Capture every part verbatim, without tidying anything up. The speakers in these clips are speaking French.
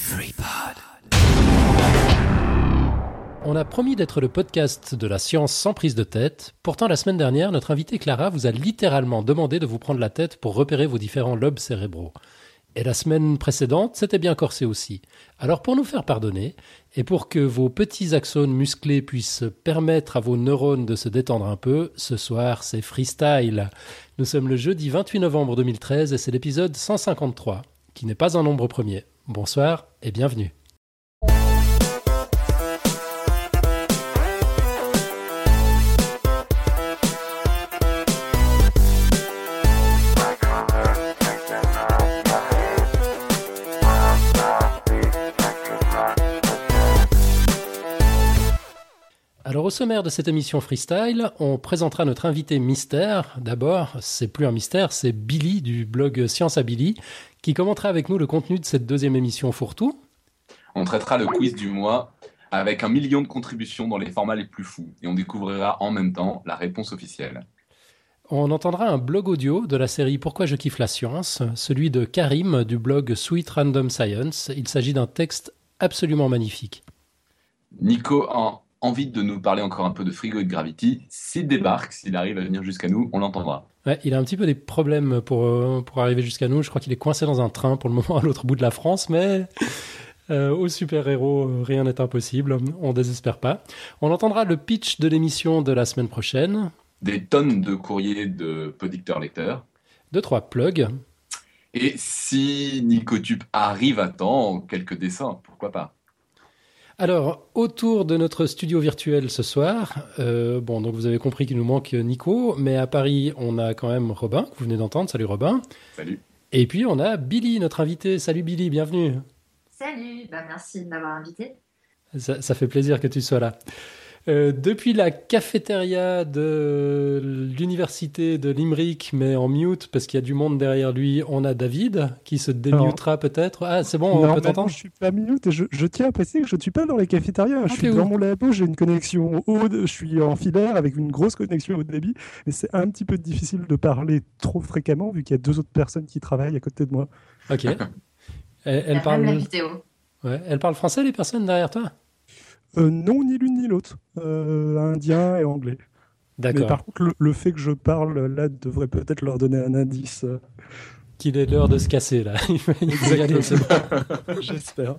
FreePod. On a promis d'être le podcast de la science sans prise de tête. Pourtant, la semaine dernière, notre invitée Clara vous a littéralement demandé de vous prendre la tête pour repérer vos différents lobes cérébraux. Et la semaine précédente, c'était bien corsé aussi. Alors pour nous faire pardonner, et pour que vos petits axones musclés puissent permettre à vos neurones de se détendre un peu, ce soir c'est freestyle. Nous sommes le jeudi vingt-huit novembre deux mille treize et c'est l'épisode cent cinquante-trois, qui n'est pas un nombre premier. Bonsoir et bienvenue. Alors au sommaire de cette émission freestyle, on présentera notre invité mystère. D'abord, c'est plus un mystère, c'est Billy du blog Science à Billy, qui commentera avec nous le contenu de cette deuxième émission fourre-tout. On traitera le quiz du mois avec un million de contributions dans les formats les plus fous. Et on découvrira en même temps la réponse officielle. On entendra un blog audio de la série Pourquoi je kiffe la science, celui de Karim du blog Sweet Random Science. Il s'agit d'un texte absolument magnifique. Nico a envie de nous parler encore un peu de Frigo et de Gravity. S'il débarque, s'il arrive à venir jusqu'à nous, on l'entendra. Ouais, il a un petit peu des problèmes pour, pour arriver jusqu'à nous. Je crois qu'il est coincé dans un train pour le moment à l'autre bout de la France, mais euh, aux super-héros, rien n'est impossible. On ne désespère pas. On entendra le pitch de l'émission de la semaine prochaine. Des tonnes de courriers de producteurs-lecteurs. Deux, trois plugs. Et si Nicotube arrive à temps, quelques dessins, pourquoi pas. Alors, autour de notre studio virtuel ce soir, euh, bon, donc vous avez compris qu'il nous manque Nico, mais à Paris, on a quand même Robin, que vous venez d'entendre. Salut Robin. Salut. Et puis, on a Billy, notre invité. Salut Billy, bienvenue. Salut, bah merci de m'avoir invité. Ça, ça fait plaisir que tu sois là. Euh, depuis la cafétéria de l'université de Limerick, mais en mute, parce qu'il y a du monde derrière lui, on a David, qui se démutera Alors, peut-être. Ah, c'est bon, non, on peut t'entendre. Je suis pas mute et je, je tiens à préciser que je ne suis pas dans les cafétérias. Ah, je suis dans où mon labo, j'ai une connexion haut, je suis en filaire avec une grosse connexion haut débit, mais c'est un petit peu difficile de parler trop fréquemment vu qu'il y a deux autres personnes qui travaillent à côté de moi. Ok. Elle, elle parle. Même la vidéo. Ouais. Elle parle français, les personnes derrière toi? Euh, non, ni l'une ni l'autre. Euh, indien et anglais. D'accord. Mais par contre, le, le fait que je parle là devrait peut-être leur donner un indice. Euh... Qu'il est l'heure de se casser là. Il faut y aller, c'est bon. J'espère.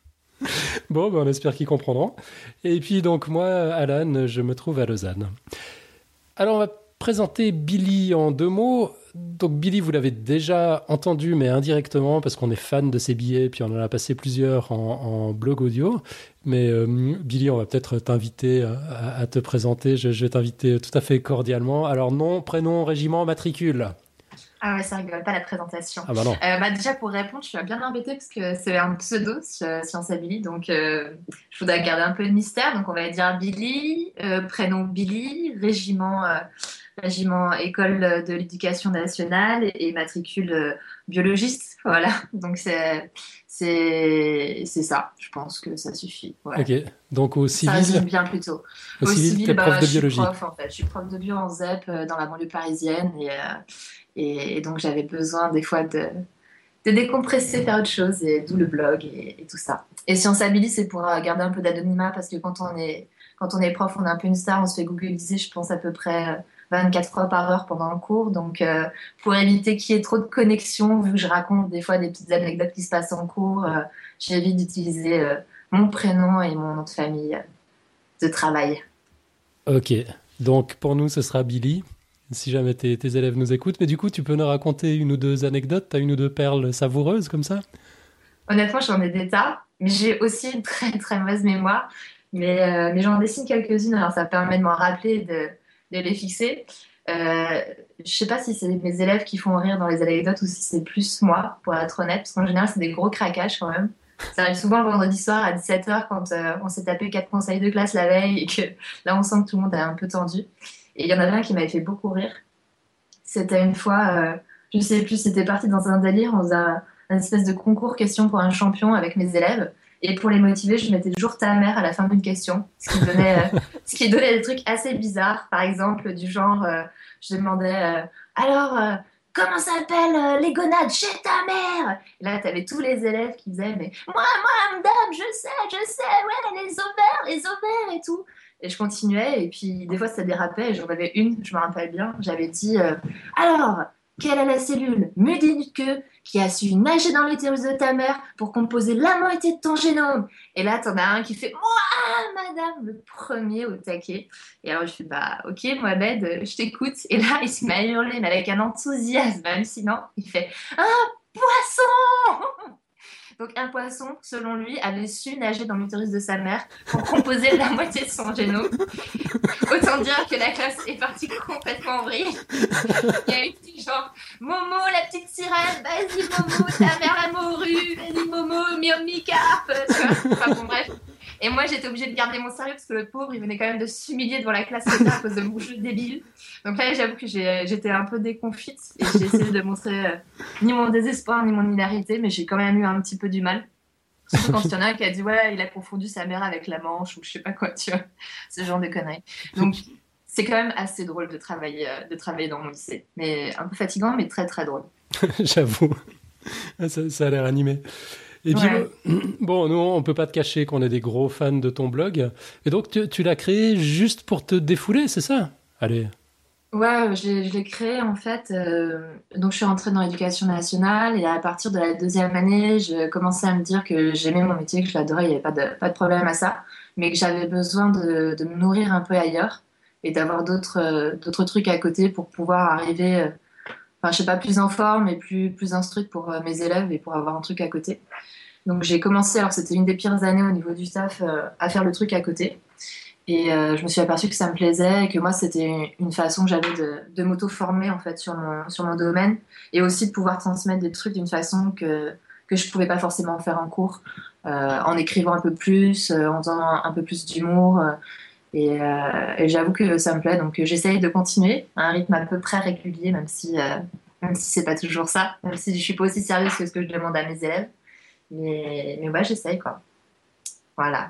Bon, ben on espère qu'ils comprendront. Et puis donc moi, Alan, je me trouve à Lausanne. Alors on va présenter Billy en deux mots. Donc Billy, vous l'avez déjà entendu, mais indirectement, parce qu'on est fan de ses billets, puis on en a passé plusieurs en, en blog audio. Mais euh, Billy, on va peut-être t'inviter à, à te présenter. Je, je vais t'inviter tout à fait cordialement. Alors nom, prénom, régiment, matricule. Ah ouais, ça rigole pas la présentation. Ah bah non. Euh, bah déjà pour répondre, je suis bien embêtée parce que c'est un pseudo, Science à Billy, donc euh, je voudrais garder un peu de mystère. Donc on va dire Billy, euh, prénom Billy, régiment... Euh, régiment école de l'éducation nationale et matricule euh, biologiste, voilà. Donc c'est c'est c'est ça. Je pense que ça suffit. Voilà. Ok. Donc au civil. Ça résume bien plutôt. Au, au civil, civil, t'es bah, prof de biologie. Je suis prof en fait. Je suis prof de bio en Z E P euh, dans la banlieue parisienne et, euh, et et donc j'avais besoin des fois de de décompresser, faire autre chose et d'où le blog et, et tout ça. Et Science à Billy, c'est pour garder un peu d'anonymat parce que quand on est quand on est prof, on est un peu une star, on se fait googliser, je pense à peu près vingt-quatre fois par heure pendant le cours. Donc, euh, pour éviter qu'il y ait trop de connexions, vu que je raconte des fois des petites anecdotes qui se passent en cours, euh, j'évite d'utiliser euh, mon prénom et mon nom de famille de travail. Ok. Donc, pour nous, ce sera Billy, si jamais tes, tes élèves nous écoutent. Mais du coup, tu peux nous raconter une ou deux anecdotes? T'as une ou deux perles savoureuses comme ça? Honnêtement, j'en ai des tas. Mais j'ai aussi une très, très mauvaise mémoire. Mais, euh, mais j'en dessine quelques-unes. Alors, ça permet de m'en rappeler de... de les fixer. Euh, je sais pas si c'est mes élèves qui font rire dans les anecdotes ou si c'est plus moi, pour être honnête, parce qu'en général, c'est des gros craquages quand même. Ça arrive souvent le vendredi soir à dix-sept heures quand euh, on s'est tapé quatre conseils de classe la veille et que là, on sent que tout le monde est un peu tendu. Et il y en avait un qui m'avait fait beaucoup rire. C'était une fois, euh, je sais plus, c'était parti dans un délire, on faisait un, un espèce de concours question pour un champion avec mes élèves. Et pour les motiver, je mettais toujours ta mère à la fin d'une question, ce qui donnait, euh, ce qui donnait des trucs assez bizarres. Par exemple, du genre, euh, je demandais euh, alors, euh, comment ça s'appelle euh, les gonades chez ta mère. Et là, tu avais tous les élèves qui disaient, mais moi, moi, madame, je sais, je sais, ouais, les ovaires, les ovaires et tout. Et je continuais, et puis des fois, ça dérapait, et j'en avais une, je me rappelle bien, j'avais dit, euh, alors, quelle est la cellule mudique qui a su nager dans l'utérus de ta mère pour composer la moitié de ton génome? Et là, t'en as un qui fait, moi, madame, le premier au taquet. Et alors, je fais, bah, ok, Mohamed, je t'écoute. Et là, il se met à hurler, mais avec un enthousiasme hallucinant. Il fait, un poisson! Donc, un poisson, selon lui, avait su nager dans l'utérus de sa mère pour composer la moitié de son génome. Autant dire que la classe est partie complètement en vrille. Il y a eu petit genre, Momo, la petite sirène, vas-y Momo, ta mère la morue, vas-y Momo, myomicarpe. Enfin bon, bref. Et moi, j'étais obligée de garder mon sérieux parce que le pauvre, il venait quand même de s'humilier devant la classe à cause de mon jeu débile. Donc là, j'avoue que j'ai, j'étais un peu déconfite et j'ai essayé de montrer euh, ni mon désespoir ni mon hilarité, mais j'ai quand même eu un petit peu du mal. Surtout quand il y en a un qui a dit ouais, il a confondu sa mère avec la Manche ou je sais pas quoi, tu vois, ce genre de conneries. Donc c'est quand même assez drôle de travailler, euh, de travailler dans mon lycée, mais un peu fatigant, mais très très drôle. J'avoue, ça, ça a l'air animé. Et puis, Ouais. bon, nous, on peut pas te cacher qu'on est des gros fans de ton blog. Et donc, tu, tu l'as créé juste pour te défouler, c'est ça? Allez. Ouais, je l'ai, je l'ai créé en fait. Euh, donc, je suis rentrée dans l'éducation nationale et à partir de la deuxième année, je commençais à me dire que j'aimais mon métier, que je l'adorais, il n'y avait pas de, pas de problème à ça, mais que j'avais besoin de, de me nourrir un peu ailleurs et d'avoir d'autres, euh, d'autres trucs à côté pour pouvoir arriver, euh, enfin, je sais pas, plus en forme et plus, plus instruite pour euh, mes élèves et pour avoir un truc à côté. Donc, j'ai commencé, alors c'était une des pires années au niveau du taf, euh, à faire le truc à côté. Et euh, je me suis aperçue que ça me plaisait et que moi, c'était une façon que j'avais de, de m'auto-former en fait, sur mon, sur mon domaine et aussi de pouvoir transmettre des trucs d'une façon que, que je ne pouvais pas forcément faire en cours, euh, en écrivant un peu plus, euh, en faisant un, un peu plus d'humour. Euh, et, euh, et j'avoue que ça me plaît. Donc, euh, j'essaye de continuer à un rythme à peu près régulier, même si, euh, même si ce n'est pas toujours ça, même si je ne suis pas aussi sérieuse que ce que je demande à mes élèves. Mais, mais ouais, j'essaye quoi. Voilà.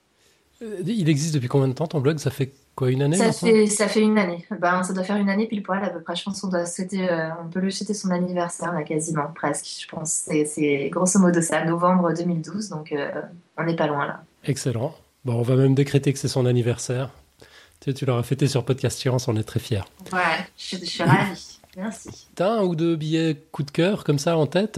Il existe depuis combien de temps ton blog? Ça fait quoi, une année Ça maintenant? fait, ça fait une année. Ben, ça doit faire une année pile poil à peu près. Je pense qu'on doit souhaiter, euh, on peut lui souhaiter son anniversaire là quasiment, presque. Je pense c'est, c'est grosso modo ça, novembre deux mille douze, donc euh, on n'est pas loin là. Excellent. Bon, on va même décréter que c'est son anniversaire. Tu, sais, tu l'auras fêté sur Podcast Science, on est très fiers. Ouais, je, je suis ravie. Merci. T'as un ou deux billets coup de cœur comme ça en tête?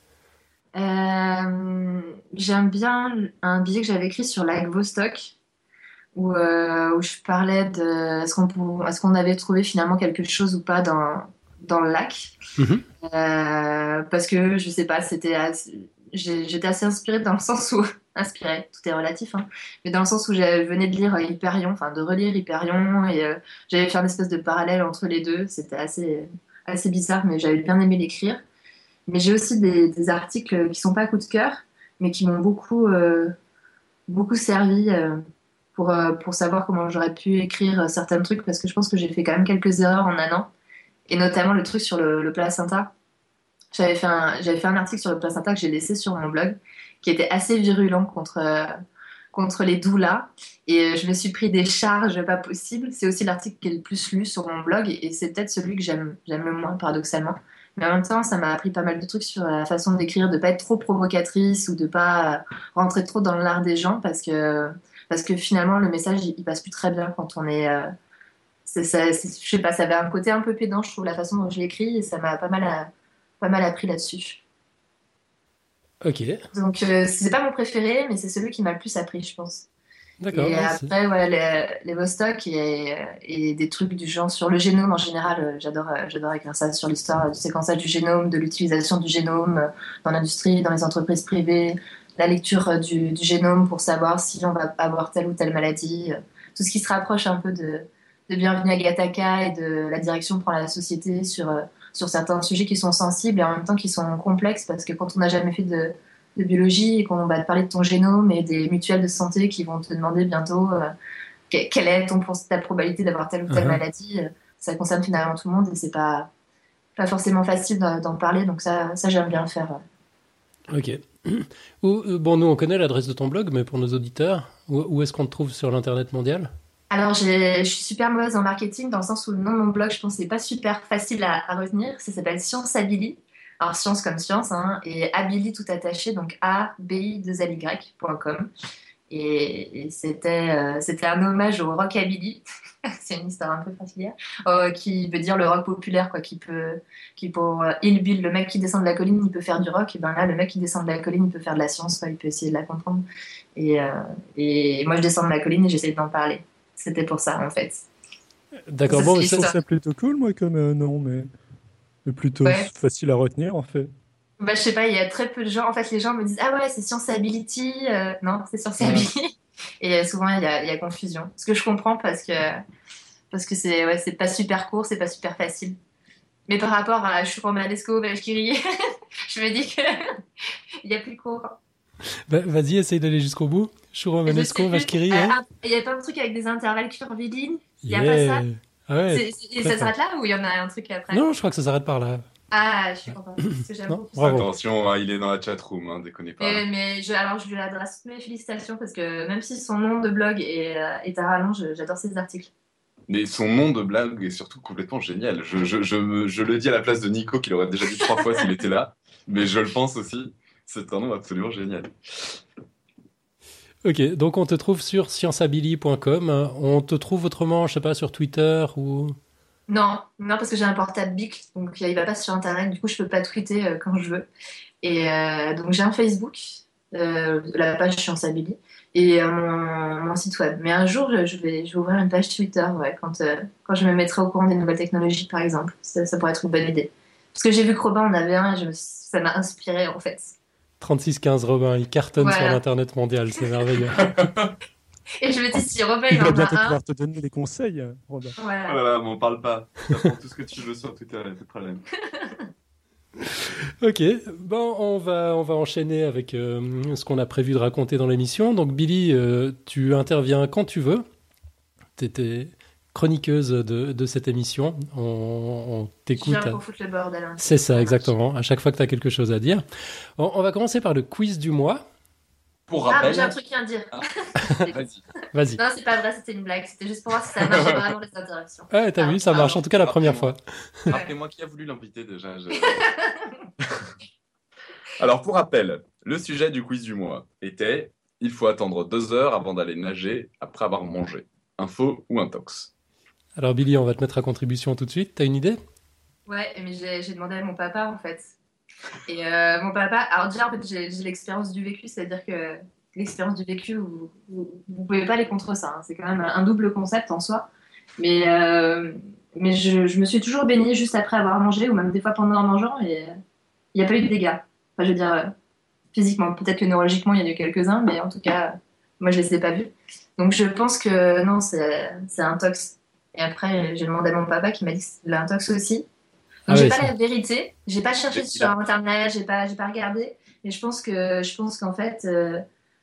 Euh, j'aime bien un billet que j'avais écrit sur Lac Vostok. Où, euh, où je parlais de est-ce qu'on, pou- est-ce qu'on avait trouvé finalement quelque chose ou pas dans, dans le lac. Mhm. Euh, parce que je sais pas, c'était assez- j'ai- j'étais assez inspirée dans le sens où inspirée, tout est relatif, hein, mais dans le sens où je venais de lire Hyperion, enfin de relire Hyperion et euh, j'avais fait une espèce de parallèle entre les deux. C'était assez assez bizarre, mais j'avais bien aimé l'écrire. Mais j'ai aussi des, des articles qui sont pas coup de cœur, mais qui m'ont beaucoup euh, beaucoup servi. Euh, pour, euh, pour savoir comment j'aurais pu écrire euh, certains trucs, parce que je pense que j'ai fait quand même quelques erreurs en un an, et notamment le truc sur le, le placenta. J'avais fait, un, j'avais fait un article sur le placenta que j'ai laissé sur mon blog, qui était assez virulent contre, euh, contre les doulas, et euh, je me suis pris des charges pas possibles. C'est aussi l'article qui est le plus lu sur mon blog, et, et c'est peut-être celui que j'aime, j'aime le moins, paradoxalement. Mais en même temps, ça m'a appris pas mal de trucs sur la façon d'écrire, de pas être trop provocatrice ou de pas euh, rentrer trop dans l'art des gens, parce que parce que finalement le message il, il passe plus très bien quand on est, euh, c'est, ça, c'est- je sais pas, ça avait un côté un peu pédant, je trouve, la façon dont je l'écris, et ça m'a pas mal à- pas mal appris là-dessus. Ok, Donc euh, c'est pas mon préféré, mais c'est celui qui m'a le plus appris, je pense. d'accord. Et Ouais, c'est- après, ouais, les, les Vostok et, et des trucs du genre sur le génome en général, euh, j'adore, euh, j'adore écrire ça sur l'histoire du séquençage du génome, de l'utilisation du génome euh, dans l'industrie, dans les entreprises privées, la lecture euh, du, du génome pour savoir si on va avoir telle ou telle maladie, euh, tout ce qui se rapproche un peu de, de Bienvenue à Gattaca et de la direction que prend la société sur, euh, sur certains sujets qui sont sensibles et en même temps qui sont complexes, parce que quand on n'a jamais fait de de biologie et qu'on va te parler de ton génome et des mutuelles de santé qui vont te demander bientôt euh, que- quelle est ton, ta probabilité d'avoir telle ou telle Mhm. maladie. euh, Ça concerne finalement tout le monde et c'est pas, pas forcément facile d'en, d'en parler, donc ça, ça j'aime bien le faire. Ouais. Ok. Ou, euh, bon, nous, on connaît l'adresse de ton blog, mais pour nos auditeurs, où, où est-ce qu'on te trouve sur l'Internet mondial? Alors, j'ai- je suis super mauvaise en marketing dans le sens où le nom de mon blog, je pense, n'est pas super facile à, à retenir. Ça s'appelle Science Abili. Alors, science comme science, hein, et Abili tout attaché, donc A B I deux L Y point com. Et, et c'était euh, c'était un hommage au rockabilly. C'est une histoire un peu particulière, euh, qui veut dire le rock populaire, quoi, qui peut, qui pour euh, Hillbill, le mec qui descend de la colline, il peut faire du rock, et ben là, le mec qui descend de la colline, il peut faire de la science, quoi, il peut essayer de la comprendre. Et, euh, et moi, je descends de la colline et j'essaie d'en parler. C'était pour ça, en fait. D'accord, Ça, bon, c'est ça- ça. C'est plutôt cool, moi, comme euh, nom, mais, mais plutôt Ouais. facile à retenir, en fait. Bah, je sais pas, il y a très peu de gens. En fait, les gens me disent ah ouais, c'est Science Ability. Euh, non, c'est Science Ouais. Ability. Et euh, souvent, il y a, il y a confusion. Ce que je comprends parce que parce que c'est ouais, c'est pas super court, c'est pas super facile. Mais par rapport à je suis romanesco, Valkyrie, je me dis que il y a plus court. Va- Vas-y, essaye d'aller jusqu'au bout. Shuro, Je sais Manesco, plus. Valkyrie, Euh, ouais. un- Il y a pas un truc avec des intervalles curvilignes. Il y a Yeah. pas ça. Ah ouais. C'est- c'est- et très ça s'arrête là ou il y en a un truc après? Non, je crois que ça s'arrête par là. Ah, je suis contente parce que j'aime Non, beaucoup ça. bravo. Attention, hein, il est dans la chatroom, hein, déconnez pas. Mais, mais je, alors je lui adresse toutes mes félicitations parce que même si son nom de blog est, euh, est à rallonge, j'adore ses articles. Mais son nom de blague est surtout complètement génial. Je, je, je, me- je le dis à la place de Nico, qui l'aurait déjà dit trois fois s'il était là, mais je le pense aussi. C'est un nom absolument génial. Ok, donc on te trouve sur scienceabili point com. On te trouve autrement, je sais pas, sur Twitter ou... Non, non parce que j'ai un portable Bic, donc il va pas sur Internet, du coup je peux pas tweeter euh, quand je veux. Et euh, donc j'ai un Facebook, euh, la page Science Abili, et euh, mon, mon site web. Mais un jour je je vais, je vais ouvrir une page Twitter, ouais, quand, euh, quand je me mettrai au courant des nouvelles technologies par exemple. Ça, ça pourrait être une bonne idée. Parce que j'ai vu que Robin en avait un et je me suis- ça m'a inspiré en fait. trente-six quinze Robin, il cartonne Voilà. sur l'internet mondial, c'est merveilleux. Et je me dis si Robin Il il va en bientôt a un, pouvoir te donner des conseils, euh, Robin. Oh voilà. là là, m'en parle pas. T'apprends tout ce que tu veux sur Twitter, il n'y a pas de problème. Ok, bon, on va, on va enchaîner avec euh, ce qu'on a prévu de raconter dans l'émission. Donc Billy, euh, tu interviens quand tu veux. Tu étais chroniqueuse de, de cette émission. On, on Je t'écoute. viens pour foutre le bordel. hein. C'est ça, exactement. À chaque fois que tu as quelque chose à dire. On, on va commencer par le quiz du mois. Pour Ah, mais rappel, j'ai un truc à dire. Ah. vas-y. Vas-y. Non, c'est pas vrai, c'était une blague. C'était juste pour voir si ça marchait vraiment les interactions. Ouais, t'as Ah, vu, ça ah, marche en tout cas la première rappelez-moi. fois. Rappelez-moi qui a voulu l'inviter déjà. je- Alors, pour rappel, le sujet du quiz du mois était « Il faut attendre deux heures avant d'aller nager après avoir mangé. Info ou intox ?» Alors Billy, on va te mettre à contribution tout de suite. T'as une idée? Ouais, mais j'ai j'ai demandé à mon papa en fait. Et euh, mon papa, alors déjà en fait j'ai j'ai l'expérience du vécu, c'est-à-dire que l'expérience du vécu, vous, vous, vous pouvez pas aller contre ça, hein. C'est quand même un double concept en soi. Mais, euh, mais je, je me suis toujours baignée juste après avoir mangé, ou même des fois pendant en mangeant, et euh, il n'y a pas eu de dégâts. Enfin, je veux dire, euh, physiquement, peut-être que neurologiquement il y en a eu quelques-uns, mais en tout cas, moi je les ai pas vus. Donc je pense que non, c'est c'est un tox. Et après, j'ai demandé à mon papa qui m'a dit que c'était de l'intox aussi. Donc Ah j'ai ouais, pas ça- la vérité, j'ai pas cherché Et sur il a- internet, j'ai pas, j'ai pas regardé, mais je pense que je pense qu'en fait euh,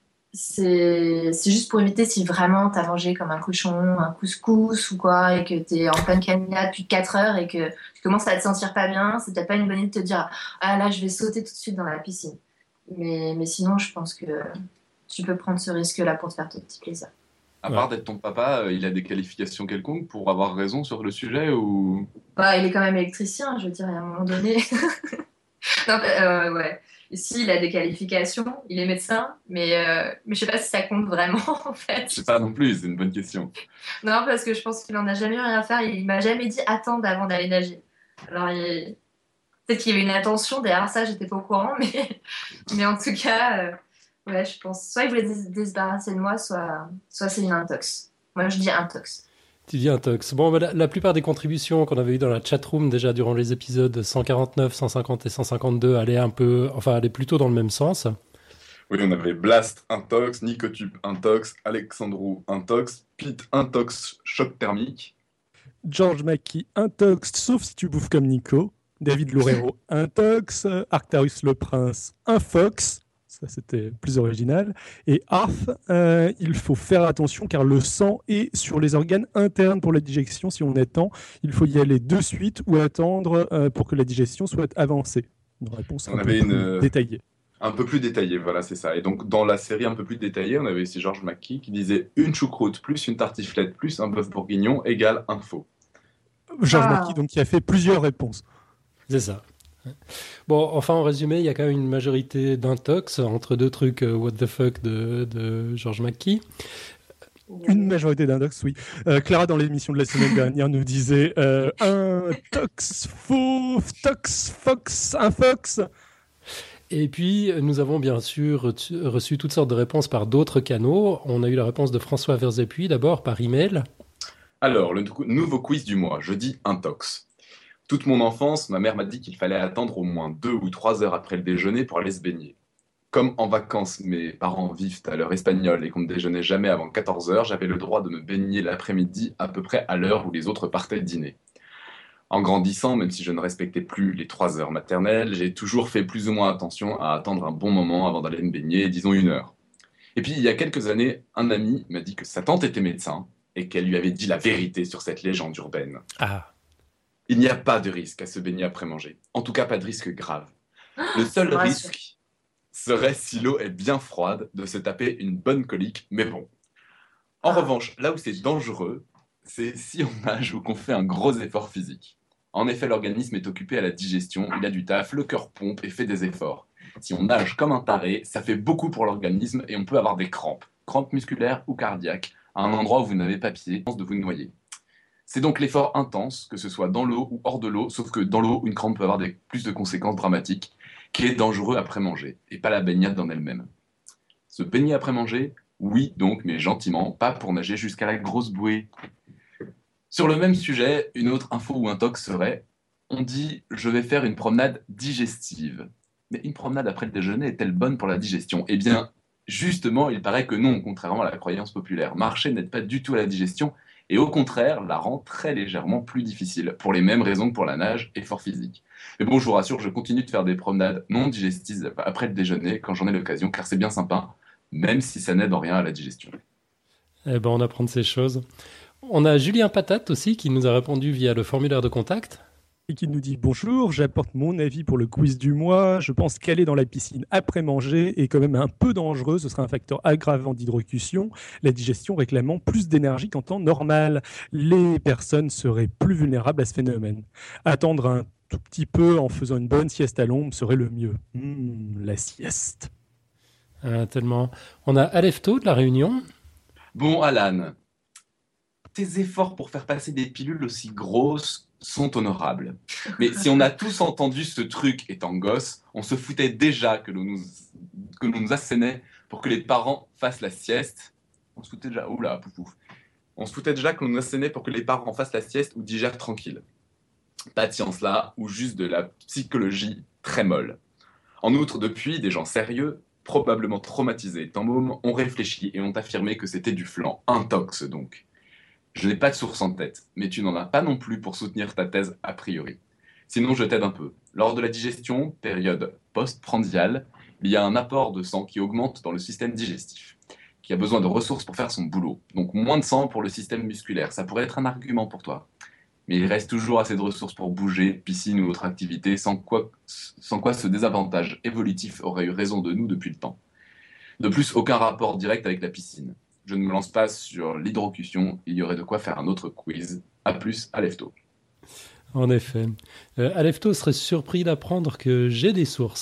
c'est c'est juste pour éviter si vraiment t'as mangé comme un cochon, un couscous ou quoi, et que t'es en pleine cagnade depuis quatre heures et que tu commences à te sentir pas bien, c'est peut-être pas une bonne idée de te dire ah là je vais sauter tout de suite dans la piscine. Mais, mais sinon je pense que tu peux prendre ce risque-là pour te faire ton petit plaisir. À Ouais. part d'être ton papa, euh, il a des qualifications quelconques pour avoir raison sur le sujet ou... Bah, il est quand même électricien, je veux dire, à un moment donné. Non, bah, euh, ouais. Ici, il a des qualifications, il est médecin, mais, euh, mais je sais pas si ça compte vraiment, en fait. Je sais pas non plus, c'est une bonne question. Non, parce que je pense qu'il en a jamais eu rien à faire, il m'a jamais dit attendre avant d'aller nager. Alors, il... peut-être qu'il y avait une intention derrière ça, j'étais pas au courant, mais, mais en tout cas, euh, ouais, je pense. Soit il voulait dés- débarrasser de moi, soit, soit c'est une intox. Moi, je dis intox. Tu dis intox. Bon, bah, la, la plupart des contributions qu'on avait eues dans la chatroom déjà durant les épisodes cent quarante-neuf, cent cinquante et cent cinquante-deux allaient un peu, enfin, allaient plutôt dans le même sens. Oui, on avait Blast Intox, Nicotube Intox, Alexandrou Intox, Pete Intox, choc thermique. George Mackey, intox, sauf si tu bouffes comme Nico. David Loureiro, intox. Arctarus le Prince, infox. Ça, c'était plus original. Et Arf, euh, il faut faire attention car le sang est sur les organes internes pour la digestion. Si on attend, il faut y aller de suite ou attendre euh, pour que la digestion soit avancée. Une réponse On un avait peu une, plus euh, détaillée. Un peu plus détaillé, voilà, c'est ça. Et donc, dans la série un peu plus détaillée, on avait ici George McKee qui disait une choucroute plus une tartiflette plus un bœuf bourguignon égale un faux. Georges Ah. Mackie, donc, qui a fait plusieurs réponses. C'est ça. Bon, enfin, en résumé, il y a quand même une majorité d'intox entre deux trucs euh, what the fuck de, de George McKee. Une majorité d'intox, oui. Euh, Clara, dans l'émission de la semaine dernière, nous disait euh, un tox, faux, tox, fox, un fox. Et puis, nous avons bien sûr reçu- reçu toutes sortes de réponses par d'autres canaux. On a eu la réponse de François Verzepuy, d'abord par email. Alors, le nou- nouveau quiz du mois, je dis intox. Toute mon enfance, ma mère m'a dit qu'il fallait attendre au moins deux ou trois heures après le déjeuner pour aller se baigner. Comme en vacances, mes parents vivent à l'heure espagnole et qu'on ne déjeunait jamais avant quatorze heures, j'avais le droit de me baigner l'après-midi à peu près à l'heure où les autres partaient dîner. En grandissant, même si je ne respectais plus les trois heures maternelles, j'ai toujours fait plus ou moins attention à attendre un bon moment avant d'aller me baigner, disons une heure. Et puis, il y a quelques années, un ami m'a dit que sa tante était médecin et qu'elle lui avait dit la vérité sur cette légende urbaine. Ah, Il n'y a pas de risque à se baigner après manger. En tout cas, pas de risque grave. Le seul ça me rassure. risque serait, si l'eau est bien froide, de se taper une bonne colique, mais bon. En Ah. revanche, là où c'est dangereux, c'est si on nage ou qu'on fait un gros effort physique. En effet, l'organisme est occupé à la digestion, il a du taf, le cœur pompe et fait des efforts. Si on nage comme un taré, ça fait beaucoup pour l'organisme et on peut avoir des crampes, crampes musculaires ou cardiaques, à un endroit où vous n'avez pas pied, chance de vous noyer. C'est donc l'effort intense, que ce soit dans l'eau ou hors de l'eau, sauf que dans l'eau, une crampe peut avoir des, plus de conséquences dramatiques, qui est dangereux après manger, et pas la baignade en elle-même. Se baigner après manger, oui donc, mais gentiment, pas pour nager jusqu'à la grosse bouée. Sur le même sujet, une autre info ou intox serait, on dit « je vais faire une promenade digestive ». Mais une promenade après le déjeuner est-elle bonne pour la digestion ? Eh bien, justement, il paraît que non, contrairement à la croyance populaire. Marcher n'aide pas du tout à la digestion, et au contraire, la rend très légèrement plus difficile, pour les mêmes raisons que pour la nage, effort physique. Mais bon, je vous rassure, je continue de faire des promenades non digestives après le déjeuner, quand j'en ai l'occasion, car c'est bien sympa, même si ça n'aide en rien à la digestion. eh ben, on apprend de ces choses. On a Julien Patate aussi qui nous a répondu via le formulaire de contact. Et qui nous dit bonjour, j'apporte mon avis pour le quiz du mois. Je pense qu'aller dans la piscine après manger est quand même un peu dangereux. Ce serait un facteur aggravant d'hydrocution, la digestion réclamant plus d'énergie qu'en temps normal. Les personnes seraient plus vulnérables à ce phénomène. Attendre un tout petit peu en faisant une bonne sieste à l'ombre serait le mieux. Mmh, la sieste. Euh, tellement. On a Alefto de la Réunion. Bon, Alan, tes efforts pour faire passer des pilules aussi grosses sont honorables. Mais si on a tous entendu ce truc étant gosse, on se foutait déjà que l'on nous, que l'on nous assénait pour que les parents fassent la sieste. On se foutait déjà... Oula, pouf pouf. On se foutait déjà que l'on nous assénait pour que les parents fassent la sieste ou digèrent tranquille. Pas de science là, ou juste de la psychologie très molle. En outre, depuis, des gens sérieux, probablement traumatisés étant mômes, ont réfléchi et ont affirmé que c'était du flan, intox donc. Je n'ai pas de source en tête, mais tu n'en as pas non plus pour soutenir ta thèse a priori. Sinon, je t'aide un peu. Lors de la digestion, période postprandiale, il y a un apport de sang qui augmente dans le système digestif, qui a besoin de ressources pour faire son boulot. Donc moins de sang pour le système musculaire. Ça pourrait être un argument pour toi. Mais il reste toujours assez de ressources pour bouger, piscine ou autre activité, sans quoi, sans quoi ce désavantage évolutif aurait eu raison de nous depuis le temps. De plus, aucun rapport direct avec la piscine. Je ne me lance pas sur l'hydrocution, il y aurait de quoi faire un autre quiz. A plus, Alefto. En effet. Euh, Alefto serait surpris d'apprendre que j'ai des sources.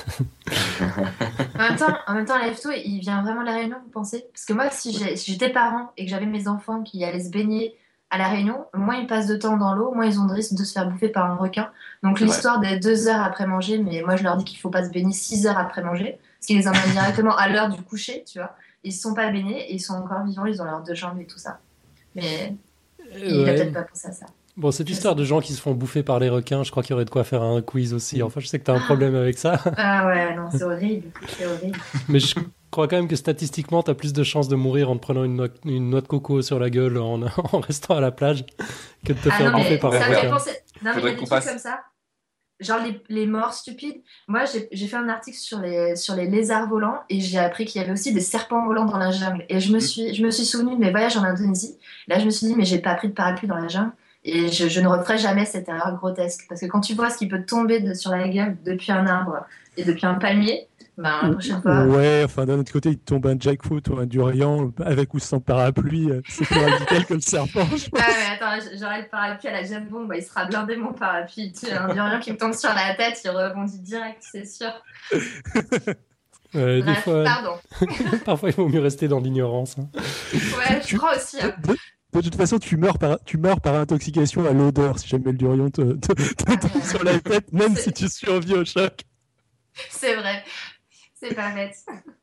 En même temps, en même temps, l'A F T O, il vient vraiment de la Réunion, vous pensez? Parce que moi, si j'ai- si j'étais parent et que j'avais mes enfants qui allaient se baigner à la Réunion, moins ils passent de temps dans l'eau, moins ils ont de risque de se faire bouffer par un requin. Donc C'est vrai. l'histoire des deux heures après manger, mais moi je leur dis qu'il faut pas se baigner six heures après manger, parce qu'ils les emmènent directement à l'heure du coucher, tu vois. Ils se sont pas baignés et ils sont encore vivants, ils ont leurs deux jambes et tout ça. Mais il a Ouais. peut-être pas pensé à ça. Bon, cette histoire de gens qui se font bouffer par les requins, je crois qu'il y aurait de quoi faire un quiz aussi. Enfin, je sais que tu as un problème avec ça, Ah ouais, non, c'est horrible, c'est horrible. mais je crois quand même que statistiquement, tu as plus de chances de mourir en te prenant une noix, une noix de coco sur la gueule en, en restant à la plage que de te Ah faire non, bouffer mais par un ça me fait requin. penser. Non, mais il y Faudrait a des qu'on trucs fasse- comme ça. Genre les, les morts stupides. Moi, j'ai j'ai fait un article sur les, sur les lézards volants et j'ai appris qu'il y avait aussi des serpents volants dans la jungle. Et je me suis, je me suis souvenu de mes voyages en Indonésie. Là, je me suis dit, mais j'ai pas pris de parapluie dans la jungle. Et je, je ne referai jamais cette erreur grotesque. Parce que quand tu vois ce qui peut tomber de- sur la gueule depuis un arbre et depuis un palmier, Ben, la prochaine fois. Ouais, enfin, d'un autre côté, il te tombe un jackfruit ou un durian avec ou sans parapluie. C'est plus radical que le serpent, je pense. Ah, mais attends, j'aurai le parapluie à la James Bond, bah, il sera blindé mon parapluie. Tu sais, un durian qui me tombe sur la tête, il rebondit direct, c'est sûr. Euh, des Bref, fois, pardon. parfois, il vaut mieux rester dans l'ignorance. hein. Ouais, je crois aussi. Hein. De, de toute façon, tu meurs par, tu meurs par intoxication à l'odeur si jamais le durian te, te, te tombe sur la tête, même si tu survis au choc. C'est vrai, c'est pas bête.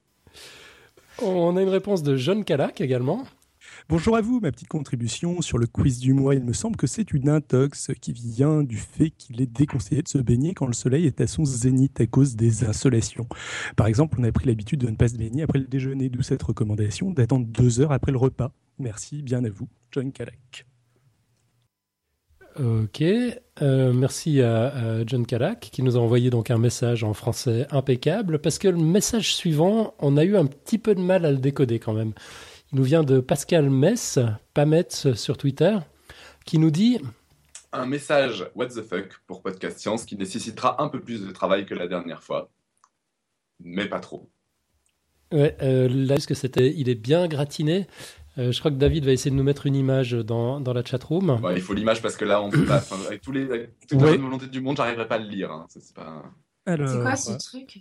On a une réponse de John Calac également. Bonjour à vous, ma petite contribution sur le quiz du mois. Il me semble que c'est une intox qui vient du fait qu'il est déconseillé de se baigner quand le soleil est à son zénith à cause des insolations. Par exemple, on a pris l'habitude de ne pas se baigner après le déjeuner, d'où cette recommandation d'attendre deux heures après le repas. Merci, bien à vous, John Calac. Ok, euh, merci à, à John Calac qui nous a envoyé donc un message en français impeccable parce que le message suivant, on a eu un petit peu de mal à le décoder quand même. Il nous vient de Pascal Metz, Pametz sur Twitter, qui nous dit un message what the fuck pour Podcast Science qui nécessitera un peu plus de travail que la dernière fois, mais pas trop. Ouais, euh, là, parce que c'était, il est bien gratiné. Euh, je crois que David va essayer de nous mettre une image dans, dans la chatroom. Ouais, il faut l'image parce que là, on peut pas, enfin, avec, tous les, avec toute Ouais. la bonne volonté du monde, j'arriverai pas à le lire. Hein. Ça, c'est pas... Alors, C'est quoi ce truc?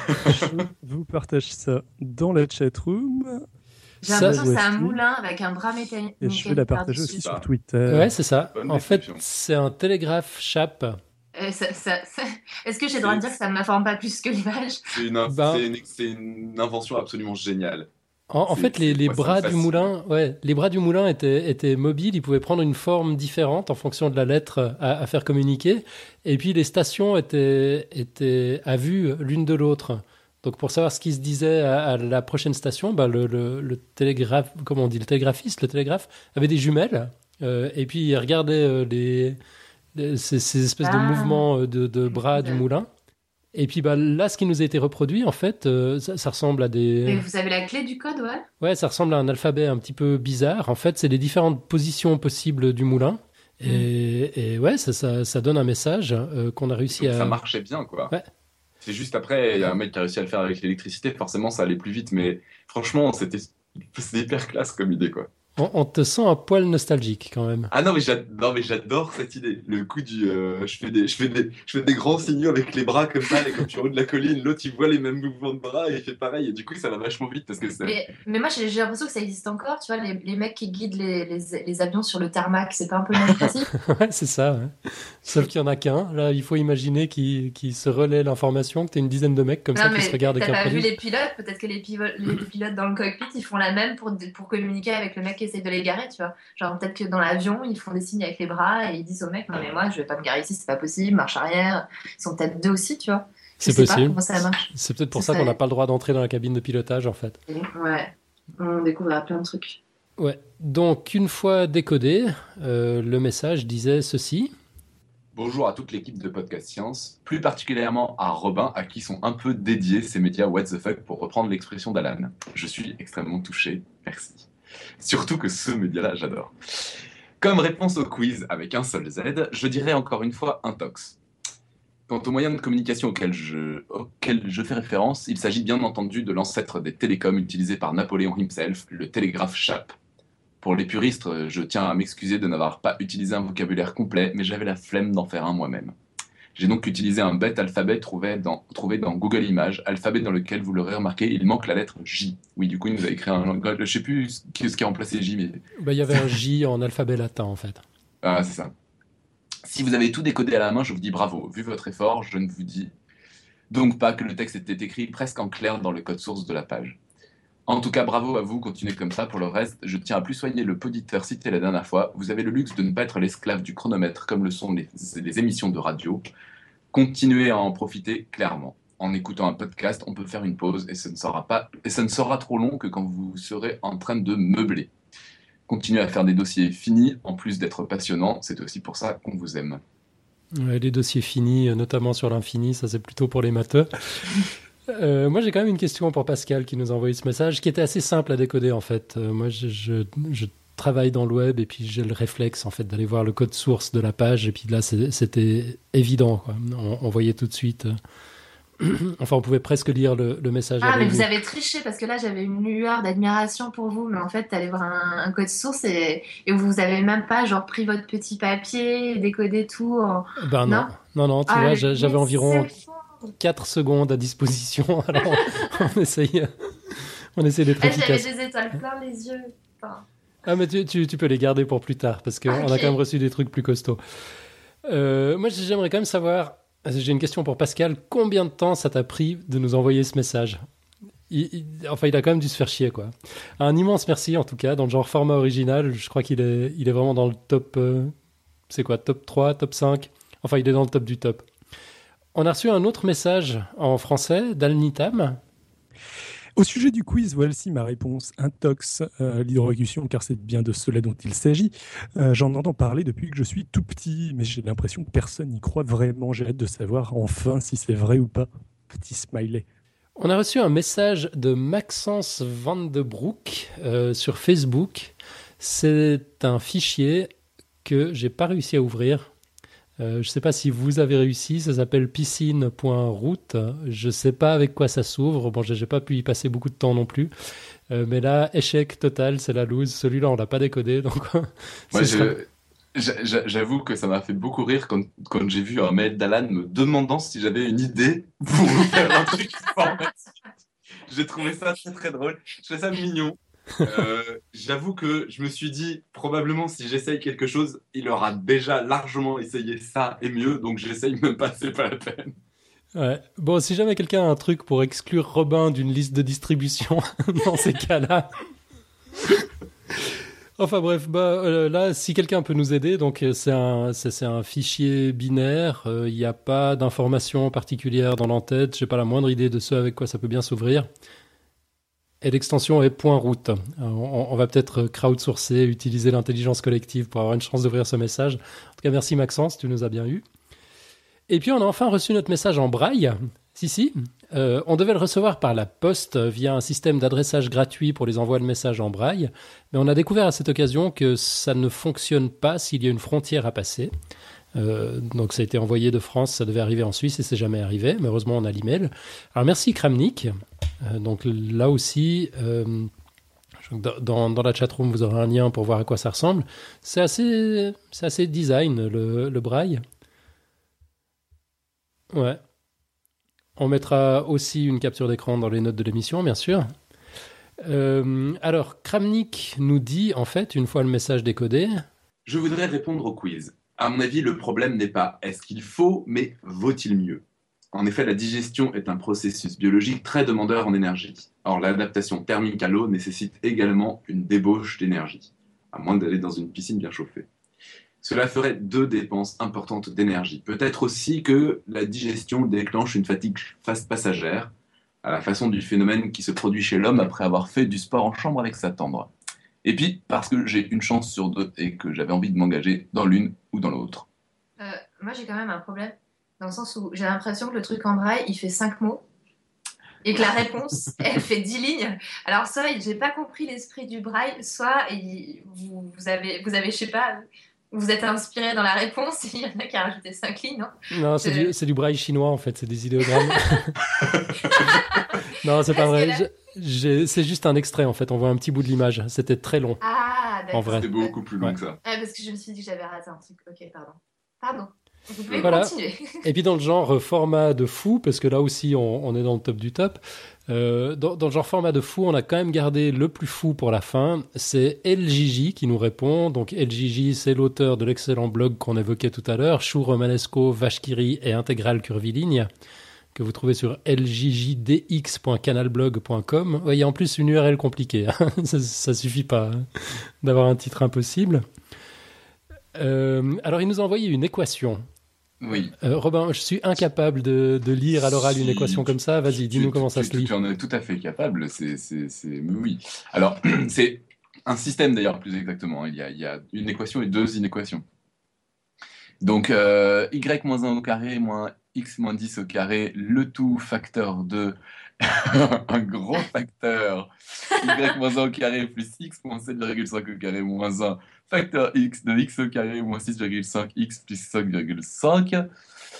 je vous partage ça dans la chatroom. J'ai Ça, l'impression que c'est voici. un moulin avec un bras métallique. Et je vais la partager aussi Ça. sur Twitter. Ouais, c'est ça. Bonne En fait, description. c'est un télégraphe chape. Euh, ça- ça- ça- Est-ce que j'ai le droit de dire que ça ne m'informe pas plus que l'image? C'est une, Ben- c'est une, c'est une invention absolument géniale. En, en C'est- fait, les, c'est- les moi, ça me bras du fascine. moulin, ouais, les bras du moulin étaient, étaient mobiles. Ils pouvaient prendre une forme différente en fonction de la lettre à, à faire communiquer. Et puis les stations étaient, étaient à vue l'une de l'autre. Donc pour savoir ce qui se disait à, à la prochaine station, bah, le, le, le télégraphe, comment on dit, le télégraphiste, le télégraphe avait des jumelles. Euh, et puis il regardait euh, les, les- ces, ces espèces de Ah. mouvements euh, de, de bras du moulin. Et puis bah, là, ce qui nous a été reproduit, en fait, euh, ça, ça ressemble à des... Mais vous avez la clé du code, ouais? Ouais, ça ressemble à un alphabet un petit peu bizarre. En fait, c'est les différentes positions possibles du moulin. Et, et ouais, ça, ça, ça donne un message euh, qu'on a réussi Donc, à... ça marchait bien, quoi. Ouais. C'est juste après, il y a un mec qui a réussi à le faire avec l'électricité, forcément ça allait plus vite, mais franchement, c'était c'était hyper classe comme idée, quoi. On, on te sent un poil nostalgique quand même. Ah non, mais j'ad- non, mais j'adore cette idée. Le coup du. euh, je, fais des, je, fais des, je fais des grands signaux avec les bras comme ça, et comme tu es en haut de la colline, l'autre il voit les mêmes mouvements de bras et il fait pareil, et du coup ça va vachement vite parce que c'est. Mais, mais moi, j'ai j'ai l'impression que ça existe encore, tu vois, les, les mecs qui guident les, les, les avions sur le tarmac, c'est pas un peu le même principe? Ouais, c'est ça. Ouais. Sauf qu'il n'y en a qu'un. Là, il faut imaginer qu'il qu'il se relaie l'information, que tu as une dizaine de mecs comme ça Non, qui se mais regardent t'as avec un pas vu produit. les pilotes? Peut-être que les, pivo- les pilotes dans le cockpit, ils font la même pour, pour communiquer avec le mec qui essaie de les garer, tu vois. Genre, peut-être que dans l'avion, ils font des signes avec les bras et ils disent au mec, non, mais moi, je vais pas me garer ici, c'est pas possible, marche arrière. Ils sont peut-être deux aussi, tu vois. Je C'est sais pas possible. comment ça marche. C'est peut-être pour Ce ça qu'on serait- n'a pas le droit d'entrer dans la cabine de pilotage, en fait. Ouais, on découvre plein de trucs. Ouais. Donc, une fois décodé, euh, le message disait ceci. Bonjour à toute l'équipe de Podcast Science, plus particulièrement à Robin, à qui sont un peu dédiés ces médias what the fuck, pour reprendre l'expression d'Alan. Je suis extrêmement touché, merci. Surtout que ce média-là, j'adore. Comme réponse au quiz avec un seul Z, je dirais encore une fois intox. Quant aux moyens de communication auxquels je, auxquels je fais référence, il s'agit bien entendu de l'ancêtre des télécoms utilisé par Napoléon himself, le télégraphe chape. Pour les puristes, je tiens à m'excuser de n'avoir pas utilisé un vocabulaire complet, mais j'avais la flemme d'en faire un moi-même. J'ai donc utilisé un bête alphabet trouvé dans, trouvé dans Google Images, alphabet dans lequel, vous l'aurez remarqué, il manque la lettre J. Oui, du coup, il nous a écrit un langage, je sais plus ce qui, ce qui a remplacé J, mais... Bah, il y avait un J en alphabet latin, en fait. Ah, c'est ça. Si vous avez tout décodé à la main, je vous dis bravo. Vu votre effort, je ne vous dis donc pas que le texte était écrit presque en clair dans le code source de la page. En tout cas, bravo à vous, continuez comme ça. Pour le reste, je tiens à plus soigner le poditeur cité la dernière fois. Vous avez le luxe de ne pas être l'esclave du chronomètre comme le sont les, les émissions de radio. Continuez à en profiter clairement. En écoutant un podcast, on peut faire une pause et ça ne sera pas, et ça ne sera trop long que quand vous serez en train de meubler. Continuez à faire des dossiers finis, en plus d'être passionnants, c'est aussi pour ça qu'on vous aime. Ouais, les dossiers finis, euh, notamment sur l'infini, ça c'est plutôt pour les matheux. Euh, moi j'ai quand même une question pour Pascal qui nous a envoyé ce message, qui était assez simple à décoder en fait. Euh, moi je, je, je travaille dans le web et puis j'ai le réflexe en fait d'aller voir le code source de la page et puis là c'est- c'était évident, quoi. On, on voyait tout de suite euh, Enfin, on pouvait presque lire le, le message Ah, avec mais vous vous. avez triché parce que là, j'avais une lueur d'admiration pour vous. Mais en fait, t'allais voir un, un code source et, et vous avez même pas genre pris votre petit papier, décodé tout. En... Ben non, Non? non, non, tu Ah, vois, le j'a- j'avais environ mec, c'est fort. quatre secondes à disposition. Alors, on, on essaye, on essaye d'être Ah, j'avais efficace. des étoiles plein les yeux. Putain. Ah, mais tu, tu, tu peux les garder pour plus tard, parce qu'on Ok. a quand même reçu des trucs plus costauds. Euh, moi, j'aimerais quand même savoir, j'ai une question pour Pascal, combien de temps ça t'a pris de nous envoyer ce message? il, il- Enfin, il a quand même dû se faire chier, quoi. Un immense merci, en tout cas, dans le genre format original, je crois qu'il est, il est vraiment dans le top, euh, c'est quoi, top trois, top cinq? Enfin, il est dans le top du top. On a reçu un autre message en français d'Alnitam. Au sujet du quiz, voici ma réponse. Intox, euh, l'hydroalcoolique, car c'est bien de cela dont il s'agit. Euh, j'en entends parler depuis que je suis tout petit, mais j'ai l'impression que personne n'y croit vraiment. J'ai hâte de savoir enfin si c'est vrai ou pas. Petit smiley. On a reçu un message de Maxence Van de Broek euh, sur Facebook. C'est un fichier que j'ai pas réussi à ouvrir. Euh, je ne sais pas si vous avez réussi. Ça s'appelle piscine.route. Je ne sais pas avec quoi ça s'ouvre. Bon, j'ai j'ai pas pu y passer beaucoup de temps non plus. Euh, mais là, échec total, c'est la loose. Celui-là, on l'a pas décodé. Donc, Moi, ce sera- je- j'a- j'a- j'avoue que ça m'a fait beaucoup rire quand, quand j'ai vu un mail d'Alan me demandant si j'avais une idée pour faire un truc informatique. J'ai trouvé ça très très drôle. Je trouvais ça mignon. Euh, j'avoue que je me suis dit, probablement si j'essaye quelque chose, il aura déjà largement essayé ça et mieux, donc j'essaye même pas, c'est pas la peine. Ouais. Bon, si jamais quelqu'un a un truc pour exclure Robin d'une liste de distribution dans ces cas-là. Enfin bref, bah, euh, là, si quelqu'un peut nous aider, donc euh, c'est un, c'est, c'est un fichier binaire, il n'y a pas d'informations particulières dans l'entête, j'ai pas la moindre idée de ce avec quoi ça peut bien s'ouvrir. Et l'extension est .route. On, on va peut-être crowdsourcer, utiliser l'intelligence collective pour avoir une chance d'ouvrir ce message. En tout cas, merci Maxence, tu nous as bien eu. Et puis on a enfin reçu notre message en braille. Si, si. Euh, on devait le recevoir par la poste via un système d'adressage gratuit pour les envois de messages en braille. Mais on a découvert à cette occasion que ça ne fonctionne pas s'il y a une frontière à passer. Euh, donc ça a été envoyé de France, ça devait arriver en Suisse et c'est jamais arrivé. Mais heureusement, on a l'email. Alors merci Kramnik. Euh, donc là aussi, euh, dans, dans la chatroom, vous aurez un lien pour voir à quoi ça ressemble. C'est assez, c'est assez design, le, le braille. Ouais. On mettra aussi une capture d'écran dans les notes de l'émission, bien sûr. Euh, alors, Kramnik nous dit, en fait, une fois le message décodé... Je voudrais répondre au quiz. À mon avis, le problème n'est pas est-ce qu'il faut, mais vaut-il mieux? En effet, la digestion est un processus biologique très demandeur en énergie. Or, l'adaptation thermique à l'eau nécessite également une débauche d'énergie, à moins d'aller dans une piscine bien chauffée. Cela ferait deux dépenses importantes d'énergie. Peut-être aussi que la digestion déclenche une fatigue passagère, à la façon du phénomène qui se produit chez l'homme après avoir fait du sport en chambre avec sa tendre. Et puis, parce que j'ai une chance sur deux et que j'avais envie de m'engager dans l'une ou dans l'autre. Euh, moi, j'ai quand même un problème, dans le sens où j'ai l'impression que le truc en braille, il fait cinq mots, et que la réponse, elle fait dix lignes. Alors, soit j'ai pas compris l'esprit du braille, soit il- vous, vous avez, vous avez, je sais pas, vous êtes inspiré dans la réponse, et il y en a qui a rajouté cinq lignes, non? Non, c'est Je- du, c'est du braille chinois, en fait, c'est des idéogrammes. Non, c'est pas Parce vrai. que là- Je- j'ai- c'est juste un extrait, en fait. On voit un petit bout de l'image. C'était très long. Ah, d'accord. En vrai. C'était beaucoup plus long Ouais. que ça. Ah, parce que je me suis dit que j'avais raté un truc. Ok, pardon. Pardon. Vous pouvez Voilà. continuer. Et puis dans le genre euh, format de fou, parce que là aussi on, on est dans le top du top, euh, dans, dans le genre format de fou, on a quand même gardé le plus fou pour la fin. C'est L J J qui nous répond. Donc L J J, c'est l'auteur de l'excellent blog qu'on évoquait tout à l'heure, Chou Romanesco, Vache qui rit et Intégrale Curviligne, que vous trouvez sur l j j d x point canalblog point com. Ouais, il y a en plus une U R L compliquée. Hein. ça, ça suffit pas hein, d'avoir un titre impossible. Euh, alors il nous a envoyé une équation. Oui. Euh, Robin, je suis incapable de, de lire à l'oral une Si, équation comme ça. Vas-y, Tu- dis-nous tu- comment ça tu- se lit. Tu en es tout à fait capable, c'est, c'est, c'est... mais oui. Alors, c'est un système d'ailleurs, plus exactement. Il y a, il y a une équation et deux inéquations. Donc, euh, y moins un au carré moins x moins dix au carré, le tout facteur de un gros facteur y moins un au carré plus x moins sept virgule cinq au carré moins un facteur x de x au carré moins six virgule cinq x plus cinq virgule cinq.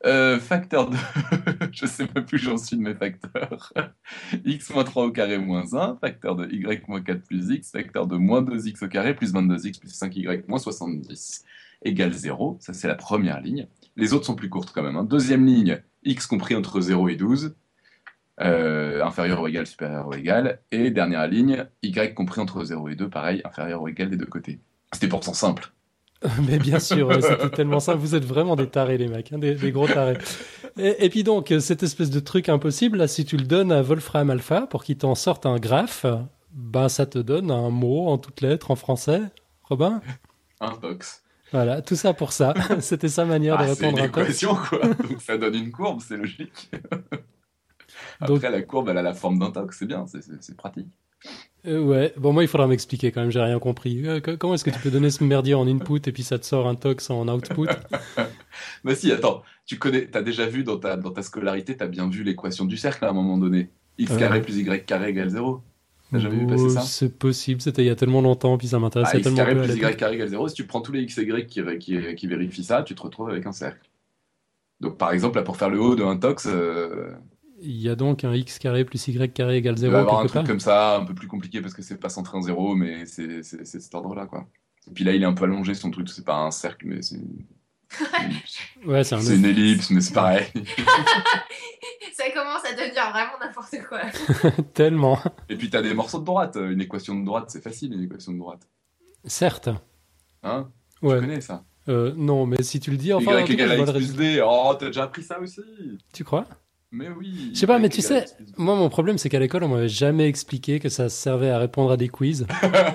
Euh, facteur de... je sais même plus où j'en suis de mes facteurs. X moins trois au carré moins un, facteur de Y moins quatre plus X, facteur de moins deux X au carré plus vingt-deux X plus cinq Y moins soixante-dix égale zéro. Ça, c'est la première ligne. Les autres sont plus courtes quand même, hein. Deuxième ligne, X compris entre zéro et douze, euh, inférieur ou égal, supérieur ou égal. Et dernière ligne, Y compris entre zéro et deux, pareil, inférieur ou égal des deux côtés. C'était pourtant simple. Mais bien sûr, ouais, c'était tellement simple. Vous êtes vraiment des tarés, les mecs, hein, des, des gros tarés. Et, et puis donc, cette espèce de truc impossible, là, si tu le donnes à Wolfram Alpha pour qu'il t'en sorte un graphe, ben ça te donne un mot en toutes lettres en français. Robin ? Un tox. Voilà, tout ça pour ça. C'était sa manière Ah, de répondre à un tox. c'est une équation, quoi. Donc ça donne une courbe, c'est logique. Après, Donc- la courbe, elle a la forme d'un tox, c'est bien, c'est- c'est c'est pratique. Euh, ouais, bon, moi, il faudra m'expliquer quand même, j'ai rien compris. Euh, co- comment est-ce que tu peux donner ce merdier en input et puis ça te sort un tox en output ? Bah si, attends, tu connais, t'as déjà vu dans ta, dans ta scolarité, t'as bien vu l'équation du cercle à un moment donné. X Ouais. carré plus Y carré égale zéro. T'as jamais vu passer Oh, ça? C'est possible, c'était il y a tellement longtemps, puis ça Ah, m'intéressait X tellement carré peu à plus l'époque. Y carré égale zéro, si tu prends tous les X et Y qui, qui, qui vérifient ça, tu te retrouves avec un cercle. Donc par exemple, là, pour faire le haut d'un tox, euh, Il y a donc un x carré plus y carré égale tu vas zéro avoir un quelque truc part. comme ça, un peu plus compliqué parce que c'est pas centré en zéro, mais c'est c'est- c'est cet ordre-là, quoi. Et puis là, il est un peu allongé, son truc, c'est pas un cercle, mais c'est Ouais, c'est un c'est une ellipse, mais c'est pareil. Ça commence à devenir vraiment n'importe quoi. tellement. Et puis t'as des morceaux de droite, une équation de droite, c'est facile, une équation de droite. Certes. Hein? Tu Ouais. connais ça? Euh, non, mais si tu le dis, enfin, en Y tout cas, égale je à vois X le plus résultat. D. Oh, t'as déjà appris ça aussi? Tu crois? Mais oui. Je sais pas, Y mais tu égale à sais, X plus D. moi, mon problème, c'est qu'à l'école, on m'avait jamais expliqué que ça servait à répondre à des quiz.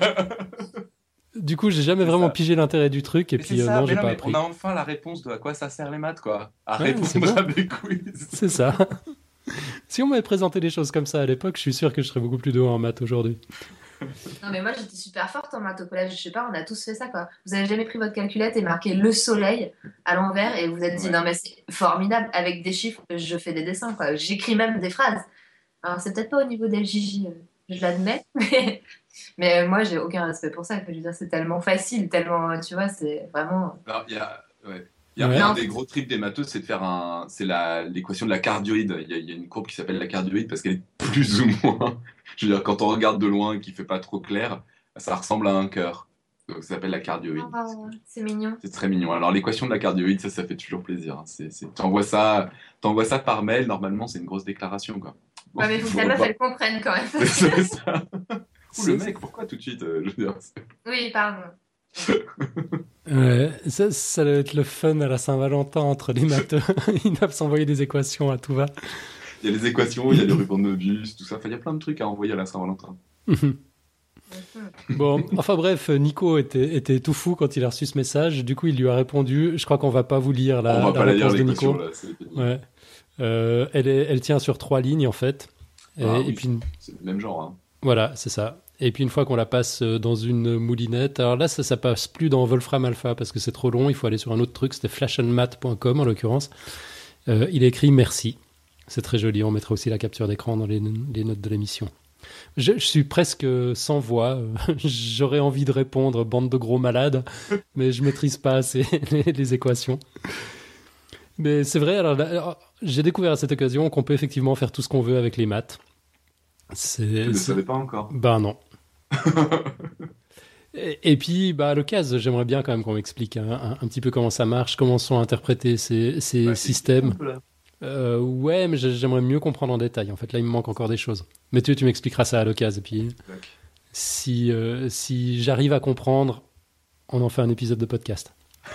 Du coup, j'ai jamais C'est vraiment ça. pigé l'intérêt du truc, et Mais puis c'est euh, ça, non, mais j'ai non, pas mais appris. on a enfin la réponse de à quoi ça sert les maths, quoi. À Ouais, c'est répondre bon. à des quiz. C'est ça. Si on m'avait présenté les choses comme ça à l'époque, je suis sûr que je serais beaucoup plus doué en maths aujourd'hui. Non, mais moi j'étais super forte en maths au collège, je sais pas, on a tous fait ça quoi. Vous avez jamais pris votre calculette et marqué le soleil à l'envers et vous vous êtes dit Ouais. non, mais c'est formidable, avec des chiffres, je fais des dessins quoi. J'écris même des phrases. Alors c'est peut-être pas au niveau d'L J J, euh, je l'admets, mais, mais euh, moi j'ai aucun respect pour ça. Je veux dire, c'est tellement facile, tellement, tu vois, c'est vraiment. Alors, il y a, ouais. Il y a Ouais. un Non. des gros trips des matheux, c'est de faire un, c'est la, l'équation de la cardioïde. Il y, a, il y a une courbe qui s'appelle la cardioïde parce qu'elle est plus ou moins, je veux dire, quand on regarde de loin et qu'il fait pas trop clair, ça ressemble à un cœur. Donc ça s'appelle la cardioïde. Oh, c'est mignon. C'est très mignon. Alors l'équation de la cardioïde, ça, ça fait toujours plaisir, hein. C'est, c'est... T'envoies ça, t'envoies ça par mail, normalement c'est une grosse déclaration, quoi. Bon, Ouais, mais faut que faut la meuf revoir. elle comprenne quand même. C'est ça. Ouh, C'est- le mec, pourquoi tout de suite euh, je veux dire, c'est- Oui, pardon. Ouais, ça, ça doit être le fun à la Saint-Valentin entre les matheux. Ils doivent s'envoyer des équations à tout va. Il y a les équations, il y a les rubans de Möbius, tout ça. Enfin, il y a plein de trucs à envoyer à la Saint-Valentin. Bon, enfin bref, Nico était, était tout fou quand il a reçu ce message. Du coup, il lui a répondu. Je crois qu'on va pas vous lire la, On va la pas la lire réponse de l'équation, Nico. là. C'est pénible. Ouais. Euh, elle, est, elle tient sur trois lignes en fait. Et, Ah, et oui. puis C'est le même genre, hein. voilà, c'est ça. Et puis une fois qu'on la passe euh, dans une moulinette, alors là ça, ça passe plus dans Wolfram Alpha parce que c'est trop long. Il faut aller sur un autre truc. C'était flashandmath point com en l'occurrence. Euh, il a écrit merci. C'est très joli. On mettra aussi la capture d'écran dans les, les notes de l'émission. Je, je suis presque sans voix. euh, J'aurais envie de répondre bande de gros malades, mais je maîtrise pas assez les, les équations. Mais c'est vrai. Alors, là, alors, j'ai découvert à cette occasion qu'on peut effectivement faire tout ce qu'on veut avec les maths. C'est, Je ne le c'est- savais pas encore. ben non. et, et puis, bah, à l'occasion, j'aimerais bien quand même qu'on m'explique un, un- un petit peu comment ça marche, comment sont interprétés ces, ces Ouais, c'est systèmes. un peu là. Euh, ouais, mais j'ai- j'aimerais mieux comprendre en détail. En fait, là, il me manque encore des choses. Mais tu, tu m'expliqueras ça à l'occasion. Et puis, D'accord. si, euh, si j'arrive à comprendre, on en fait un épisode de podcast.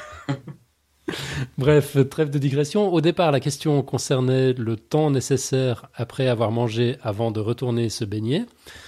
Bref, trêve de digression. Au départ, la question concernait le temps nécessaire après avoir mangé avant de retourner se baigner.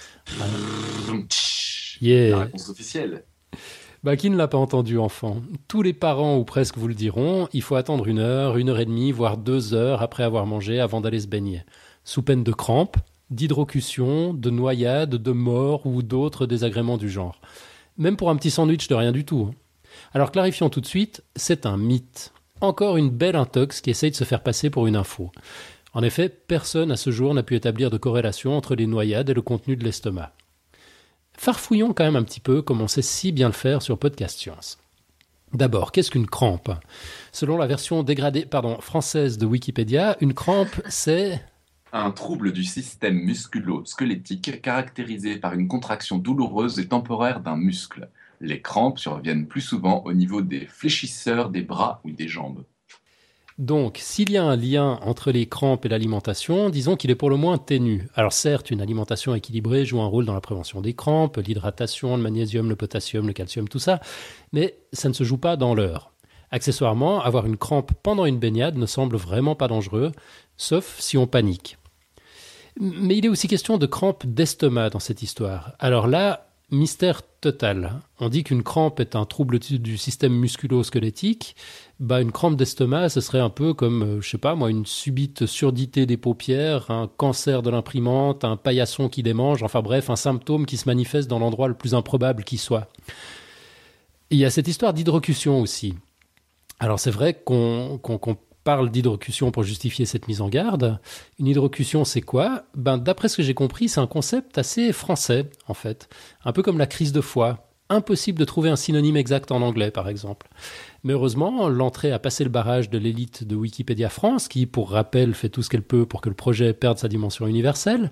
Yeah. La réponse officielle. Bah, qui ne l'a pas entendu, enfant? Tous les parents, ou presque, vous le diront, il faut attendre une heure, une heure et demie, voire deux heures après avoir mangé avant d'aller se baigner. Sous peine de crampes, d'hydrocution, de noyade, de mort ou d'autres désagréments du genre. Même pour un petit sandwich de rien du tout. Alors clarifions tout de suite, c'est un mythe. Encore une belle intox qui essaye de se faire passer pour une info. En effet, personne à ce jour n'a pu établir de corrélation entre les noyades et le contenu de l'estomac. Farfouillons quand même un petit peu comme on sait si bien le faire sur Podcast Science. D'abord, qu'est-ce qu'une crampe ? Selon la version dégradée, pardon, française de Wikipédia, une crampe, c'est... Un trouble du système musculo-squelettique caractérisé par une contraction douloureuse et temporaire d'un muscle. Les crampes surviennent plus souvent au niveau des fléchisseurs des bras ou des jambes. Donc, s'il y a un lien entre les crampes et l'alimentation, disons qu'il est pour le moins ténu. Alors certes, une alimentation équilibrée joue un rôle dans la prévention des crampes, l'hydratation, le magnésium, le potassium, le calcium, tout ça, mais ça ne se joue pas dans l'heure. Accessoirement, avoir une crampe pendant une baignade ne semble vraiment pas dangereux, sauf si on panique. Mais il est aussi question de crampes d'estomac dans cette histoire. Alors là, mystère total. On dit qu'une crampe est un trouble du système musculo-squelettique. Bah, une crampe d'estomac, ce serait un peu comme, euh, je sais pas moi, une subite surdité des paupières, un cancer de l'imprimante, un paillasson qui démange, enfin bref, un symptôme qui se manifeste dans l'endroit le plus improbable qui soit. Et il y a cette histoire d'hydrocution aussi. Alors c'est vrai qu'on, qu'on, qu'on parle d'hydrocution pour justifier cette mise en garde. Une hydrocution, c'est quoi ? Ben, d'après ce que j'ai compris, c'est un concept assez français, en fait. Un peu comme la crise de foie. Impossible de trouver un synonyme exact en anglais, par exemple. Mais heureusement, l'entrée a passé le barrage de l'élite de Wikipédia France, qui, pour rappel, fait tout ce qu'elle peut pour que le projet perde sa dimension universelle.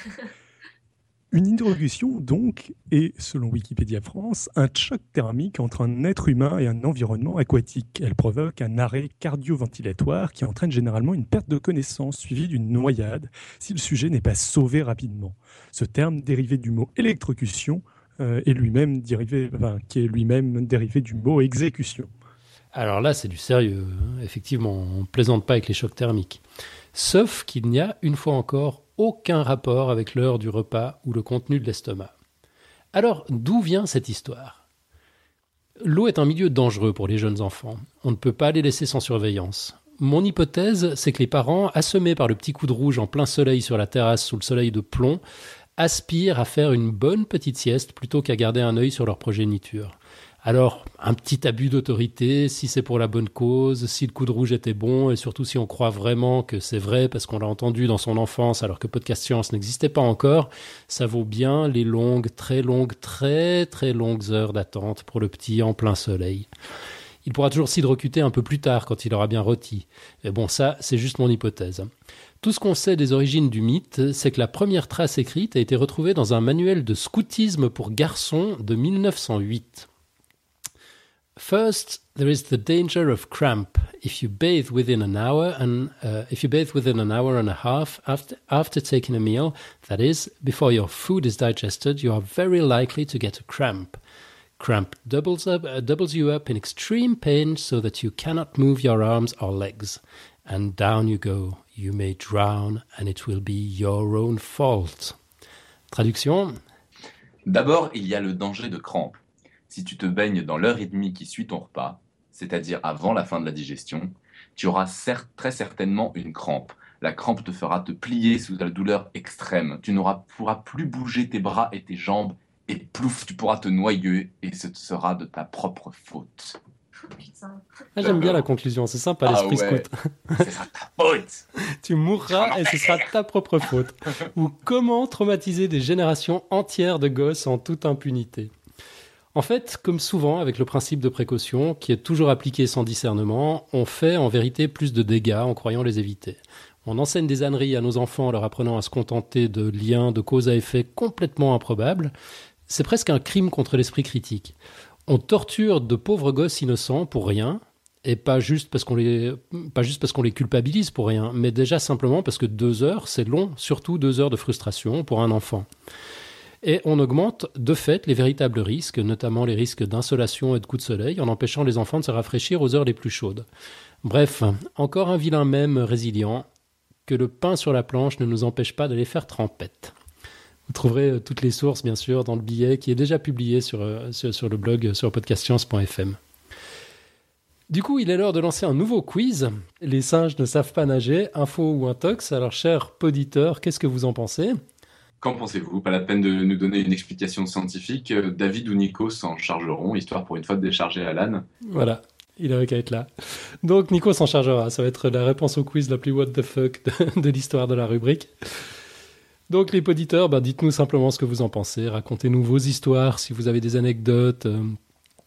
Une hydrocution, donc, est, selon Wikipédia France, un choc thermique entre un être humain et un environnement aquatique. Elle provoque un arrêt cardio-ventilatoire qui entraîne généralement une perte de connaissance suivie d'une noyade si le sujet n'est pas sauvé rapidement. Ce terme, dérivé du mot électrocution, euh, est lui-même dérivé, enfin, qui est lui-même dérivé du mot exécution. Alors là, c'est du sérieux. Effectivement, on ne plaisante pas avec les chocs thermiques. Sauf qu'il n'y a, une fois encore, aucun rapport avec l'heure du repas ou le contenu de l'estomac. Alors, d'où vient cette histoire ? L'eau est un milieu dangereux pour les jeunes enfants. On ne peut pas les laisser sans surveillance. Mon hypothèse, c'est que les parents, assommés par le petit coup de rouge en plein soleil sur la terrasse sous le soleil de plomb, aspirent à faire une bonne petite sieste plutôt qu'à garder un œil sur leur progéniture. Alors, un petit abus d'autorité, si c'est pour la bonne cause, si le coup de rouge était bon, et surtout si on croit vraiment que c'est vrai parce qu'on l'a entendu dans son enfance alors que Podcast Science n'existait pas encore, ça vaut bien les longues, très longues, très très longues heures d'attente pour le petit en plein soleil. Il pourra toujours s'hydrocuter un peu plus tard quand il aura bien rôti. Mais bon, ça, c'est juste mon hypothèse. Tout ce qu'on sait des origines du mythe, c'est que la première trace écrite a été retrouvée dans un manuel de scoutisme pour garçons de mille neuf cent huit. First, there is the danger of cramp if you bathe within an hour and uh, if you bathe within an hour and a half after after taking a meal. That is, before your food is digested, you are very likely to get a cramp. Cramp doubles up uh, doubles you up in extreme pain, so that you cannot move your arms or legs, and down you go. You may drown, and it will be your own fault. Traduction. D'abord, il y a le danger de crampe. Si tu te baignes dans l'heure et demie qui suit ton repas, c'est-à-dire avant la fin de la digestion, tu auras cer- très certainement une crampe. La crampe te fera te plier sous la douleur extrême. Tu ne pourras plus bouger tes bras et tes jambes, et plouf, tu pourras te noyer, et ce sera de ta propre faute. Putain. Ah, j'aime bien la conclusion, c'est sympa Ah l'esprit ouais. scout. Ce sera ta faute. Tu mourras et ce sera ta propre faute. Ou comment traumatiser des générations entières de gosses en toute impunité. En fait, comme souvent avec le principe de précaution, qui est toujours appliqué sans discernement, on fait en vérité plus de dégâts en croyant les éviter. On enseigne des âneries à nos enfants en leur apprenant à se contenter de liens de cause à effet complètement improbables. C'est presque un crime contre l'esprit critique. On torture de pauvres gosses innocents pour rien, et pas juste parce qu'on les, pas juste parce qu'on les culpabilise pour rien, mais déjà simplement parce que deux heures, c'est long, surtout deux heures de frustration pour un enfant. Et on augmente de fait les véritables risques, notamment les risques d'insolation et de coups de soleil, en empêchant les enfants de se rafraîchir aux heures les plus chaudes. Bref, encore un vilain mème résilient, que le pain sur la planche ne nous empêche pas de les faire trempette. Vous trouverez toutes les sources, bien sûr, dans le billet qui est déjà publié sur, sur, sur le blog sur podcast science point f m. Du coup, il est l'heure de lancer un nouveau quiz. Les singes ne savent pas nager, info ou intox. Alors, chers poditeurs, qu'est-ce que vous en pensez ? Qu'en pensez-vous ? Pas la peine de nous donner une explication scientifique. David ou Nico s'en chargeront, histoire pour une fois de décharger Alan. Voilà, il avait qu'à être là. Donc Nico s'en chargera, ça va être la réponse au quiz la plus what the fuck de, de l'histoire de la rubrique. Donc les poditeurs, bah, dites-nous simplement ce que vous en pensez, racontez-nous vos histoires, si vous avez des anecdotes, euh,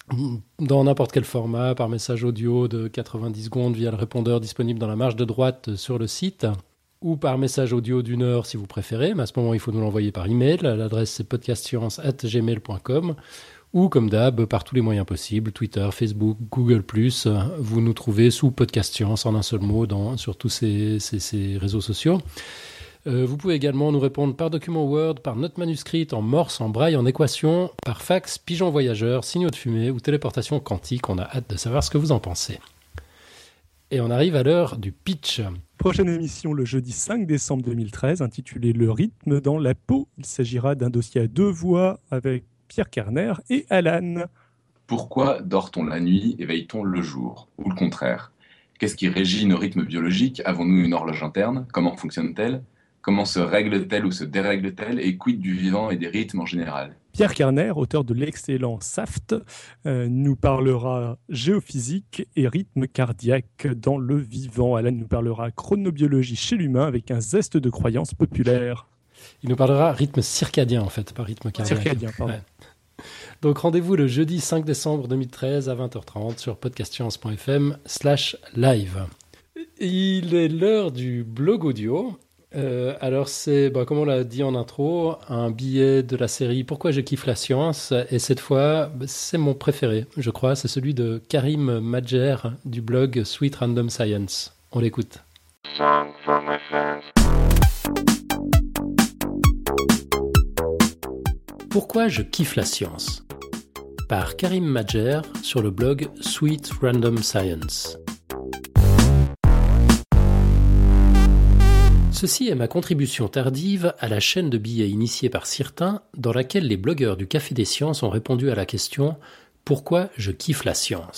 dans n'importe quel format, par message audio de quatre-vingt-dix secondes via le répondeur disponible dans la marge de droite sur le site, ou par message audio d'une heure si vous préférez, mais à ce moment il faut nous l'envoyer par email. L'adresse c'est podcastscience arobase gmail point com, ou comme d'hab par tous les moyens possibles, Twitter, Facebook, Google plus, vous nous trouvez sous Podcast Science en un seul mot dans, sur tous ces, ces, ces réseaux sociaux. Euh, vous pouvez également nous répondre par document Word, par note manuscrite, en morse, en braille, en équation, par fax, pigeon voyageur, signaux de fumée ou téléportation quantique. On a hâte de savoir ce que vous en pensez. Et on arrive à l'heure du pitch. Prochaine émission le jeudi cinq décembre deux mille treize, intitulée Le rythme dans la peau. Il s'agira d'un dossier à deux voix avec Pierre Kerner et Alan. Pourquoi dort-on la nuit et veille-t-on le jour? Ou le contraire? Qu'est-ce qui régit nos rythmes biologiques? Avons-nous une horloge interne? Comment fonctionne-t-elle? Comment se règle-t-elle ou se dérègle-t-elle? Et quid du vivant et des rythmes en général? Pierre Kerner, auteur de l'excellent Saft, euh, nous parlera géophysique et rythme cardiaque dans le vivant. Alan nous parlera chronobiologie chez l'humain avec un zeste de croyance populaire. Il nous parlera rythme circadien en fait, pas rythme cardiaque. Circadien, pardon. Ouais. Donc rendez-vous le jeudi cinq décembre deux mille treize à vingt heures trente sur podcastscience point f m slash live. Il est l'heure du blog audio. Euh, alors c'est, bah, comme on l'a dit en intro, un billet de la série Pourquoi je kiffe la science, et cette fois c'est mon préféré, je crois, c'est celui de Karim Madjer du blog Sweet Random Science. On l'écoute. Pourquoi je kiffe la science, par Karim Madjer sur le blog Sweet Random Science. Ceci est ma contribution tardive à la chaîne de billets initiée par Cirtin, dans laquelle les blogueurs du Café des Sciences ont répondu à la question « Pourquoi je kiffe la science ?»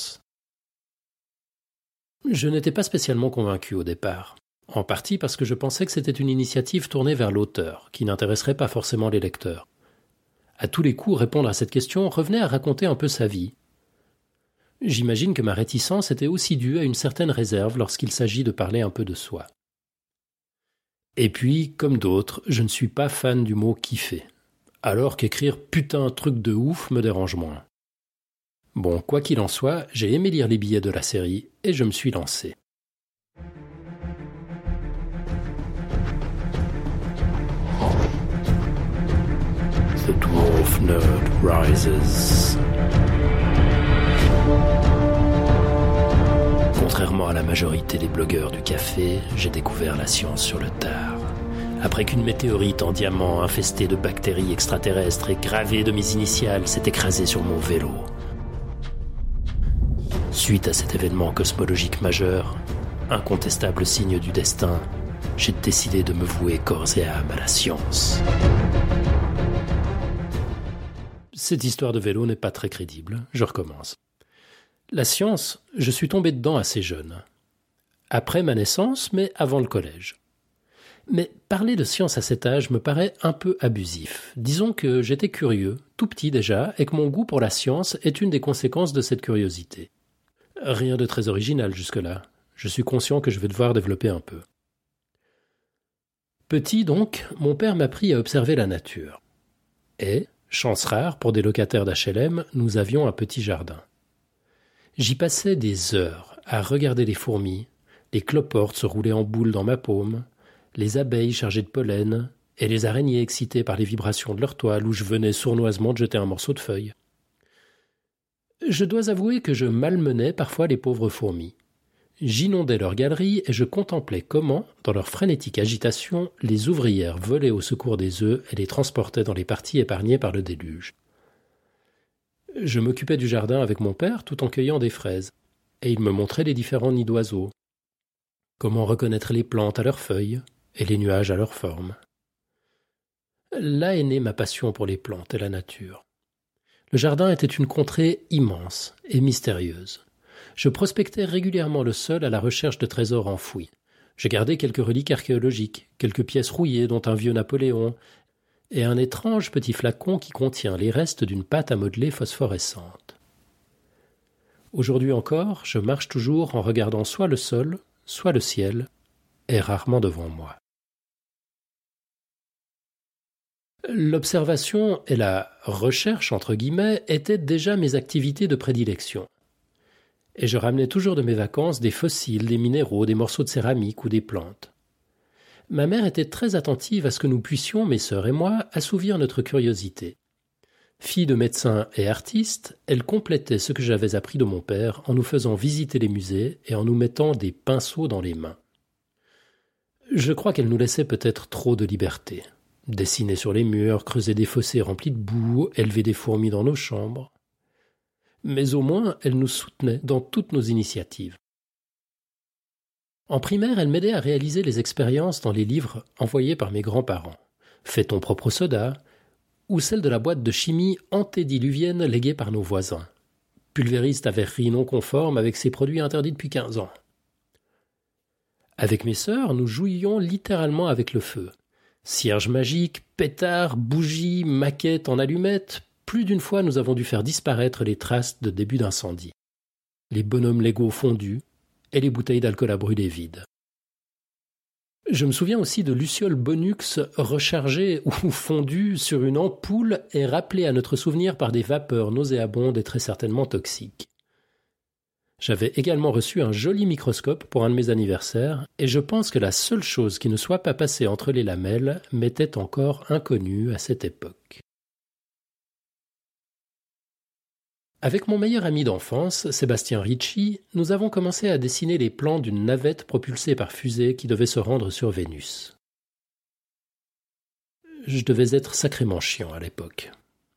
Je n'étais pas spécialement convaincu au départ, en partie parce que je pensais que c'était une initiative tournée vers l'auteur, qui n'intéresserait pas forcément les lecteurs. À tous les coups, répondre à cette question revenait à raconter un peu sa vie. J'imagine que ma réticence était aussi due à une certaine réserve lorsqu'il s'agit de parler un peu de soi. Et puis, comme d'autres, je ne suis pas fan du mot « kiffer », alors qu'écrire « putain truc de ouf » me dérange moins. Bon, quoi qu'il en soit, j'ai aimé lire les billets de la série et je me suis lancé. The Dwarf Nerd Rises. Contrairement à la majorité des blogueurs du café, j'ai découvert la science sur le tard. Après qu'une météorite en diamant infestée de bactéries extraterrestres et gravée de mes initiales s'est écrasée sur mon vélo. Suite à cet événement cosmologique majeur, incontestable signe du destin, j'ai décidé de me vouer corps et âme à la science. Cette histoire de vélo n'est pas très crédible, je recommence. La science, je suis tombé dedans assez jeune. Après ma naissance, mais avant le collège. Mais parler de science à cet âge me paraît un peu abusif. Disons que j'étais curieux, tout petit déjà, et que mon goût pour la science est une des conséquences de cette curiosité. Rien de très original jusque-là. Je suis conscient que je vais devoir développer un peu. Petit donc, mon père m'a pris à observer la nature. Et, chance rare pour des locataires d'H L M, nous avions un petit jardin. J'y passais des heures à regarder les fourmis, les cloportes se rouler en boule dans ma paume, les abeilles chargées de pollen et les araignées excitées par les vibrations de leur toile où je venais sournoisement de jeter un morceau de feuille. Je dois avouer que je malmenais parfois les pauvres fourmis. J'inondais leurs galeries et je contemplais comment, dans leur frénétique agitation, les ouvrières volaient au secours des œufs et les transportaient dans les parties épargnées par le déluge. Je m'occupais du jardin avec mon père tout en cueillant des fraises, et il me montrait les différents nids d'oiseaux. Comment reconnaître les plantes à leurs feuilles et les nuages à leur forme. Là est née ma passion pour les plantes et la nature. Le jardin était une contrée immense et mystérieuse. Je prospectais régulièrement le sol à la recherche de trésors enfouis. Je gardais quelques reliques archéologiques, quelques pièces rouillées dont un vieux Napoléon, et un étrange petit flacon qui contient les restes d'une pâte à modeler phosphorescente. Aujourd'hui encore, je marche toujours en regardant soit le sol, soit le ciel, et rarement devant moi. L'observation et la « recherche » entre guillemets étaient déjà mes activités de prédilection. Et je ramenais toujours de mes vacances des fossiles, des minéraux, des morceaux de céramique ou des plantes. Ma mère était très attentive à ce que nous puissions, mes sœurs et moi, assouvir notre curiosité. Fille de médecin et artiste, elle complétait ce que j'avais appris de mon père en nous faisant visiter les musées et en nous mettant des pinceaux dans les mains. Je crois qu'elle nous laissait peut-être trop de liberté. Dessiner sur les murs, creuser des fossés remplis de boue, élever des fourmis dans nos chambres. Mais au moins, elle nous soutenait dans toutes nos initiatives. En primaire, elle m'aidait à réaliser les expériences dans les livres envoyés par mes grands-parents. « Fais ton propre soda » ou celle de la boîte de chimie antédiluvienne léguée par nos voisins. Pulvériste à verrerie non conforme avec ses produits interdits depuis quinze ans. Avec mes sœurs, nous jouions littéralement avec le feu. Cierges magiques, pétards, bougies, maquettes en allumettes, plus d'une fois nous avons dû faire disparaître les traces de début d'incendie. Les bonhommes Lego fondus et les bouteilles d'alcool à brûler vides. Je me souviens aussi de lucioles Bonux rechargées ou fondues sur une ampoule et rappelées à notre souvenir par des vapeurs nauséabondes et très certainement toxiques. J'avais également reçu un joli microscope pour un de mes anniversaires, et je pense que la seule chose qui ne soit pas passée entre les lamelles m'était encore inconnue à cette époque. Avec mon meilleur ami d'enfance, Sébastien Ricci, nous avons commencé à dessiner les plans d'une navette propulsée par fusée qui devait se rendre sur Vénus. Je devais être sacrément chiant à l'époque.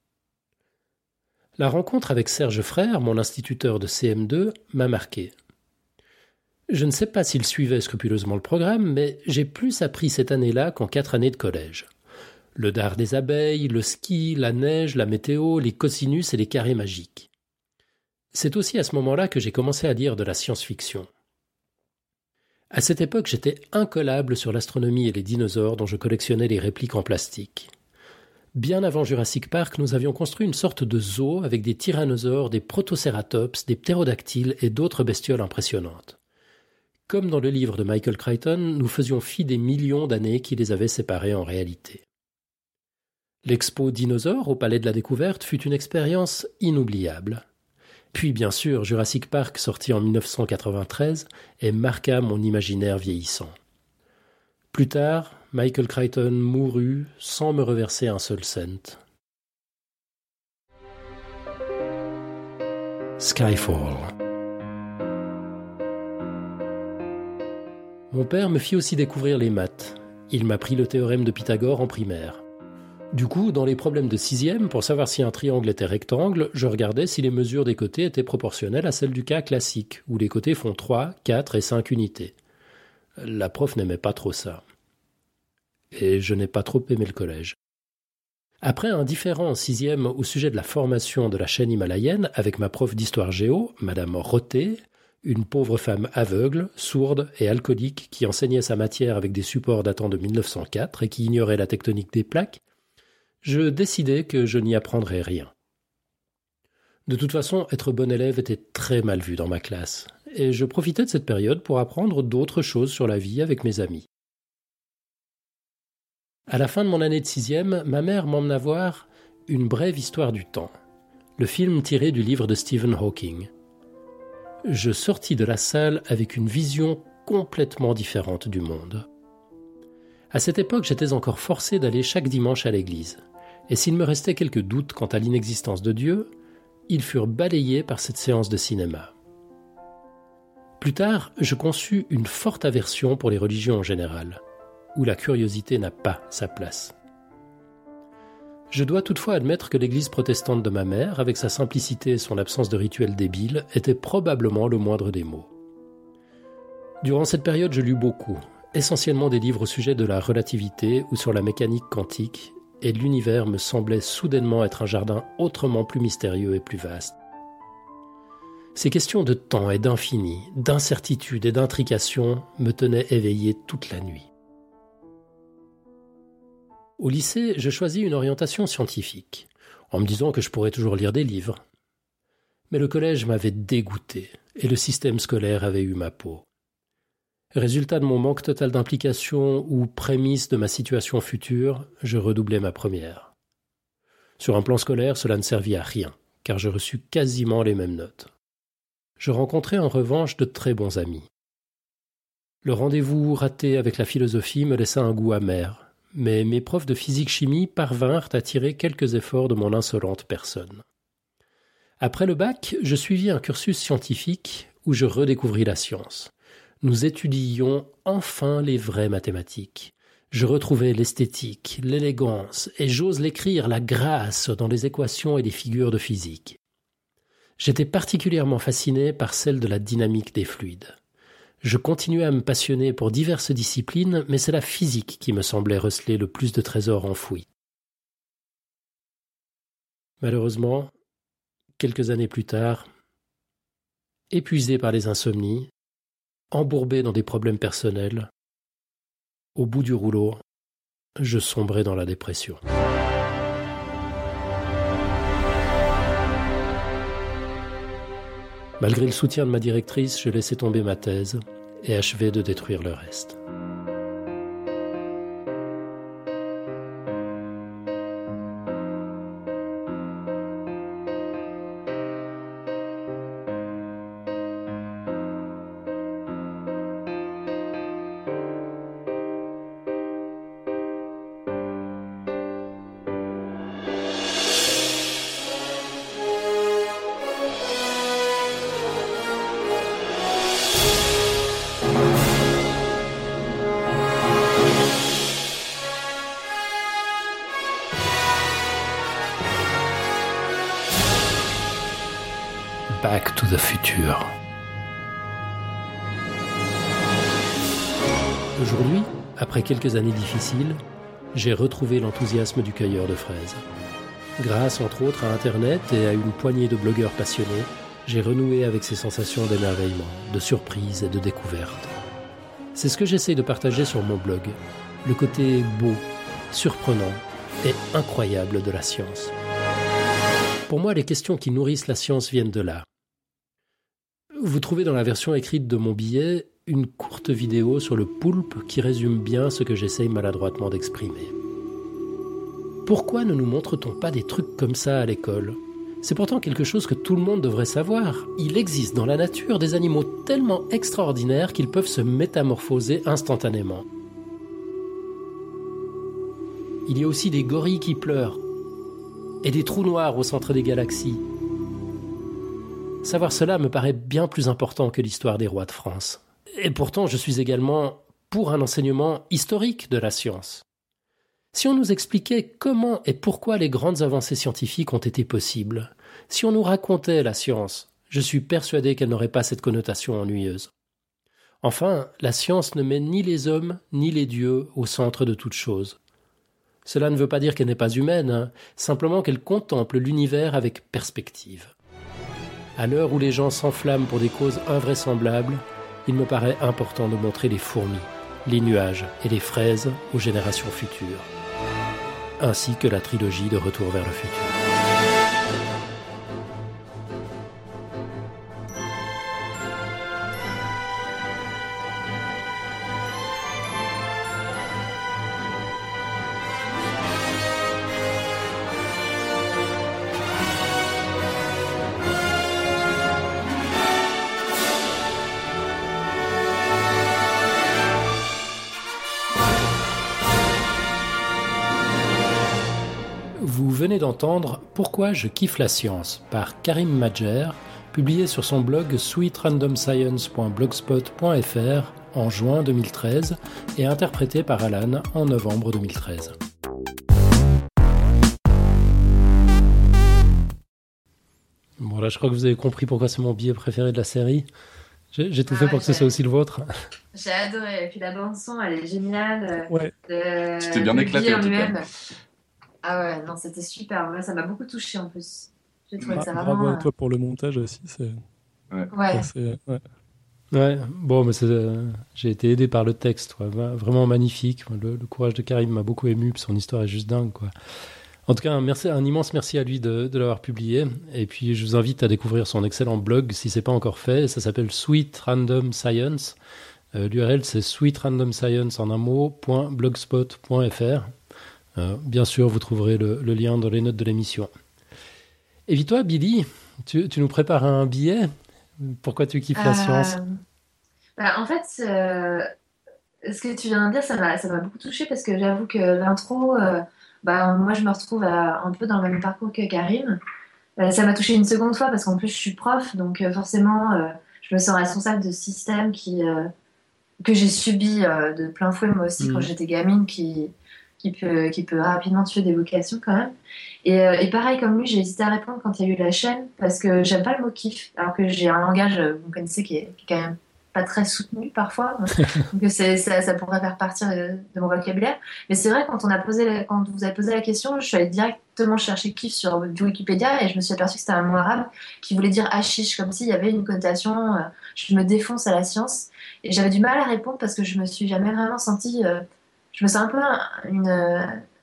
La rencontre avec Serge Frère, mon instituteur de C M deux, m'a marqué. Je ne sais pas s'il suivait scrupuleusement le programme, mais j'ai plus appris cette année-là qu'en quatre années de collège. Le dard des abeilles, le ski, la neige, la météo, les cosinus et les carrés magiques. C'est aussi à ce moment-là que j'ai commencé à lire de la science-fiction. À cette époque, j'étais incollable sur l'astronomie et les dinosaures dont je collectionnais les répliques en plastique. Bien avant Jurassic Park, nous avions construit une sorte de zoo avec des tyrannosaures, des protocératops, des ptérodactyles et d'autres bestioles impressionnantes. Comme dans le livre de Michael Crichton, nous faisions fi des millions d'années qui les avaient séparés en réalité. L'expo Dinosaures au Palais de la Découverte fut une expérience inoubliable. Puis bien sûr, Jurassic Park, sorti en dix-neuf cent quatre-vingt-treize, et marqua mon imaginaire vieillissant. Plus tard, Michael Crichton mourut sans me reverser un seul cent. Skyfall. Mon père me fit aussi découvrir les maths. Il m'apprit le théorème de Pythagore en primaire. Du coup, dans les problèmes de sixième, pour savoir si un triangle était rectangle, je regardais si les mesures des côtés étaient proportionnelles à celles du cas classique, où les côtés font trois, quatre et cinq unités. La prof n'aimait pas trop ça. Et je n'ai pas trop aimé le collège. Après un différend en sixième au sujet de la formation de la chaîne himalayenne avec ma prof d'histoire géo, Madame Roté, une pauvre femme aveugle, sourde et alcoolique qui enseignait sa matière avec des supports datant de mille neuf cent quatre et qui ignorait la tectonique des plaques, je décidai que je n'y apprendrais rien. De toute façon, être bon élève était très mal vu dans ma classe, et je profitais de cette période pour apprendre d'autres choses sur la vie avec mes amis. À la fin de mon année de sixième, ma mère m'emmena voir Une brève histoire du temps, le film tiré du livre de Stephen Hawking. Je sortis de la salle avec une vision complètement différente du monde. À cette époque, j'étais encore forcé d'aller chaque dimanche à l'église, et s'il me restait quelques doutes quant à l'inexistence de Dieu, ils furent balayés par cette séance de cinéma. Plus tard, je conçus une forte aversion pour les religions en général, où la curiosité n'a pas sa place. Je dois toutefois admettre que l'église protestante de ma mère, avec sa simplicité et son absence de rituels débiles, était probablement le moindre des maux. Durant cette période, je lus beaucoup, essentiellement des livres au sujet de la relativité ou sur la mécanique quantique, et l'univers me semblait soudainement être un jardin autrement plus mystérieux et plus vaste. Ces questions de temps et d'infini, d'incertitude et d'intrication me tenaient éveillé toute la nuit. Au lycée, je choisis une orientation scientifique, en me disant que je pourrais toujours lire des livres. Mais le collège m'avait dégoûté, et le système scolaire avait eu ma peau. Résultat de mon manque total d'implication ou prémisse de ma situation future, je redoublais ma première. Sur un plan scolaire, cela ne servit à rien, car je reçus quasiment les mêmes notes. Je rencontrai en revanche de très bons amis. Le rendez-vous raté avec la philosophie me laissa un goût amer, mais mes profs de physique-chimie parvinrent à tirer quelques efforts de mon insolente personne. Après le bac, je suivis un cursus scientifique où je redécouvris la science. Nous étudiions enfin les vraies mathématiques. Je retrouvais l'esthétique, l'élégance, et j'ose l'écrire, la grâce dans les équations et les figures de physique. J'étais particulièrement fasciné par celle de la dynamique des fluides. Je continuais à me passionner pour diverses disciplines, mais c'est la physique qui me semblait receler le plus de trésors enfouis. Malheureusement, quelques années plus tard, épuisé par les insomnies, embourbé dans des problèmes personnels, au bout du rouleau, je sombrais dans la dépression. Malgré le soutien de ma directrice, je laissai tomber ma thèse et achevai de détruire le reste. Back to the Future. Aujourd'hui, après quelques années difficiles, j'ai retrouvé l'enthousiasme du cueilleur de fraises. Grâce entre autres à Internet et à une poignée de blogueurs passionnés, j'ai renoué avec ces sensations d'émerveillement, de surprise et de découverte. C'est ce que j'essaie de partager sur mon blog, le côté beau, surprenant et incroyable de la science. Pour moi, les questions qui nourrissent la science viennent de là. Vous trouvez dans la version écrite de mon billet une courte vidéo sur le poulpe qui résume bien ce que j'essaye maladroitement d'exprimer. Pourquoi ne nous montre-t-on pas des trucs comme ça à l'école ? C'est pourtant quelque chose que tout le monde devrait savoir. Il existe dans la nature des animaux tellement extraordinaires qu'ils peuvent se métamorphoser instantanément. Il y a aussi des gorilles qui pleurent et des trous noirs au centre des galaxies. Savoir cela me paraît bien plus important que l'histoire des rois de France. Et pourtant, je suis également pour un enseignement historique de la science. Si on nous expliquait comment et pourquoi les grandes avancées scientifiques ont été possibles, si on nous racontait la science, je suis persuadé qu'elle n'aurait pas cette connotation ennuyeuse. Enfin, la science ne met ni les hommes ni les dieux au centre de toute chose. Cela ne veut pas dire qu'elle n'est pas humaine, hein, simplement qu'elle contemple l'univers avec perspective. À l'heure où les gens s'enflamment pour des causes invraisemblables, il me paraît important de montrer les fourmis, les nuages et les fraises aux générations futures, ainsi que la trilogie de Retour vers le futur. Vous venez d'entendre « Pourquoi je kiffe la science » par Karim Madjer, publié sur son blog sweet random science point blogspot point f r en juin deux mille treize et interprété par Alan en novembre deux mille treize. Bon là je crois que vous avez compris pourquoi c'est mon billet préféré de la série. J'ai, j'ai tout ah fait pour ouais, que ce soit aussi le vôtre. J'ai adoré, et puis la bande son elle est géniale. Ouais. Le, tu t'es bien éclaté en tout cas. Ah ouais, non, c'était super. Ouais, ça m'a beaucoup touché en plus. J'ai trouvé Bra- ça bravo vraiment... à toi pour le montage aussi. C'est... Ouais. Ouais. C'est, ouais. Ouais, bon, mais c'est, euh, j'ai été aidé par le texte, quoi. Vraiment magnifique. Le, le courage de Karim m'a beaucoup ému, puis son histoire est juste dingue, quoi. En tout cas, un, merci, un immense merci à lui de, de l'avoir publié. Et puis, je vous invite à découvrir son excellent blog si ce n'est pas encore fait. Ça s'appelle Sweet Random Science. Euh, L'U R L, c'est sweet random science en un mot, point blogspot point f r. Euh, bien sûr, vous trouverez le, le lien dans les notes de l'émission. Et puis toi, Billy, tu, tu nous prépares un billet. Pourquoi tu kiffes la Euh, science? bah, en fait, euh, ce que tu viens de dire, ça m'a, ça m'a beaucoup touchée parce que j'avoue que l'intro, euh, bah, moi, je me retrouve à- un peu dans le même parcours que Karim. Euh, ça m'a touchée une seconde fois parce qu'en plus, je suis prof, donc euh, forcément, euh, je me sens responsable de systèmes qui, euh, que j'ai subi euh, de plein fouet moi aussi quand Mhm. j'étais gamine, qui, qui peut, qui peut rapidement tuer des vocations quand même. Et, euh, et pareil comme lui, j'ai hésité à répondre quand il y a eu la chaîne parce que j'aime pas le mot kiff, alors que j'ai un langage, euh, vous connaissez, qui est, qui est quand même pas très soutenu parfois, donc c'est, ça, ça pourrait faire partie de, de mon vocabulaire. Mais c'est vrai, quand, on a posé la- quand vous avez posé la question, je suis allée directement chercher kiff sur Wikipédia et je me suis aperçue que c'était un mot arabe qui voulait dire hashish, comme s'il y avait une connotation, euh, je me défonce à la science. Et j'avais du mal à répondre parce que je me suis jamais vraiment sentie. euh, je me sens un peu une. euh,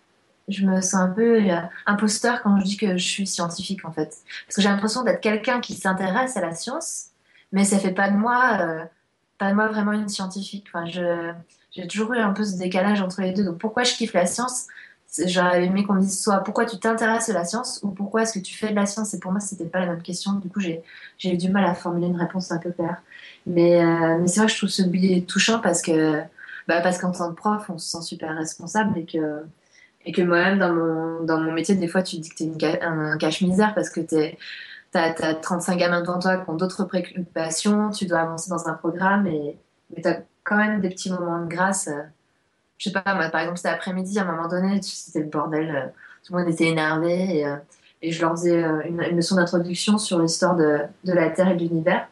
je me sens un peu euh, imposteur quand je dis que je suis scientifique en fait. Parce que j'ai l'impression d'être quelqu'un qui s'intéresse à la science, mais ça fait pas de moi, euh, pas de moi vraiment une scientifique. Enfin, je, j'ai toujours eu un peu ce décalage entre les deux. Donc pourquoi je kiffe la science? C'est- J'aurais aimé qu'on me dise soit pourquoi tu t'intéresses à la science ou pourquoi est-ce que tu fais de la science. Et pour moi, c'était pas la même question. Du coup, j'ai, j'ai eu du mal à formuler une réponse un peu claire. Mais, euh, mais c'est vrai que je trouve ce billet touchant parce que, bah, parce qu'en tant que prof, on se sent super responsable et que et que moi-même, dans mon, dans mon métier, des fois, tu te dis que t'es une ca- un, un cache-misère parce que t'es, t'as, t'as trente-cinq gamins devant toi qui ont d'autres préoccupations, tu dois avancer dans un programme, et, mais t'as quand même des petits moments de grâce. euh. Je sais pas, moi, par exemple, cet après-midi, à un moment donné, tu- c'était le bordel. euh, Tout le monde était énervé et, euh, et je leur faisais euh, une, une leçon d'introduction sur l'histoire de, de la Terre et de l'univers.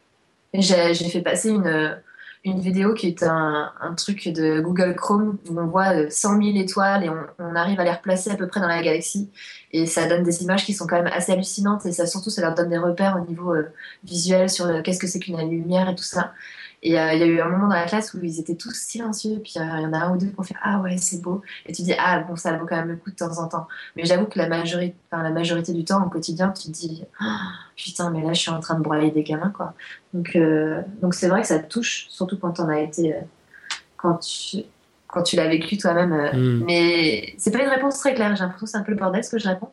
Et j'ai j'ai fait passer une, une vidéo qui est un, un truc de Google Chrome où on voit euh, cent mille étoiles et on, on arrive à les replacer à peu près dans la galaxie. Et ça donne des images qui sont quand même assez hallucinantes et ça, surtout, ça leur donne des repères au niveau euh, visuel sur euh, qu'est-ce que c'est qu'une lumière et tout ça. Et euh, il y a eu un moment dans la classe où ils étaient tous silencieux, puis euh, il y en a un ou deux qui ont fait ah ouais, c'est beau. Et tu dis ah bon, ça vaut quand même le coup de temps en temps. Mais j'avoue que la majorité, enfin, la majorité du temps au quotidien, tu te dis ah, putain, mais là je suis en train de broyer des gamins quoi. Donc euh, donc c'est vrai que ça te touche, surtout quand on a été, euh, quand tu quand tu l'as vécu toi-même. euh. Hmm. Mais c'est pas une réponse très claire. J'ai l'impression que c'est un peu le bordel ce que je réponds.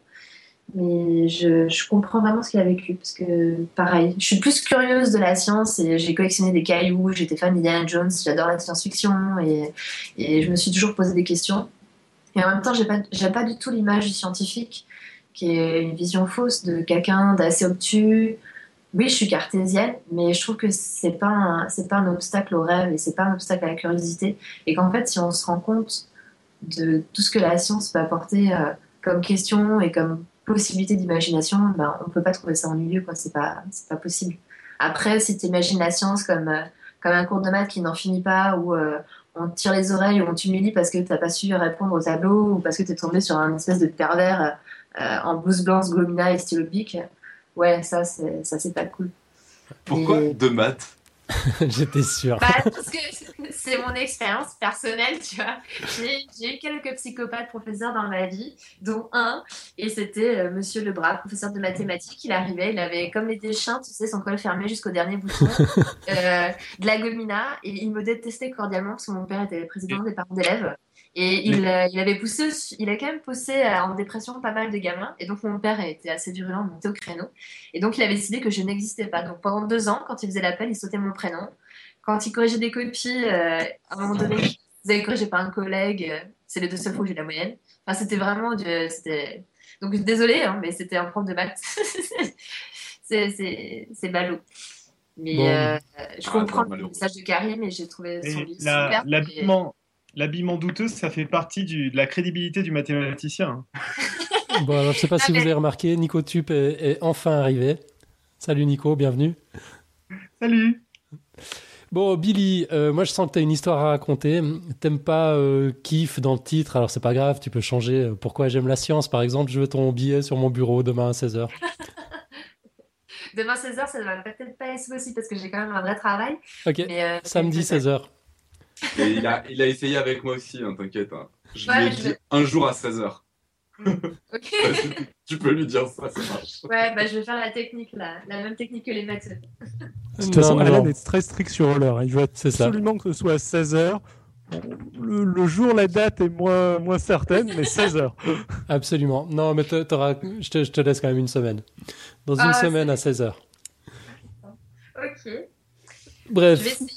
Mais je, je comprends vraiment ce qu'il a vécu parce que, pareil, je suis plus curieuse de la science et j'ai collectionné des cailloux, j'étais fan d'Indiana Jones, j'adore la science-fiction et, et je me suis toujours posé des questions. Et en même temps, j'ai pas, j'ai pas du tout l'image du scientifique qui est une vision fausse de quelqu'un d'assez obtus. Oui, je suis cartésienne, mais je trouve que c'est pas un, c'est pas un obstacle au rêve et c'est pas un obstacle à la curiosité. Et qu'en fait, si on se rend compte de tout ce que la science peut apporter euh, comme question et comme possibilité d'imagination, ben, on peut pas trouver ça ennuyeux, quoi. C'est pas, c'est pas possible. Après, si tu imagines la science comme, euh, comme un cours de maths qui n'en finit pas, où euh, on te tire les oreilles ou on t'humilie parce que t'as pas su répondre au tableau ou parce que t'es tombé sur un espèce de pervers euh, en blouse blanche, glomina et stylo bic, ouais, ça, c'est, ça, c'est pas cool. Pourquoi Et- de maths? J'étais sûr. Bah, parce que c'est mon expérience personnelle, tu vois. J'ai, j'ai eu quelques psychopathes professeurs dans ma vie, dont un, et c'était euh, Monsieur Lebras, professeur de mathématiques. Il arrivait, il avait comme les déchins, tu sais, son col fermé jusqu'au dernier bouton, euh, de la gomina, et il me détestait cordialement parce que mon père était le président des parents d'élèves. Et il, euh, il avait poussé, il a quand même poussé euh, en dépression pas mal de gamins, et donc mon père était assez virulent, monté au créneau. Et donc, il avait décidé que je n'existais pas. Donc, pendant deux ans, quand il faisait l'appel, il sautait mon prénom. Quand il corrigeait des copies, euh, à un moment donné, vous avez corrigé par un collègue. euh, c'est les deux seules fois où j'ai eu la moyenne. Enfin, c'était vraiment du... C'était... Donc, désolé, hein, mais c'était un prof de maths. c'est, c'est, c'est ballot. Mais Bon. euh, je Ah, comprends attends, le malheureux. message de Karim et j'ai trouvé son Et livre la- super. l'habillement, l'habillement douteux, ça fait partie du- de la crédibilité du mathématicien. hein. Bon, alors, je sais pas si Ah, vous mais- avez remarqué, Nico Tup est, est enfin arrivé. Salut Nico, bienvenue. Salut! Bon, Billy, euh, moi je sens que tu as une histoire à raconter. T'aimes pas euh, kiff dans le titre, alors c'est pas grave, tu peux changer. euh, Pourquoi j'aime la science, par exemple, je veux ton billet sur mon bureau demain à seize heures. Demain seize heures, ça va peut-être pas être possible parce que j'ai quand même un vrai travail. Ok, Mais, euh, samedi peut-être. seize heures. Et il a, il a essayé avec moi aussi, hein, t'inquiète. hein. Je Ouais, lui ai mais je dit vais- un jour à seize heures. Ok. Tu peux lui dire ça, ça marche. Ouais, bah je vais faire la technique là, la même technique que les maths. De toute façon, Non, Alan non. est très strict sur l'heure. Il veut C'est ça. absolument que ce soit à seize heures. Le, le jour, la date est moins, moins certaine, mais seize heures. Absolument. Non, mais t'a- t'auras- je te, je te laisse quand même une semaine. Dans une Ah, semaine c'est- à seize heures. Ok. Je Bref. vais essayer.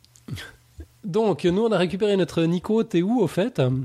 Donc, nous, on a récupéré notre Nico. T'es où, au fait? Euh,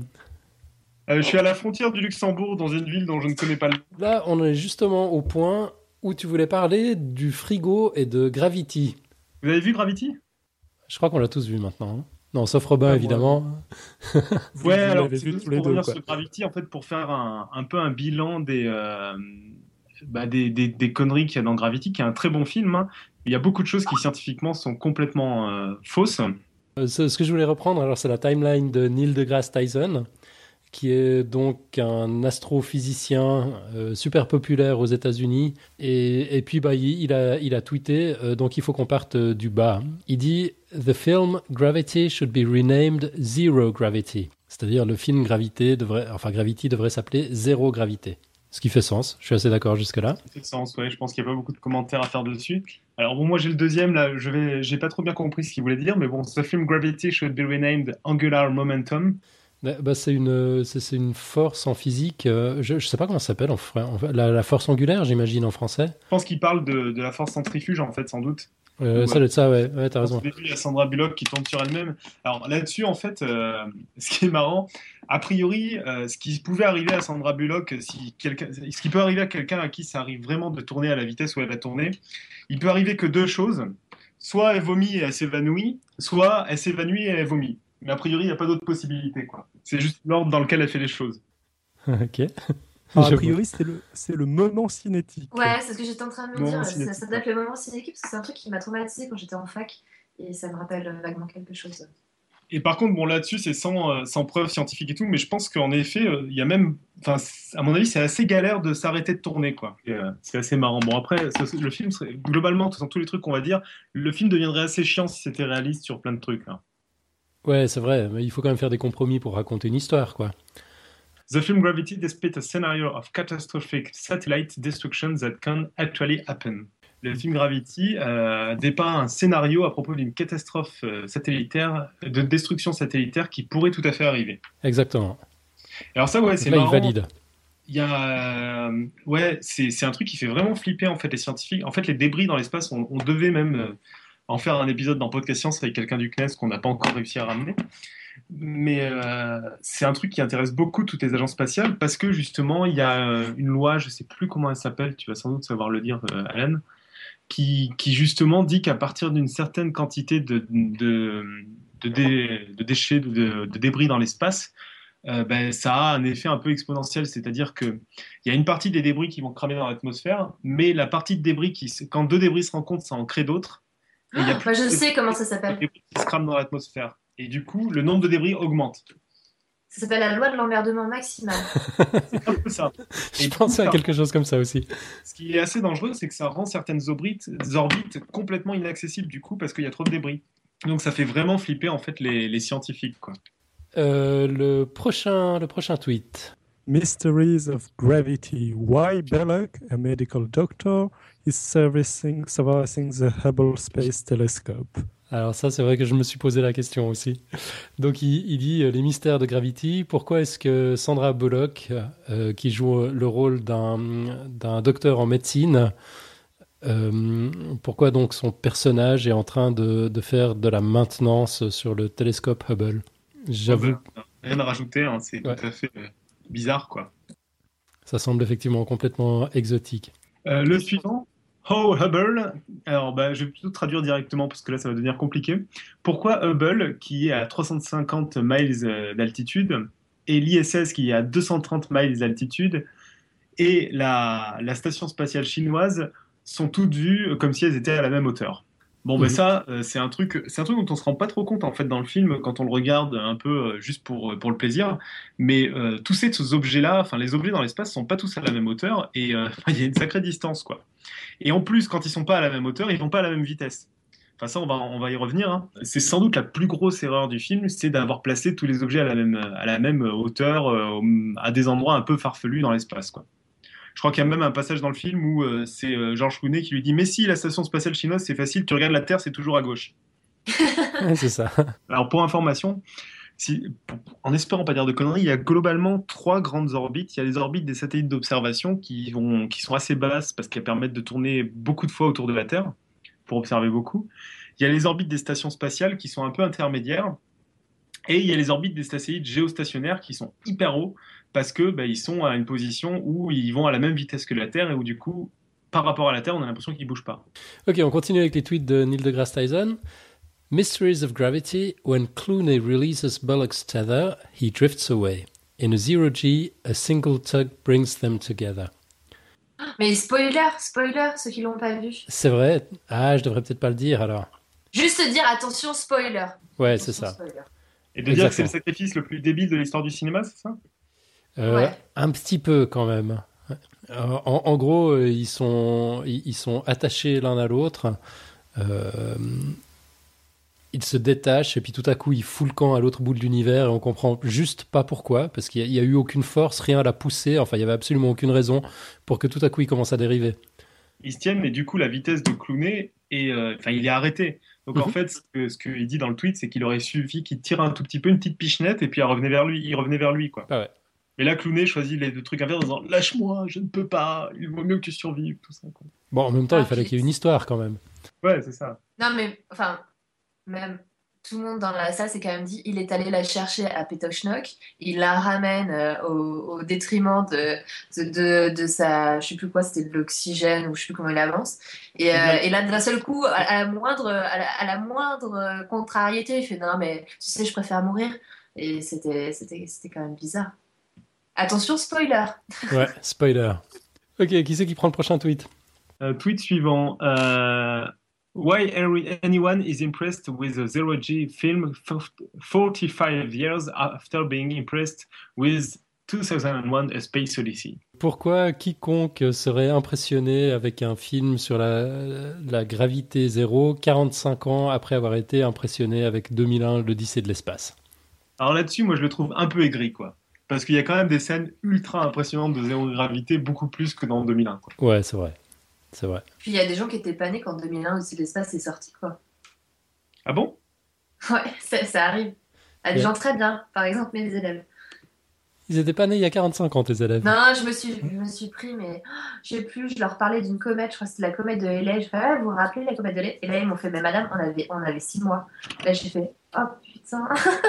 je suis à la frontière du Luxembourg, dans une ville dont je ne connais pas le nom. Là, on est justement au point où tu voulais parler du frigo et de Gravity. Vous avez vu Gravity? Je crois qu'on l'a tous vu maintenant. hein. Non, sauf Robin, Ah, moi, évidemment. Vous, Ouais, vous alors l'avez c'est vu juste tous les pour deux, revenir quoi. sur Gravity, en fait, pour faire un, un peu un bilan des, euh, bah, des, des, des conneries qu'il y a dans Gravity, qui est un très bon film. hein. Il y a beaucoup de choses qui scientifiquement sont complètement euh, fausses. Euh, Ce, ce que je voulais reprendre, alors, c'est la timeline de Neil deGrasse Tyson, qui est donc un astrophysicien euh, super populaire aux États-Unis. Et, et puis, bah, il, il a, il a tweeté, euh, donc il faut qu'on parte euh, du bas. Il dit The film Gravity should be renamed Zero Gravity. C'est-à-dire le film Gravité devrait, enfin Gravity devrait s'appeler Zéro Gravité. Ce qui fait sens. Je suis assez d'accord jusque-là. Ça fait sens, ouais, je pense qu'il n'y a pas beaucoup de commentaires à faire dessus. Alors bon, moi j'ai le deuxième, là, je vais, j'ai pas trop bien compris ce qu'il voulait dire, mais bon, ce film Gravity should be renamed Angular Momentum. Bah, bah, c'est une, c'est, c'est une force en physique. euh, je ne sais pas comment ça s'appelle. En, fr- en- la, la force angulaire, j'imagine, en français. Je pense qu'il parle de, de la force centrifuge, en fait, sans doute. Euh, Ouais. Ça doit être ça, ouais. Ouais, t'as Au raison. début, il y a Sandra Bullock qui tombe sur elle-même. Alors là-dessus, en fait, euh, ce qui est marrant, a priori, euh, ce qui pouvait arriver à Sandra Bullock, si quelqu'un, ce qui peut arriver à quelqu'un à qui ça arrive vraiment de tourner à la vitesse où elle a tourné, il peut arriver que deux choses. Soit elle vomit et elle s'évanouit, soit elle s'évanouit et elle vomit. Mais a priori, il n'y a pas d'autre possibilité, quoi. C'est juste l'ordre dans lequel elle fait les choses. Ok. Alors, a Je priori, c'est le, c'est le moment cinétique. Ouais, c'est ce que j'étais en train de me Moment dire. Ça, cinétique, ça doit être le moment cinétique parce que c'est un truc qui m'a traumatisé quand j'étais en fac et ça me rappelle euh, vaguement quelque chose. Et par contre, bon, là-dessus, c'est sans, euh, sans preuve scientifique et tout, mais je pense qu'en effet, euh, il y a même, enfin, c- à mon avis, c'est assez galère de s'arrêter de tourner, quoi. Et, euh, c'est assez marrant. Bon, après, ce- le film, serait, globalement, dans tous les trucs qu'on va dire, le film deviendrait assez chiant si c'était réaliste sur plein de trucs. hein. Ouais, c'est vrai. Mais il faut quand même faire des compromis pour raconter une histoire, quoi. The film Gravity depicts a scenario of catastrophic satellite destruction that can actually happen. Le film Gravity euh, dépeint un scénario à propos d'une catastrophe euh, satellitaire, de destruction satellitaire qui pourrait tout à fait arriver. Exactement. Alors ça, ouais, Donc c'est là, il marrant. valide. Il y a, euh, ouais, c'est c'est un truc qui fait vraiment flipper en fait les scientifiques. En fait, les débris dans l'espace, on, on devait même euh, en faire un épisode dans Podcast Science avec quelqu'un du C N E S qu'on n'a pas encore réussi à ramener. Mais euh, c'est un truc qui intéresse beaucoup toutes les agences spatiales parce que justement, il y a euh, une loi, je sais plus comment elle s'appelle, tu vas sans doute savoir le dire, euh, Alan, qui, qui justement dit qu'à partir d'une certaine quantité de, de, de, dé- de déchets, de, de débris dans l'espace, euh, ben, ça a un effet un peu exponentiel, c'est-à-dire qu'il y a une partie des débris qui vont cramer dans l'atmosphère, mais la partie de débris, qui, se- quand deux débris se rencontrent, ça en crée d'autres. Et il y a Ah, plus bah, je de sais comment ça de s'appelle. débris qui se crament dans l'atmosphère. Et du coup, le nombre de débris augmente. Ça s'appelle la loi de l'emmerdement maximal. C'est un peu ça. Je Et pensais à ça- quelque chose comme ça aussi. Ce qui est assez dangereux, c'est que ça rend certaines orbites, orbites complètement inaccessibles du coup parce qu'il y a trop de débris. Donc ça fait vraiment flipper en fait les, les scientifiques, quoi. Euh, le prochain, le prochain tweet. Mysteries of Gravity. Why Belloc, a medical doctor, is servicing, servicing the Hubble Space Telescope. Alors ça, c'est vrai que je me suis posé la question aussi. Donc il, il dit euh, les mystères de Gravity. Pourquoi est-ce que Sandra Bullock, euh, qui joue le rôle d'un d'un docteur en médecine, euh, pourquoi donc son personnage est en train de, de faire de la maintenance sur le télescope Hubble? J'avoue, Bah, rien à rajouter, hein, c'est Ouais. tout à fait euh, bizarre, quoi. ça semble effectivement complètement exotique. Euh, le suivant, How Hubble. Alors, bah, je vais plutôt traduire directement parce que là, ça va devenir compliqué. Pourquoi Hubble, qui est à trois cent cinquante miles euh, d'altitude, et l'I S S, qui est à deux cent trente miles d'altitude, et la, la station spatiale chinoise sont toutes vues comme si elles étaient à la même hauteur. Bon, ben Mhm. ça, euh, c'est un truc, c'est un truc dont on se rend pas trop compte en fait dans le film quand on le regarde un peu euh, juste pour pour le plaisir. Mais euh, tous ces, ces objets-là, enfin les objets dans l'espace sont pas tous à la même hauteur et euh, il y a une sacrée distance quoi. Et en plus, quand ils sont pas à la même hauteur, ils vont pas à la même vitesse. Enfin ça, on va on va y revenir. hein. C'est sans doute la plus grosse erreur du film, c'est d'avoir placé tous les objets à la même à la même hauteur euh, à des endroits un peu farfelus dans l'espace quoi. Je crois qu'il y a même un passage dans le film où euh, c'est euh, George Clooney qui lui dit « Mais si, la station spatiale chinoise, c'est facile, tu regardes la Terre, c'est toujours à gauche. » Ouais, c'est ça. Alors, pour information, si, en espérant pas dire de conneries, il y a globalement trois grandes orbites. Il y a les orbites des satellites d'observation qui, vont, qui sont assez basses parce qu'elles permettent de tourner beaucoup de fois autour de la Terre pour observer beaucoup. Il y a les orbites des stations spatiales qui sont un peu intermédiaires. Et il y a les orbites des satellites géostationnaires qui sont hyper hauts parce que bah, ils sont à une position où ils vont à la même vitesse que la Terre et où du coup, par rapport à la Terre, on a l'impression qu'ils ne bougent pas. Ok, on continue avec les tweets de Neil deGrasse Tyson. Mysteries of gravity. When Clooney releases Bullock's tether, he drifts away. In a zero G, a single tug brings them together. Mais spoiler, spoiler, ceux qui l'ont pas vu. C'est vrai. Ah, je devrais peut-être pas le dire alors. Juste dire attention, spoiler. Ouais, Attention, c'est ça. spoiler. Et de dire que c'est Exactement. le sacrifice le plus débile de l'histoire du cinéma, c'est ça? Euh, Ouais. Un petit peu quand même. Euh, En, en gros, euh, ils sont, ils, ils sont attachés l'un à l'autre. Euh, ils se détachent et puis tout à coup, ils foutent le camp à l'autre bout de l'univers et on comprend juste pas pourquoi, parce qu'il n'y a, a eu aucune force, rien à la pousser. Enfin, il y avait absolument aucune raison pour que tout à coup, ils commencent à dériver. Ils se tiennent, et du coup, la vitesse de Clooney, est, euh, enfin, il est arrêté. Donc, en Mhm. fait, ce que- ce qu'il dit dans le tweet, c'est qu'il aurait suffi qu'il tire un tout petit peu, une petite pichenette, et puis il revenait vers lui. Il revenait vers lui, quoi. Ah ouais. Et là, Clooney choisit les deux trucs inverses en disant « Lâche-moi, je ne peux pas, il vaut mieux que tu survives », tout ça, quoi. Bon, en même temps, Ah, il fallait puis- qu'il y ait une histoire quand même. Ouais, c'est ça. Non, mais enfin, même tout le monde dans la salle s'est quand même dit il est allé la chercher à Petochnock, il la ramène euh, au, au détriment de, de, de, de sa, je sais plus quoi, c'était de l'oxygène ou je sais plus comment il avance. Et, euh, Exact. et là, d'un seul coup, à, à la moindre, à la, à la moindre euh, contrariété, il fait non, mais tu sais, je préfère mourir. Et c'était, c'était, c'était quand même bizarre. Attention, spoiler! Ouais, spoiler. Ok, qui c'est qui prend le prochain tweet? Euh, tweet suivant. Euh, Why every- anyone is impressed with a zero G film forty-five years after being impressed with two thousand one A Space Odyssey? Pourquoi quiconque serait impressionné avec un film sur la, la gravité zéro quarante-cinq ans après avoir été impressionné avec deux mille un, l'Odyssée de l'espace? Alors là-dessus, moi, je le trouve un peu aigri, quoi. Parce qu'il y a quand même des scènes ultra impressionnantes de zéro gravité, beaucoup plus que dans deux mille un, quoi. Ouais, c'est vrai. C'est vrai. Puis il y a des gens qui étaient pas nés quand deux mille un aussi l'espace est sorti, quoi. Ah bon? Ouais, ça, ça arrive. À des Ouais. gens très bien, par exemple mes élèves. Ils étaient pas nés il y a quarante-cinq ans, tes élèves. Non, non, je me suis, je me suis pris, mais oh, je sais plus, je leur parlais d'une comète, je crois que c'était la comète de Halley. Je fais, ah, vous vous rappelez la comète de Halley? Et là, ils m'ont fait, mais madame, on avait, on avait six mois. Là, j'ai fait, oh putain,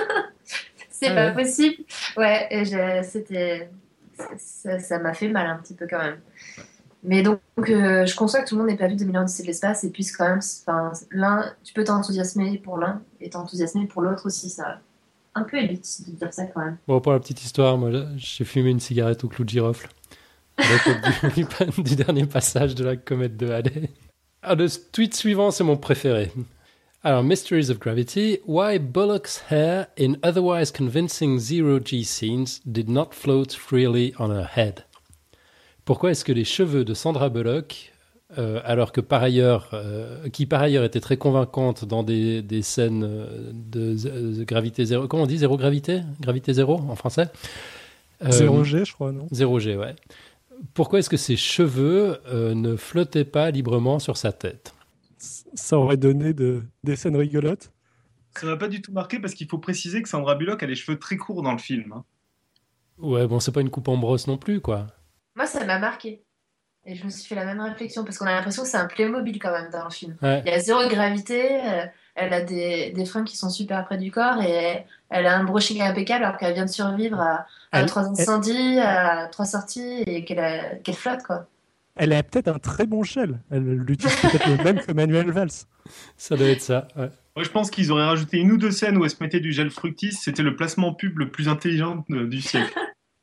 c'est Ah pas ouais. possible. Ouais, et je- c'était, ça, ça m'a fait mal un petit peu quand même. Mais donc, euh, je conçois que tout le monde n'ait pas vu deux mille un Odyssée de l'espace et puisse quand même, enfin, l'un, tu peux t'enthousiasmer pour l'un et t'enthousiasmer pour l'autre aussi, ça. Un peu élite de dire ça quand même. Bon, pour la petite histoire, moi, j'ai fumé une cigarette au clou de girofle. À l'époque du, du, du dernier passage de la comète de Halley. Alors, le tweet suivant, c'est mon préféré. Alors, Mysteries of Gravity. Why Bullock's hair in otherwise convincing zero-G scenes did not float freely on her head. Pourquoi est-ce que les cheveux de Sandra Bullock, euh, alors que par ailleurs, euh, qui par ailleurs était très convaincante dans des, des scènes de, de, de gravité zéro, comment on dit, zéro gravité, gravité zéro en français, euh, zéro G, je crois, non? Zéro G, ouais. Pourquoi est-ce que ses cheveux euh, ne flottaient pas librement sur sa tête? Ça aurait donné de, des scènes rigolotes. Ça m'a pas du tout marqué parce qu'il faut préciser que Sandra Bullock a les cheveux très courts dans le film, hein. Ouais, bon, c'est pas une coupe en brosse non plus, quoi. Moi, ça m'a marqué. Et je me suis fait la même réflexion, parce qu'on a l'impression que c'est un Playmobil quand même dans le film. Ouais. Il y a zéro gravité, euh, elle a des, des fringues qui sont super près du corps, et elle a un brushing impeccable alors qu'elle vient de survivre à, à Elle- trois incendies, à trois sorties, et qu'elle, a- qu'elle flotte, quoi. Elle a peut-être un très bon shell. Elle l'utilise peut-être le même que Manuel Valls. Ça doit être ça, ouais. Moi, je pense qu'ils auraient rajouté une ou deux scènes où elle se mettait du gel fructis. C'était le placement pub le plus intelligent de- du siècle.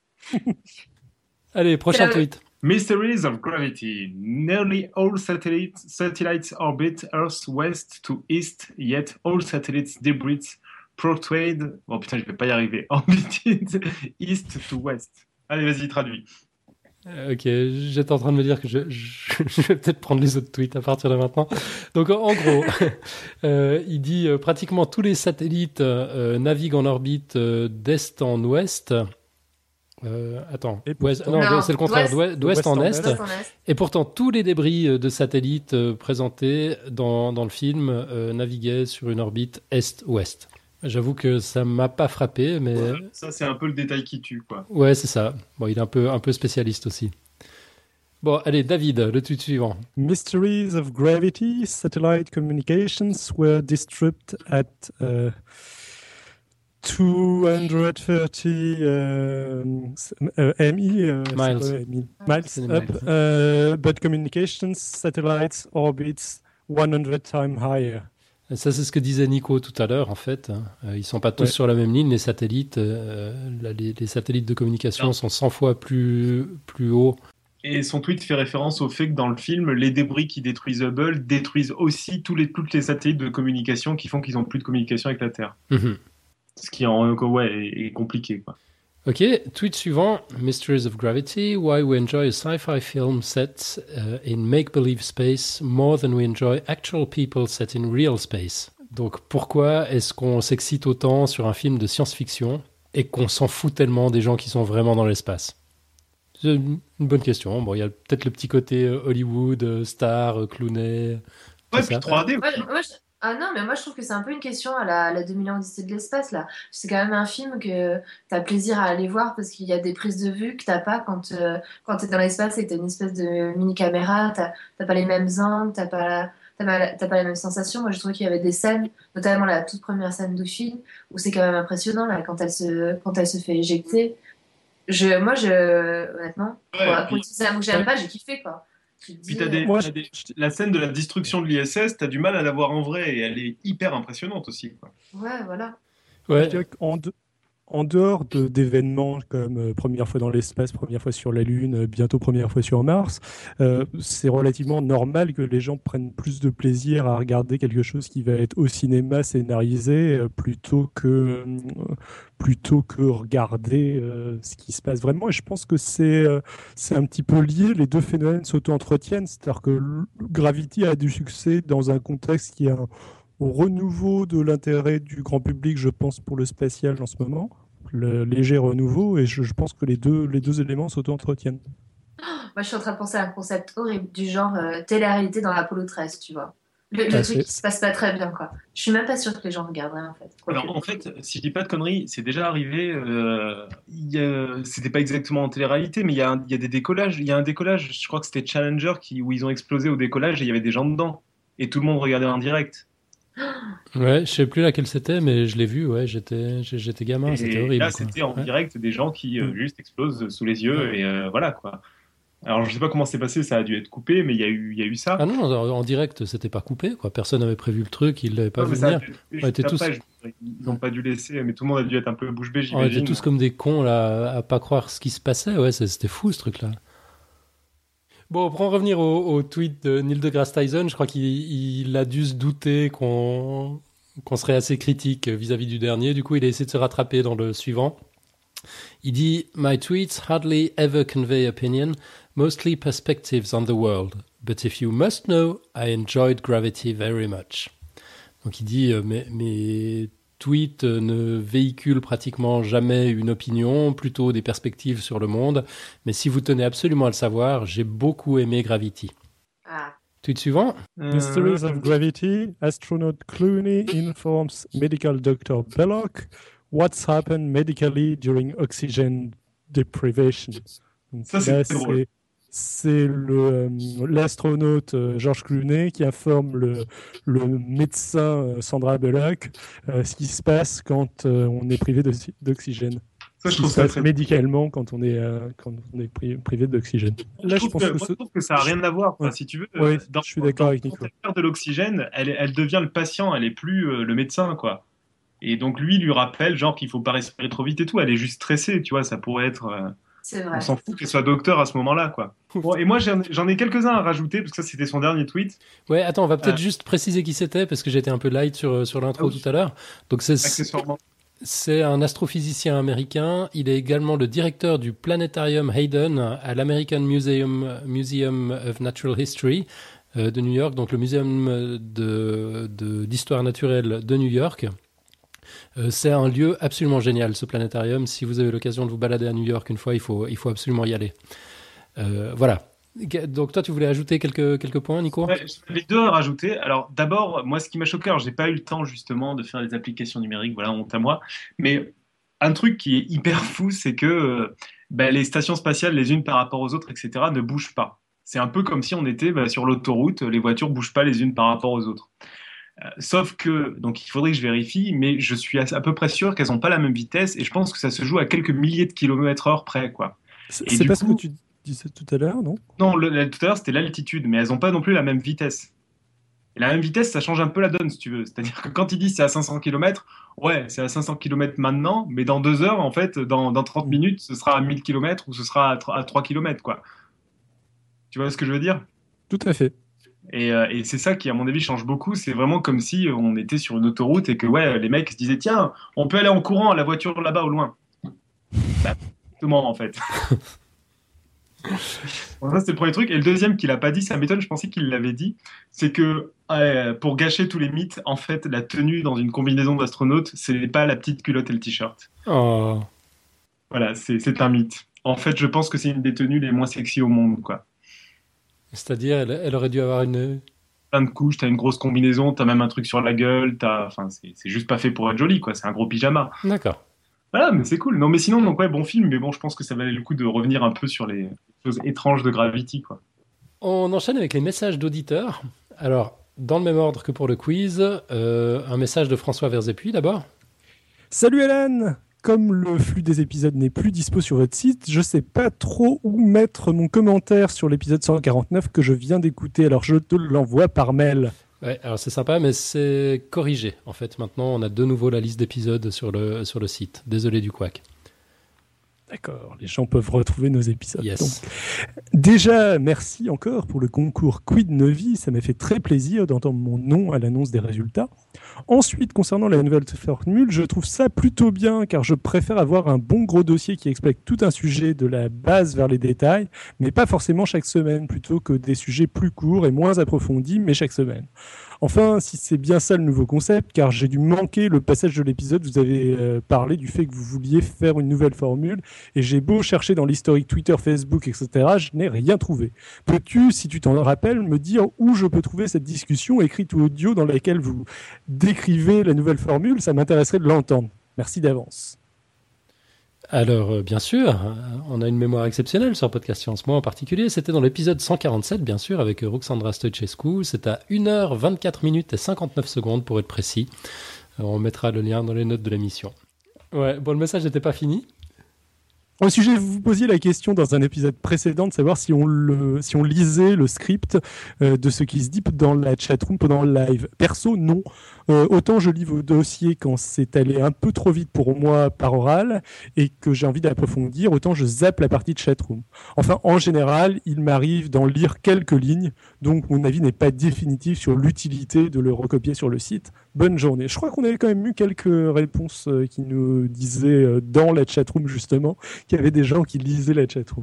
Allez, prochain Euh, tweet. Mysteries of Gravity. Nearly all satellites, satellites orbit Earth west to east, yet all satellites debris protrude. Oh putain, je vais pas y arriver. Orbited east to west. Allez, vas-y, traduis. Euh, Ok, j'étais en train de me dire que je, je, je vais peut-être prendre les autres tweets à partir de maintenant. Donc, en, en gros, euh, il dit euh, pratiquement tous les satellites euh, naviguent en orbite euh, d'est en ouest. Euh, attends, Et ouest, pourtant- non, Non, c'est le contraire, d'ouest. d'ouest, d'ouest en D'ouest est. en Ouest en est. Et pourtant, tous les débris euh, de satellites euh, présentés dans, dans le film euh, naviguaient sur une orbite est-ouest. J'avoue que ça m'a pas frappé, mais Ça, c'est un peu le détail qui tue, quoi. ouais, c'est ça. Bon, il est un peu, un peu spécialiste aussi. Bon, allez, David, le tweet suivant. Mysteries of Gravity, satellite communications were disrupted at uh, two hundred thirty um, s- uh, M E, uh, c'est Miles. quoi, M E? Miles C'est des up, uh, but communications satellites orbits one hundred times higher. Et ça, c'est ce que disait Nico tout à l'heure, en fait. Euh, ils sont pas tous Ouais. sur la même ligne, les satellites. euh, là, les, les satellites de communication Non. sont cent fois plus, plus hauts. Et son tweet fait référence au fait que dans le film, les débris qui détruisent Hubble détruisent aussi tous les, toutes les satellites de communication qui font qu'ils n'ont plus de communication avec la Terre. Mhm. Ce qui en, ouais, est, est compliqué, quoi. Ok, tweet suivant. Mysteries of Gravity, why we enjoy a sci-fi film set uh, in make-believe space more than we enjoy actual people set in real space. Donc pourquoi est-ce qu'on s'excite autant sur un film de science-fiction et qu'on s'en fout tellement des gens qui sont vraiment dans l'espace? C'est une une bonne question. Bon, il y a peut-être le petit côté euh, Hollywood, euh, star, euh, Clooney. tout Ouais, ça. puis trois D. Moi, je- moi, je- Ah non, mais moi je trouve que c'est un peu une question à la, la deux mille Odyssée de l'espace là. C'est quand même un film que t'as plaisir à aller voir parce qu'il y a des prises de vue que t'as pas quand, euh, quand t'es dans l'espace et que t'as une espèce de mini caméra, t'as t'as pas les mêmes angles, t'as pas, la- t'as pas, t'as pas les mêmes sensations. Moi je trouvais qu'il y avait des scènes, notamment la toute première scène du film, où c'est quand même impressionnant là, quand elle se, quand elle se fait éjecter. Je, moi je, honnêtement, Ouais, pour, puis- pour utiliser un mot que j'aime pas, j'ai kiffé quoi. Tu te Puis dis, t'as des, Moi, t'as des- la scène de la destruction de l'I S S, t'as du mal à la voir en vrai et elle est hyper impressionnante aussi, quoi. euh, ouais, voilà. Ouais. Je dirais qu'en de- en dehors de- d'événements comme euh, première fois dans l'espace, première fois sur la Lune, euh, bientôt première fois sur Mars, euh, c'est relativement normal que les gens prennent plus de plaisir à regarder quelque chose qui va être au cinéma scénarisé euh, plutôt que, euh, plutôt que regarder euh, ce qui se passe vraiment. Et je pense que c'est euh, c'est un petit peu lié, les deux phénomènes s'auto-entretiennent, c'est-à-dire que l- Gravity a du succès dans un contexte qui a un au renouveau de l'intérêt du grand public, je pense, pour le spatial en ce moment, le léger renouveau, et je, je pense que les deux, les deux éléments s'auto-entretiennent. Moi, je suis en train de penser à un concept horrible du genre euh, télé-réalité dans l'Apollo treize, tu vois. Le, le Ah, truc c'est- qui se passe pas très bien, quoi. Je suis même pas sûre que les gens regarderaient, en fait. Quoique. Alors en fait, si je dis pas de conneries, c'est déjà arrivé. Euh, il y a- c'était pas exactement en télé-réalité, mais il y, a un- il y a des décollages. Il y a un décollage, je crois que c'était Challenger qui, où ils ont explosé au décollage et il y avait des gens dedans. Et tout le monde regardait en direct. Ouais, je sais plus laquelle c'était, mais je l'ai vu, ouais, j'étais, j'ai- j'étais gamin, et c'était horrible. là, quoi. c'était en Ouais. direct des gens qui euh, Mm. juste explosent sous les yeux et euh, voilà quoi. Alors je sais pas comment c'est passé, ça a dû être coupé, mais il y a eu, il y a eu ça. Ah non, en, en direct, c'était pas coupé, quoi. Personne n'avait prévu le truc, il l'avait pas Non, mais vu ça a venir. dû être coupé On juste était tous- après, je- Ils n'ont pas dû laisser, mais tout le monde a dû être un peu bouche bée, On était j'imagine. tous comme des cons là, à pas croire ce qui se passait. Ouais, c'est- c'était fou ce truc-là. Bon, pour en revenir au, au tweet de Neil deGrasse Tyson, je crois qu'il il a dû se douter qu'on qu'on serait assez critique vis-à-vis du dernier. Du coup, il a essayé de se rattraper dans le suivant. Il dit « My tweets hardly ever convey opinion, mostly perspectives on the world. But if you must know, I enjoyed Gravity very much. » Donc il dit euh, mes, mes tweets euh, ne véhiculent pratiquement jamais une opinion, plutôt des perspectives sur le monde. Mais si vous tenez absolument à le savoir, j'ai beaucoup aimé Gravity. Ah. Tweet suivant. Euh, Mysteries of Gravity, astronaut Clooney informs medical doctor Belloc what's happened medically during oxygen deprivation. Donc Ça, c'est là, drôle. c'est c'est le, euh, l'astronaute euh, George Clooney qui informe le, le médecin euh, Sandra Bullock euh, ce qui se passe quand euh, on est privé d'oxy- d'oxygène. Ça, Ce je qui trouve se ça passe très. médicalement quand on est, euh, quand on est pri- privé d'oxygène. Là, je trouve pense que, que, moi, ce- je trouve que ça n'a rien à voir. Enfin, Ouais. si tu veux, Ouais, euh, dans, je suis d'accord dans- avec quand Nico. elle perd de l'oxygène, elle, elle devient le patient, elle est plus euh, le médecin, quoi. Et donc lui lui rappelle genre qu'il faut pas respirer trop vite et tout. Elle est juste stressée, tu vois. Ça pourrait être. euh, C'est vrai. On s'en fout qu'elle soit docteur à ce moment-là, quoi. Bon, et moi j'en j'en ai quelques-uns à rajouter parce que ça c'était son dernier tweet. Ouais, attends, on va peut-être Ah. juste préciser qui c'était, parce que j'étais un peu light sur, sur l'intro Ah oui. tout à l'heure. Donc c'est Accessoirement. c'est un astrophysicien américain. Il est également le directeur du planétarium Hayden à l'American Museum, Museum of Natural History euh, de New York, donc le muséum de, de- d'histoire naturelle de New York. Euh, c'est un lieu absolument génial, ce planétarium. Si vous avez l'occasion de vous balader à New York une fois, il faut, il faut absolument y aller. Euh, voilà. Donc toi, tu voulais ajouter quelques, quelques points, Nico ? Ouais, j'avais deux à rajouter. Alors d'abord, moi, ce qui m'a choqué, alors j'ai pas eu le temps justement de faire des applications numériques, voilà, honte à moi. Mais un truc qui est hyper fou, c'est que euh, bah, les stations spatiales, les unes par rapport aux autres, et cetera, ne bougent pas. C'est un peu comme si on était bah, sur l'autoroute, les voitures bougent pas les unes par rapport aux autres. Euh, sauf que, donc il faudrait que je vérifie, mais je suis à, à peu près sûr qu'elles n'ont pas la même vitesse et je pense que ça se joue à quelques milliers de kilomètres heure près, quoi. C'est Et c'est du pas ce coup, que tu disais tout à l'heure, non? non, le- le- tout à l'heure c'était l'altitude, mais elles n'ont pas non plus la même vitesse. Et la même vitesse, ça change un peu la donne, si tu veux. C'est-à-dire que quand ils disent c'est à cinq cents kilomètres, ouais, c'est à cinq cents kilomètres maintenant, mais dans deux heures, en fait, dans, dans trente minutes, ce sera à mille kilomètres ou ce sera à, tr- à trois kilomètres, quoi. Tu vois ce que je veux dire? Tout à fait. Et, euh, et c'est ça qui, à mon avis, change beaucoup. C'est vraiment comme si on était sur une autoroute et que ouais, les mecs se disaient, tiens, on peut aller en courant à la voiture là-bas au loin. Bah, exactement, en fait. Bon, ça, c'est le premier truc. Et le deuxième qu'il a pas dit, ça m'étonne, je pensais qu'il l'avait dit, c'est que euh, pour gâcher tous les mythes, en fait, la tenue dans une combinaison d'astronaute, c'est pas la petite culotte et le t-shirt. Oh. Voilà, c'est c'est un mythe. En fait, je pense que c'est une des tenues les moins sexy au monde, quoi. C'est-à-dire, elle, elle aurait dû avoir une... Plein de couches, t'as une grosse combinaison, t'as même un truc sur la gueule, t'as, enfin, c'est c'est juste pas fait pour être joli, quoi. C'est un gros pyjama. D'accord. Voilà, mais c'est cool. Non, mais sinon, donc ouais, bon film, mais bon, je pense que ça valait le coup de revenir un peu sur les choses étranges de Gravity, quoi. On enchaîne avec les messages d'auditeurs. Alors, dans le même ordre que pour le quiz, euh, un message de François Verzépuis d'abord. Salut Alan! Comme le flux des épisodes n'est plus dispo sur votre site, je sais pas trop où mettre mon commentaire sur l'épisode cent quarante-neuf que je viens d'écouter, alors je te l'envoie par mail. Ouais, alors c'est sympa, mais c'est corrigé. En fait, maintenant, on a de nouveau la liste d'épisodes sur le, sur le site. Désolé du couac. D'accord, les gens peuvent retrouver nos épisodes. Yes. Donc, déjà, merci encore pour le concours Quid Novi. Ça m'a fait très plaisir d'entendre mon nom à l'annonce des résultats. Ensuite, concernant la nouvelle formule, je trouve ça plutôt bien car je préfère avoir un bon gros dossier qui explique tout un sujet de la base vers les détails, mais pas forcément chaque semaine, plutôt que des sujets plus courts et moins approfondis, mais chaque semaine. Enfin, si c'est bien ça le nouveau concept, car j'ai dû manquer le passage de l'épisode, vous avez euh, parlé du fait que vous vouliez faire une nouvelle formule, et j'ai beau chercher dans l'historique Twitter, Facebook, et cetera, je n'ai rien trouvé. Peux-tu, si tu t'en rappelles, me dire où je peux trouver cette discussion écrite ou audio dans laquelle vous décrivez la nouvelle formule? Ça m'intéresserait de l'entendre. Merci d'avance. Alors, euh, bien sûr, euh, on a une mémoire exceptionnelle sur Podcast Science. Moi en particulier, c'était dans l'épisode cent quarante-sept, bien sûr, avec euh, Ruxandra Stoicescu. C'est à une heure vingt-quatre minutes et cinquante-neuf secondes, pour être précis. Euh, on mettra le lien dans les notes de l'émission. Ouais, bon, le message n'était pas fini. Au sujet, vous vous posiez la question dans un épisode précédent de savoir si on, le, si on lisait le script euh, de ce qui se dit dans la chatroom pendant le live. Perso, non. Euh, autant je lis vos dossiers quand c'est allé un peu trop vite pour moi par oral et que j'ai envie d'approfondir, autant je zappe la partie de chatroom. Enfin, en général, il m'arrive d'en lire quelques lignes, donc mon avis n'est pas définitif sur l'utilité de le recopier sur le site. Bonne journée. Je crois qu'on avait quand même eu quelques réponses euh, qui nous disaient euh, dans la chatroom justement qu'il y avait des gens qui lisaient la chatroom.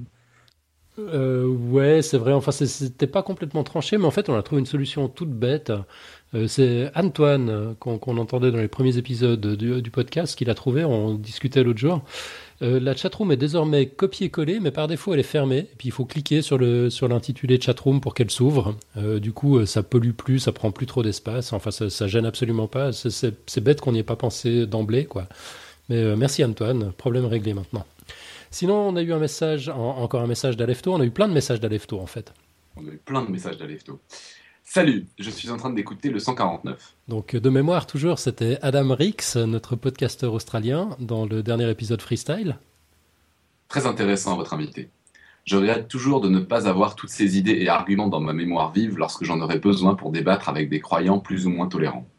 Euh, ouais, c'est vrai. Enfin, c'est- c'était pas complètement tranché, mais en fait, on a trouvé une solution toute bête. Euh, c'est Antoine, euh, qu'on qu'on entendait dans les premiers épisodes du, du podcast, qui l'a trouvé. On discutait l'autre jour. Euh, la chatroom est désormais copiée-collée, mais par défaut, elle est fermée. Et puis, il faut cliquer sur le sur l'intitulé chatroom pour qu'elle s'ouvre. Euh, du coup, euh, ça pollue plus, ça prend plus trop d'espace. Enfin, ça, ça gêne absolument pas. C'est- C'est c'est bête qu'on n'y ait pas pensé d'emblée, quoi. Mais euh, merci Antoine. Problème réglé maintenant. Sinon, on a eu un message, en- encore un message d'Alefto. On a eu plein de messages d'Alefto, en fait. On a eu plein de messages d'Alefto. Salut, je suis en train d'écouter le cent quarante-neuf. Donc, de mémoire, toujours, c'était Adam Rix, notre podcasteur australien, dans le dernier épisode Freestyle. Très intéressant, votre invité. Je regrette toujours de ne pas avoir toutes ces idées et arguments dans ma mémoire vive lorsque j'en aurai besoin pour débattre avec des croyants plus ou moins tolérants.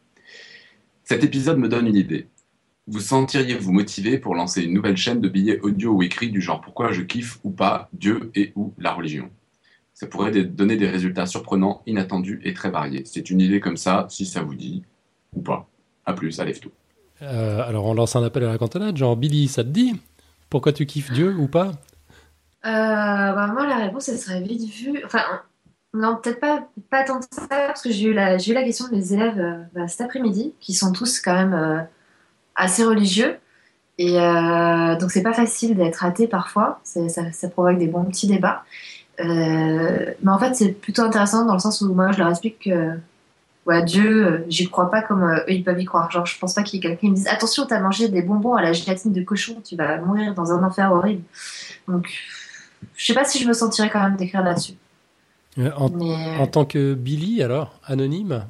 Cet épisode me donne une idée. Vous sentiriez-vous motivé pour lancer une nouvelle chaîne de billets audio ou écrits du genre pourquoi je kiffe ou pas Dieu et ou la religion? Ça pourrait des- donner des résultats surprenants, inattendus et très variés. C'est une idée comme ça, si ça vous dit, ou pas. A plus, à lève-tout. Euh, alors, on lance un appel à la cantonade, genre Billy, ça te dit? Pourquoi tu kiffes Dieu ou pas? Euh, bah, moi, la réponse, elle serait vite vue. Enfin, non, peut-être pas, pas tant que ça, parce que j'ai eu la, j'ai eu la question de mes élèves euh, bah, cet après-midi, qui sont tous quand même euh, assez religieux. Et euh, donc, c'est pas facile d'être athée parfois. C'est, ça, ça provoque des bons petits débats. Euh, mais en fait, c'est plutôt intéressant dans le sens où moi, je leur explique que ouais, Dieu, euh, j'y crois pas comme euh, eux, ils peuvent y croire. Genre, je pense pas qu'il y ait quelqu'un qui me dise attention, t'as mangé des bonbons à la gélatine de cochon, tu vas mourir dans un enfer horrible. Donc, je sais pas si je me sentirais quand même d'écrire là-dessus. Euh, En, Mais... en tant que Billy, alors, anonyme?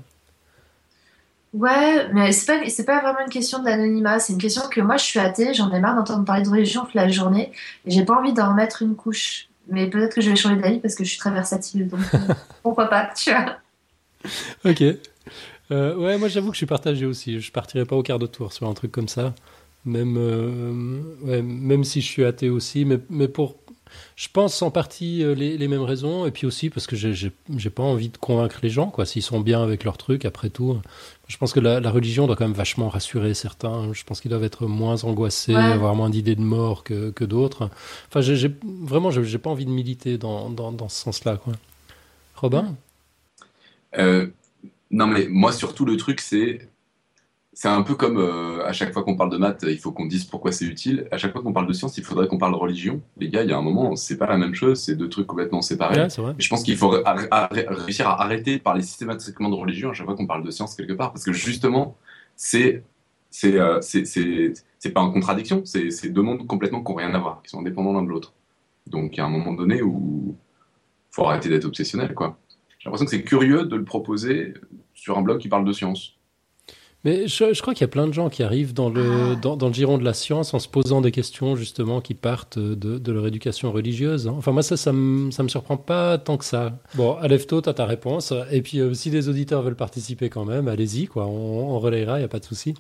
Ouais, mais c'est pas, c'est pas vraiment une question d'anonymat, c'est une question que moi je suis athée, j'en ai marre d'entendre parler de religion toute la journée, et j'ai pas envie d'en remettre une couche. Mais peut-être que je vais changer d'avis parce que je suis très versatile, donc euh, pourquoi pas, tu vois. Ok. Euh, ouais, moi j'avoue que je suis partagé aussi. Je partirais pas au quart de tour sur un truc comme ça. Même, euh, ouais, même si je suis athée aussi, mais, mais pour, je pense en partie euh, les, les mêmes raisons, et puis aussi parce que j'ai, j'ai, j'ai pas envie de convaincre les gens, quoi. S'ils sont bien avec leur truc, après tout. Je pense que la, la religion doit quand même vachement rassurer certains. Je pense qu'ils doivent être moins angoissés, Ouais. avoir moins d'idées de mort que, que d'autres. Enfin, j'ai, j'ai, vraiment, j'ai, j'ai pas envie de militer dans, dans, dans ce sens-là, quoi. Robin? Euh, non, mais moi, surtout, le truc, c'est. C'est un peu comme euh, à chaque fois qu'on parle de maths, il faut qu'on dise pourquoi c'est utile. À chaque fois qu'on parle de science, il faudrait qu'on parle de religion. Les gars, il y a un moment, c'est pas la même chose, c'est deux trucs complètement séparés. Ouais, c'est vrai. Et je pense qu'il faut ar- ar- réussir à arrêter de parler systématiquement de religion à chaque fois qu'on parle de science quelque part, parce que justement, c'est c'est euh, c'est c'est c'est pas en contradiction, c'est c'est deux mondes complètement qui n'ont rien à voir, qui sont indépendants l'un de l'autre. Donc il y a un moment donné où faut arrêter d'être obsessionnel, quoi. J'ai l'impression que c'est curieux de le proposer sur un blog qui parle de science. Mais je, je crois qu'il y a plein de gens qui arrivent dans le, dans, dans le giron de la science en se posant des questions justement qui partent de, de leur éducation religieuse. hein. Enfin moi ça, ça me, ça me surprend pas tant que ça. Bon, Alefto, t'as ta réponse. Et puis euh, si des auditeurs veulent participer quand même, allez-y, quoi. On, on relayera, il n'y a pas de souci.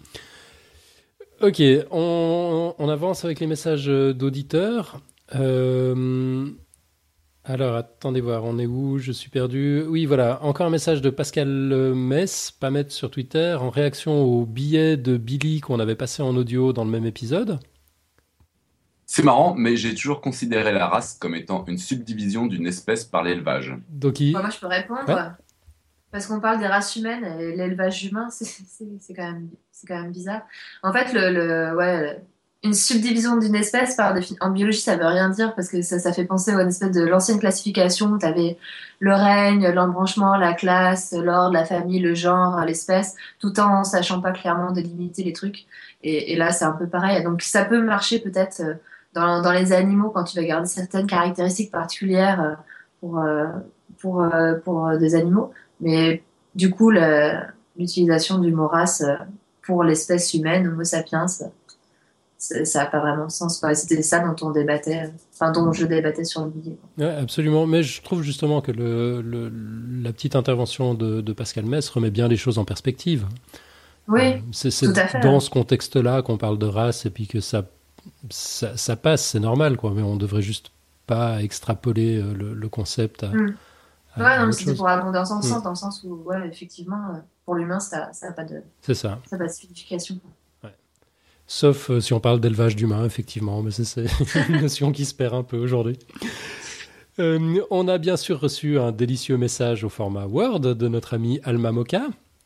Ok, on, on avance avec les messages d'auditeurs. Euh, alors, attendez voir, on est où? Je suis perdu. Oui, voilà, encore un message de Pascal Mess, pas mettre sur Twitter, en réaction au billet de Billy qu'on avait passé en audio dans le même épisode. C'est marrant, mais j'ai toujours considéré la race comme étant une subdivision d'une espèce par l'élevage. Donc, il... Bon, moi je peux répondre. Ouais. Parce qu'on parle des races humaines et l'élevage humain, c'est, c'est, c'est, quand même, c'est quand même bizarre. En fait, le, le, ouais, une subdivision d'une espèce, par défi- en biologie, ça veut rien dire parce que ça, ça fait penser à une espèce de l'ancienne classification où tu avais le règne, l'embranchement, la classe, l'ordre, la famille, le genre, l'espèce, tout en sachant pas clairement délimiter les trucs. Et, et là, c'est un peu pareil. Donc, ça peut marcher peut-être dans, dans les animaux quand tu vas garder certaines caractéristiques particulières pour, pour, pour, pour des animaux. Mais du coup, le, l'utilisation du mot race pour l'espèce humaine, Homo sapiens, ça n'a pas vraiment de sens. Quoi. C'était ça dont on débattait, enfin dont je débattais sur le billet. Ouais, absolument. Mais je trouve justement que le, le, la petite intervention de, de Pascal Mess remet bien les choses en perspective. Oui, euh, c'est, c'est tout à fait. Dans ce contexte-là qu'on parle de race et puis que ça, ça, ça passe, c'est normal, quoi. Mais on devrait juste pas extrapoler le, le concept à... Mm. à ouais, non, autre c'était chose. pour abonder dans son Mm. sens, dans le sens où, ouais, effectivement, pour l'humain, ça n'a pas de, C'est ça. ça n'a pas de signification. Ouais. Sauf euh, si on parle d'élevage d'humains, effectivement, mais c'est, c'est une notion qui se perd un peu aujourd'hui. Euh, on a bien sûr reçu un délicieux message au format Word de notre ami Alma Moka.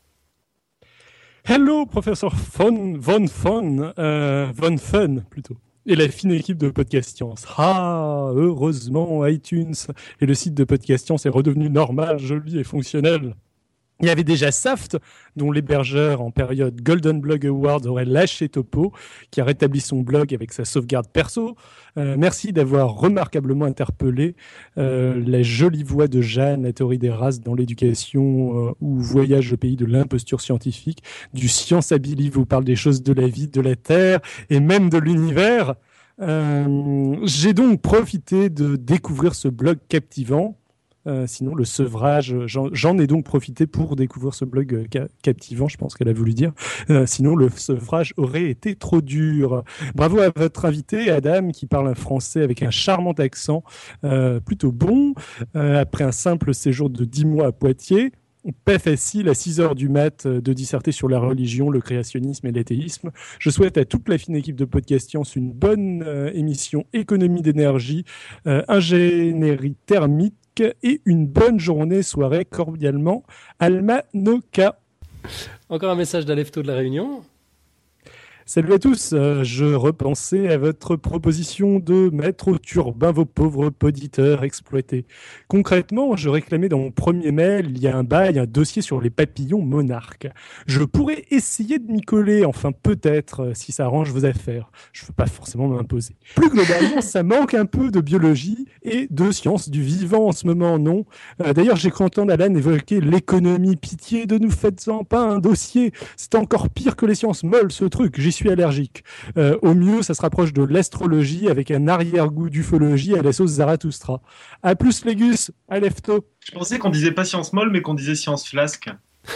Hello, professeur Von, Von Fun, euh, Von Fun plutôt, et la fine équipe de Podcast Science. Ah, heureusement, iTunes et le site de Podcast Science est redevenu normal, joli et fonctionnel. Il y avait déjà Saft, dont l'hébergeur en période Golden Blog Awards aurait lâché Topo, qui a rétabli son blog avec sa sauvegarde perso. Euh, merci d'avoir remarquablement interpellé euh, la jolie voix de Jeanne, la théorie des races dans l'éducation euh, ou Voyage au pays de l'imposture scientifique. Du Scienceabili vous parle des choses de la vie, de la Terre et même de l'univers. Euh, j'ai donc profité de découvrir ce blog captivant. Euh, sinon, le sevrage, j'en, j'en ai donc profité pour découvrir ce blog euh, ca- captivant, je pense qu'elle a voulu dire. Euh, sinon, le sevrage aurait été trop dur. Bravo à votre invité, Adam, qui parle un français avec un charmant accent, euh, plutôt bon. Euh, après un simple séjour de dix mois à Poitiers, pas facile à six heures du mat de disserter sur la religion, le créationnisme et l'athéisme. Je souhaite à toute la fine équipe de Podcast Science une bonne euh, émission économie d'énergie, euh, ingénierie thermique, et une bonne journée, soirée, cordialement, Alma Noka. Encore un message d'Alefto de la Réunion. Salut à tous, euh, je repensais à votre proposition de mettre au turbin vos pauvres auditeurs exploités. Concrètement, je réclamais dans mon premier mail, il y a un bail, un dossier sur les papillons monarques. Je pourrais essayer de m'y coller, enfin peut-être, euh, si ça arrange vos affaires. Je ne veux pas forcément m'imposer. Plus globalement, ça manque un peu de biologie et de sciences du vivant en ce moment, non? euh, D'ailleurs, j'ai cru entendre Alan évoquer l'économie. Pitié, de nous faites-en pas un dossier. C'est encore pire que les sciences molles, ce truc. J'y suis allergique. Euh, au mieux, ça se rapproche de l'astrologie avec un arrière-goût d'ufologie à la sauce Zarathustra. A plus, Légus. À lève-tôt. Je pensais qu'on disait pas science molle, mais qu'on disait science flasque.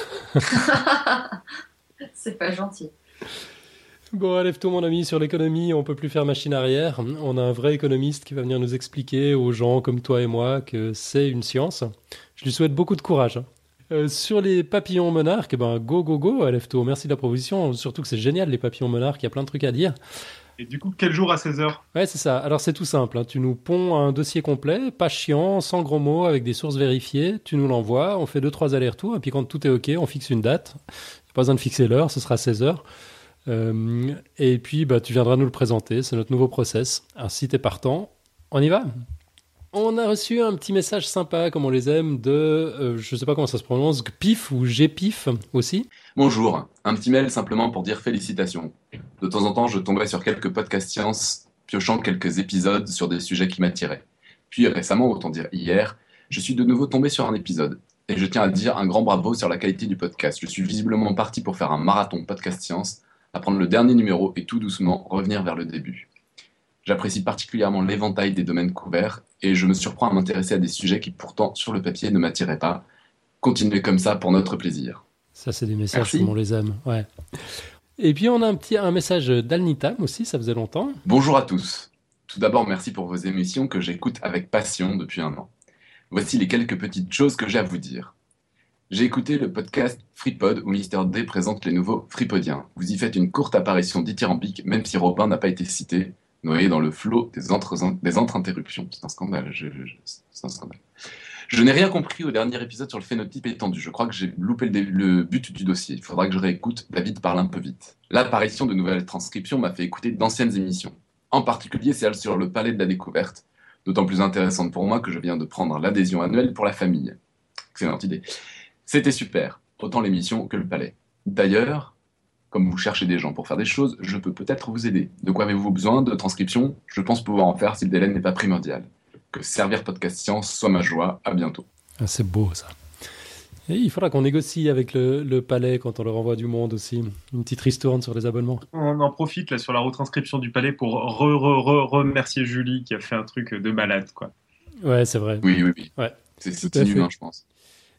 C'est pas gentil. Bon, lève-toi mon ami, sur l'économie, on peut plus faire machine arrière. On a un vrai économiste qui va venir nous expliquer aux gens comme toi et moi que c'est une science. Je lui souhaite beaucoup de courage. Euh, sur les papillons monarques, ben go go go, lève-toi. Merci de la proposition. Surtout que c'est génial les papillons monarques, il y a plein de trucs à dire. Et du coup, quel jour à seize heures? Ouais, c'est ça. Alors c'est tout simple, hein. Tu nous ponds un dossier complet, pas chiant, sans gros mots, avec des sources vérifiées. Tu nous l'envoies, on fait deux trois allers-retours, et puis quand tout est ok, on fixe une date. Pas besoin de fixer l'heure, ce sera seize heures. Euh, et puis bah, tu viendras nous le présenter, c'est notre nouveau process. Alors si t'es partant, on y va. On a reçu un petit message sympa, comme on les aime, de, euh, je sais pas comment ça se prononce, Gpif ou Gpif aussi. Bonjour, un petit mail simplement pour dire félicitations. De temps en temps, je tomberai sur quelques podcasts science, piochant quelques épisodes sur des sujets qui m'attiraient. Puis récemment, autant dire hier, je suis de nouveau tombé sur un épisode. Et je tiens à dire un grand bravo sur la qualité du podcast. Je suis visiblement parti pour faire un marathon podcast science, à prendre le dernier numéro et tout doucement revenir vers le début. J'apprécie particulièrement l'éventail des domaines couverts et je me surprends à m'intéresser à des sujets qui pourtant sur le papier ne m'attiraient pas. Continuez comme ça pour notre plaisir. Ça c'est des messages Merci. comme on les aime, ouais. Et puis on a un petit un message d'Alnitam aussi, ça faisait longtemps. Bonjour à tous. Tout d'abord, merci pour vos émissions que j'écoute avec passion depuis un an. Voici les quelques petites choses que j'ai à vous dire. J'ai écouté le podcast FreePod où Mister D présente les nouveaux Freepodiens. Vous y faites une courte apparition dithyrambique, même si Robin n'a pas été cité, noyé dans le flot des entre, des entre-interruptions. C'est un scandale. Je, je, c'est un scandale. Je n'ai rien compris au dernier épisode sur le phénotype étendu. Je crois que j'ai loupé le, dé- le but du dossier. Il faudra que je réécoute. David parle un peu vite. L'apparition de nouvelles transcriptions m'a fait écouter d'anciennes émissions. En particulier celle sur le palais de la découverte. D'autant plus intéressante pour moi que je viens de prendre l'adhésion annuelle pour la famille. Excellente idée. C'était super, autant l'émission que le palais. D'ailleurs, comme vous cherchez des gens pour faire des choses, je peux peut-être vous aider. De quoi avez-vous besoin de transcription? Je pense pouvoir en faire si le délai n'est pas primordial. Que servir Podcast Science soit ma joie. À bientôt. Ah, c'est beau ça. Et il faudra qu'on négocie avec le, le palais quand on leur envoie du monde aussi. Une petite ristourne sur les abonnements. On en profite là sur la retranscription du palais pour re, re, re, remercier Julie qui a fait un truc de malade, quoi. Ouais, c'est vrai. Oui, oui, oui. Ouais. C'est, c'est Tout à fait. inhumain, je pense.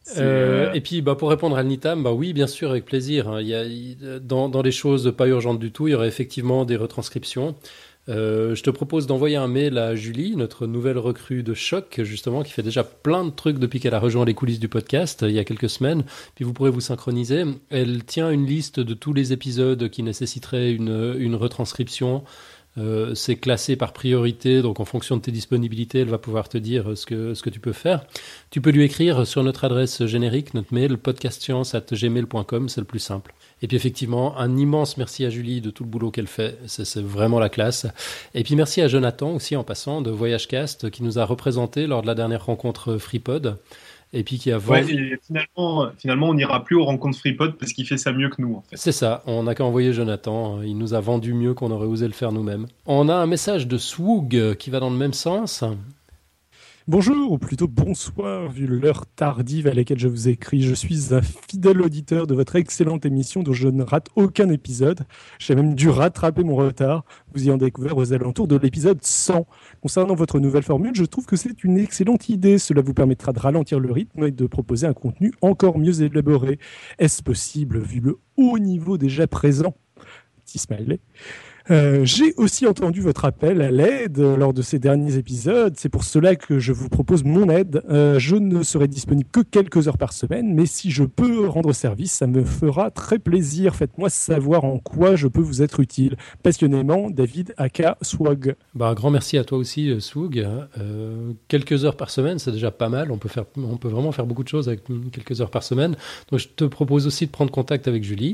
Euh, Euh, et puis bah, pour répondre à Alnitam, bah oui, bien sûr, avec plaisir. hein. Il y a, il- dans, dans les choses pas urgentes du tout, il y aurait effectivement des retranscriptions. Euh, je te propose d'envoyer un mail à Julie, notre nouvelle recrue de Choc, justement, qui fait déjà plein de trucs depuis qu'elle a rejoint les coulisses du podcast euh, il y a quelques semaines. Puis vous pourrez vous synchroniser. Elle tient une liste de tous les épisodes qui nécessiteraient une, une retranscription. Euh, c'est classé par priorité, donc en fonction de tes disponibilités, elle va pouvoir te dire ce que, ce que tu peux faire. Tu peux lui écrire sur notre adresse générique, notre mail, podcastscience arobase gmail point com, c'est le plus simple. Et puis effectivement, un immense merci à Julie de tout le boulot qu'elle fait, c'est, c'est vraiment la classe. Et puis merci à Jonathan aussi en passant de VoyageCast qui nous a représenté lors de la dernière rencontre FreePod. Et puis qui a ouais, vendu... et finalement, finalement, on n'ira plus aux rencontres FreePod parce qu'il fait ça mieux que nous, en fait. C'est ça, on n'a qu'à envoyer Jonathan, il nous a vendu mieux qu'on aurait osé le faire nous-mêmes. On a un message de Swoog qui va dans le même sens. Bonjour, ou plutôt bonsoir, vu l'heure tardive à laquelle je vous écris. Je suis un fidèle auditeur de votre excellente émission dont je ne rate aucun épisode. J'ai même dû rattraper mon retard, vous ayant découvert aux alentours de l'épisode cent. Concernant votre nouvelle formule, je trouve que c'est une excellente idée. Cela vous permettra de ralentir le rythme et de proposer un contenu encore mieux élaboré. Est-ce possible, vu le haut niveau déjà présent? Petit smiley. Euh, j'ai aussi entendu votre appel à l'aide lors de ces derniers épisodes. C'est pour cela que je vous propose mon aide. Euh, je ne serai disponible que quelques heures par semaine, mais si je peux rendre service, ça me fera très plaisir. Faites-moi savoir en quoi je peux vous être utile. Passionnément, David aka Swag. Bah, un grand merci à toi aussi, Swoog. Euh, quelques heures par semaine, c'est déjà pas mal. On peut, faire, on peut vraiment faire beaucoup de choses avec quelques heures par semaine. Donc, je te propose aussi de prendre contact avec Julie.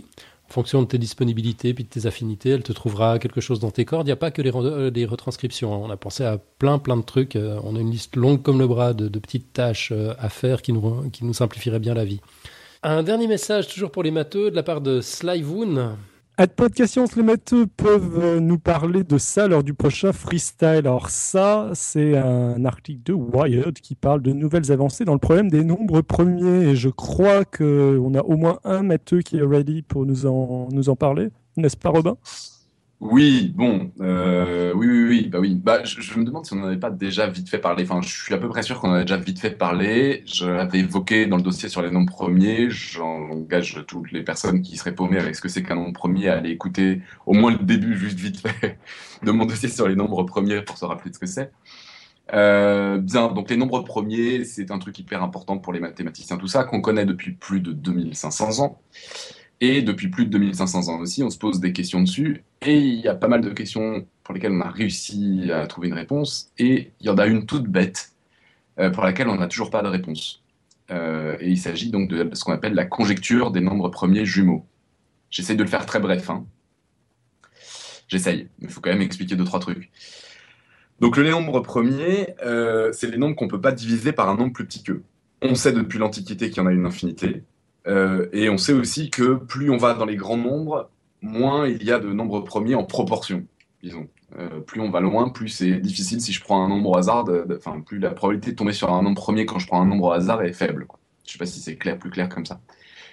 En fonction de tes disponibilités puis de tes affinités, elle te trouvera quelque chose dans tes cordes. Il n'y a pas que les, re- les retranscriptions, hein. On a pensé à plein, plein de trucs. Euh, On a une liste longue comme le bras de, de petites tâches euh, à faire qui nous, qui nous simplifieraient bien la vie. Un dernier message, toujours pour les matheux, de la part de Slyvoon. À Podcast, les matheux peuvent euh, nous parler de ça lors du prochain freestyle. Alors ça, c'est un article de Wired qui parle de nouvelles avancées dans le problème des nombres premiers. Et je crois qu'on a au moins un matheux qui est ready pour nous en, nous en parler. N'est-ce pas, Robin? Oui, bon, euh, oui, oui, oui, bah oui. Bah, je, je me demande si on n'en avait pas déjà vite fait parler. Enfin, je suis à peu près sûr qu'on en a déjà vite fait parler. Je l'avais évoqué dans le dossier sur les nombres premiers. J'engage toutes les personnes qui seraient paumées avec ce que c'est qu'un nombre premier à aller écouter au moins le début, juste vite fait, de mon dossier sur les nombres premiers pour se rappeler de ce que c'est. Euh, bien, donc les nombres premiers, c'est un truc hyper important pour les mathématiciens, tout ça, qu'on connaît depuis plus de deux mille cinq cents ans. Et depuis plus de deux mille cinq cents ans aussi, on se pose des questions dessus. Et il y a pas mal de questions pour lesquelles on a réussi à trouver une réponse. Et il y en a une toute bête euh, pour laquelle on n'a toujours pas de réponse. Euh, et il s'agit donc de ce qu'on appelle la conjecture des nombres premiers jumeaux. J'essaye de le faire très bref, hein. J'essaye, mais il faut quand même expliquer deux, trois trucs. Donc les nombres premiers, euh, c'est les nombres qu'on ne peut pas diviser par un nombre plus petit qu'eux. On sait depuis l'Antiquité qu'il y en a une infinité. Euh, et on sait aussi que plus on va dans les grands nombres, moins il y a de nombres premiers en proportion, disons. Euh, plus on va loin, plus c'est difficile si je prends un nombre au hasard, de- de- enfin, plus la probabilité de tomber sur un nombre premier quand je prends un nombre au hasard est faible, quoi. Je sais pas si c'est clair, plus clair comme ça.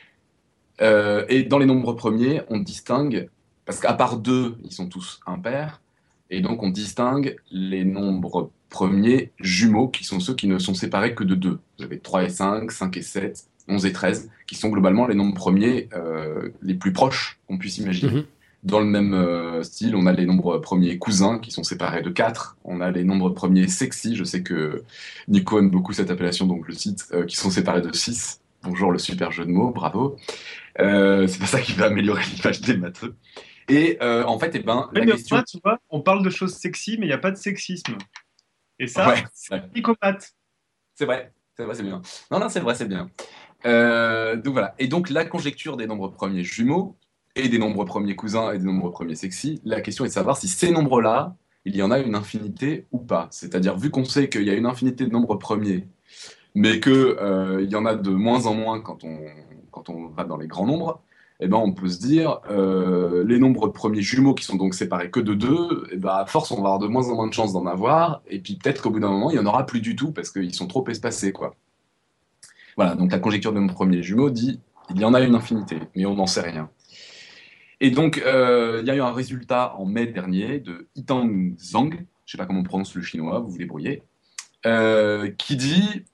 Euh, et dans les nombres premiers, on distingue, parce qu'à part deux, ils sont tous impairs, et donc on distingue les nombres premiers jumeaux, qui sont ceux qui ne sont séparés que de deux. Vous avez trois et cinq, cinq et sept, onze et treize, qui sont globalement les nombres premiers euh, les plus proches qu'on puisse imaginer. Mhm. Dans le même euh, style, on a les nombres premiers cousins qui sont séparés de quatre. On a les nombres premiers sexy, je sais que Nico aime beaucoup cette appellation, donc je le cite, euh, qui sont séparés de six. Bonjour le super jeu de mots, bravo. Euh, c'est pas ça qui va améliorer l'image des matheux. Et euh, en fait, eh ben, Oui, la mais question... moi, tu vois, on parle de choses sexy, mais il n'y a pas de sexisme. Et ça, Ouais, c'est vrai, c'est psychopathe. c'est vrai, c'est vrai, c'est bien. Non, non, c'est vrai, c'est bien. Euh, donc voilà. Et donc la conjecture des nombres premiers jumeaux et des nombres premiers cousins et des nombres premiers sexy, la question est de savoir si ces nombres-là, il y en a une infinité ou pas. C'est-à-dire, vu qu'on sait qu'il y a une infinité de nombres premiers, mais qu'il euh, y en a de moins en moins quand on, quand on va dans les grands nombres, eh ben, on peut se dire, euh, les nombres premiers jumeaux qui sont donc séparés que de deux, eh ben, à force, on va avoir de moins en moins de chances d'en avoir, et puis peut-être qu'au bout d'un moment, il n'y en aura plus du tout, parce qu'ils sont trop espacés, quoi. Voilà, donc la conjecture de mon premier jumeau dit il y en a une infinité, mais on n'en sait rien. Et donc, euh, il y a eu un résultat en mai dernier de Yitang Zhang, je ne sais pas comment on prononce le chinois, vous vous débrouillez, euh, qui dit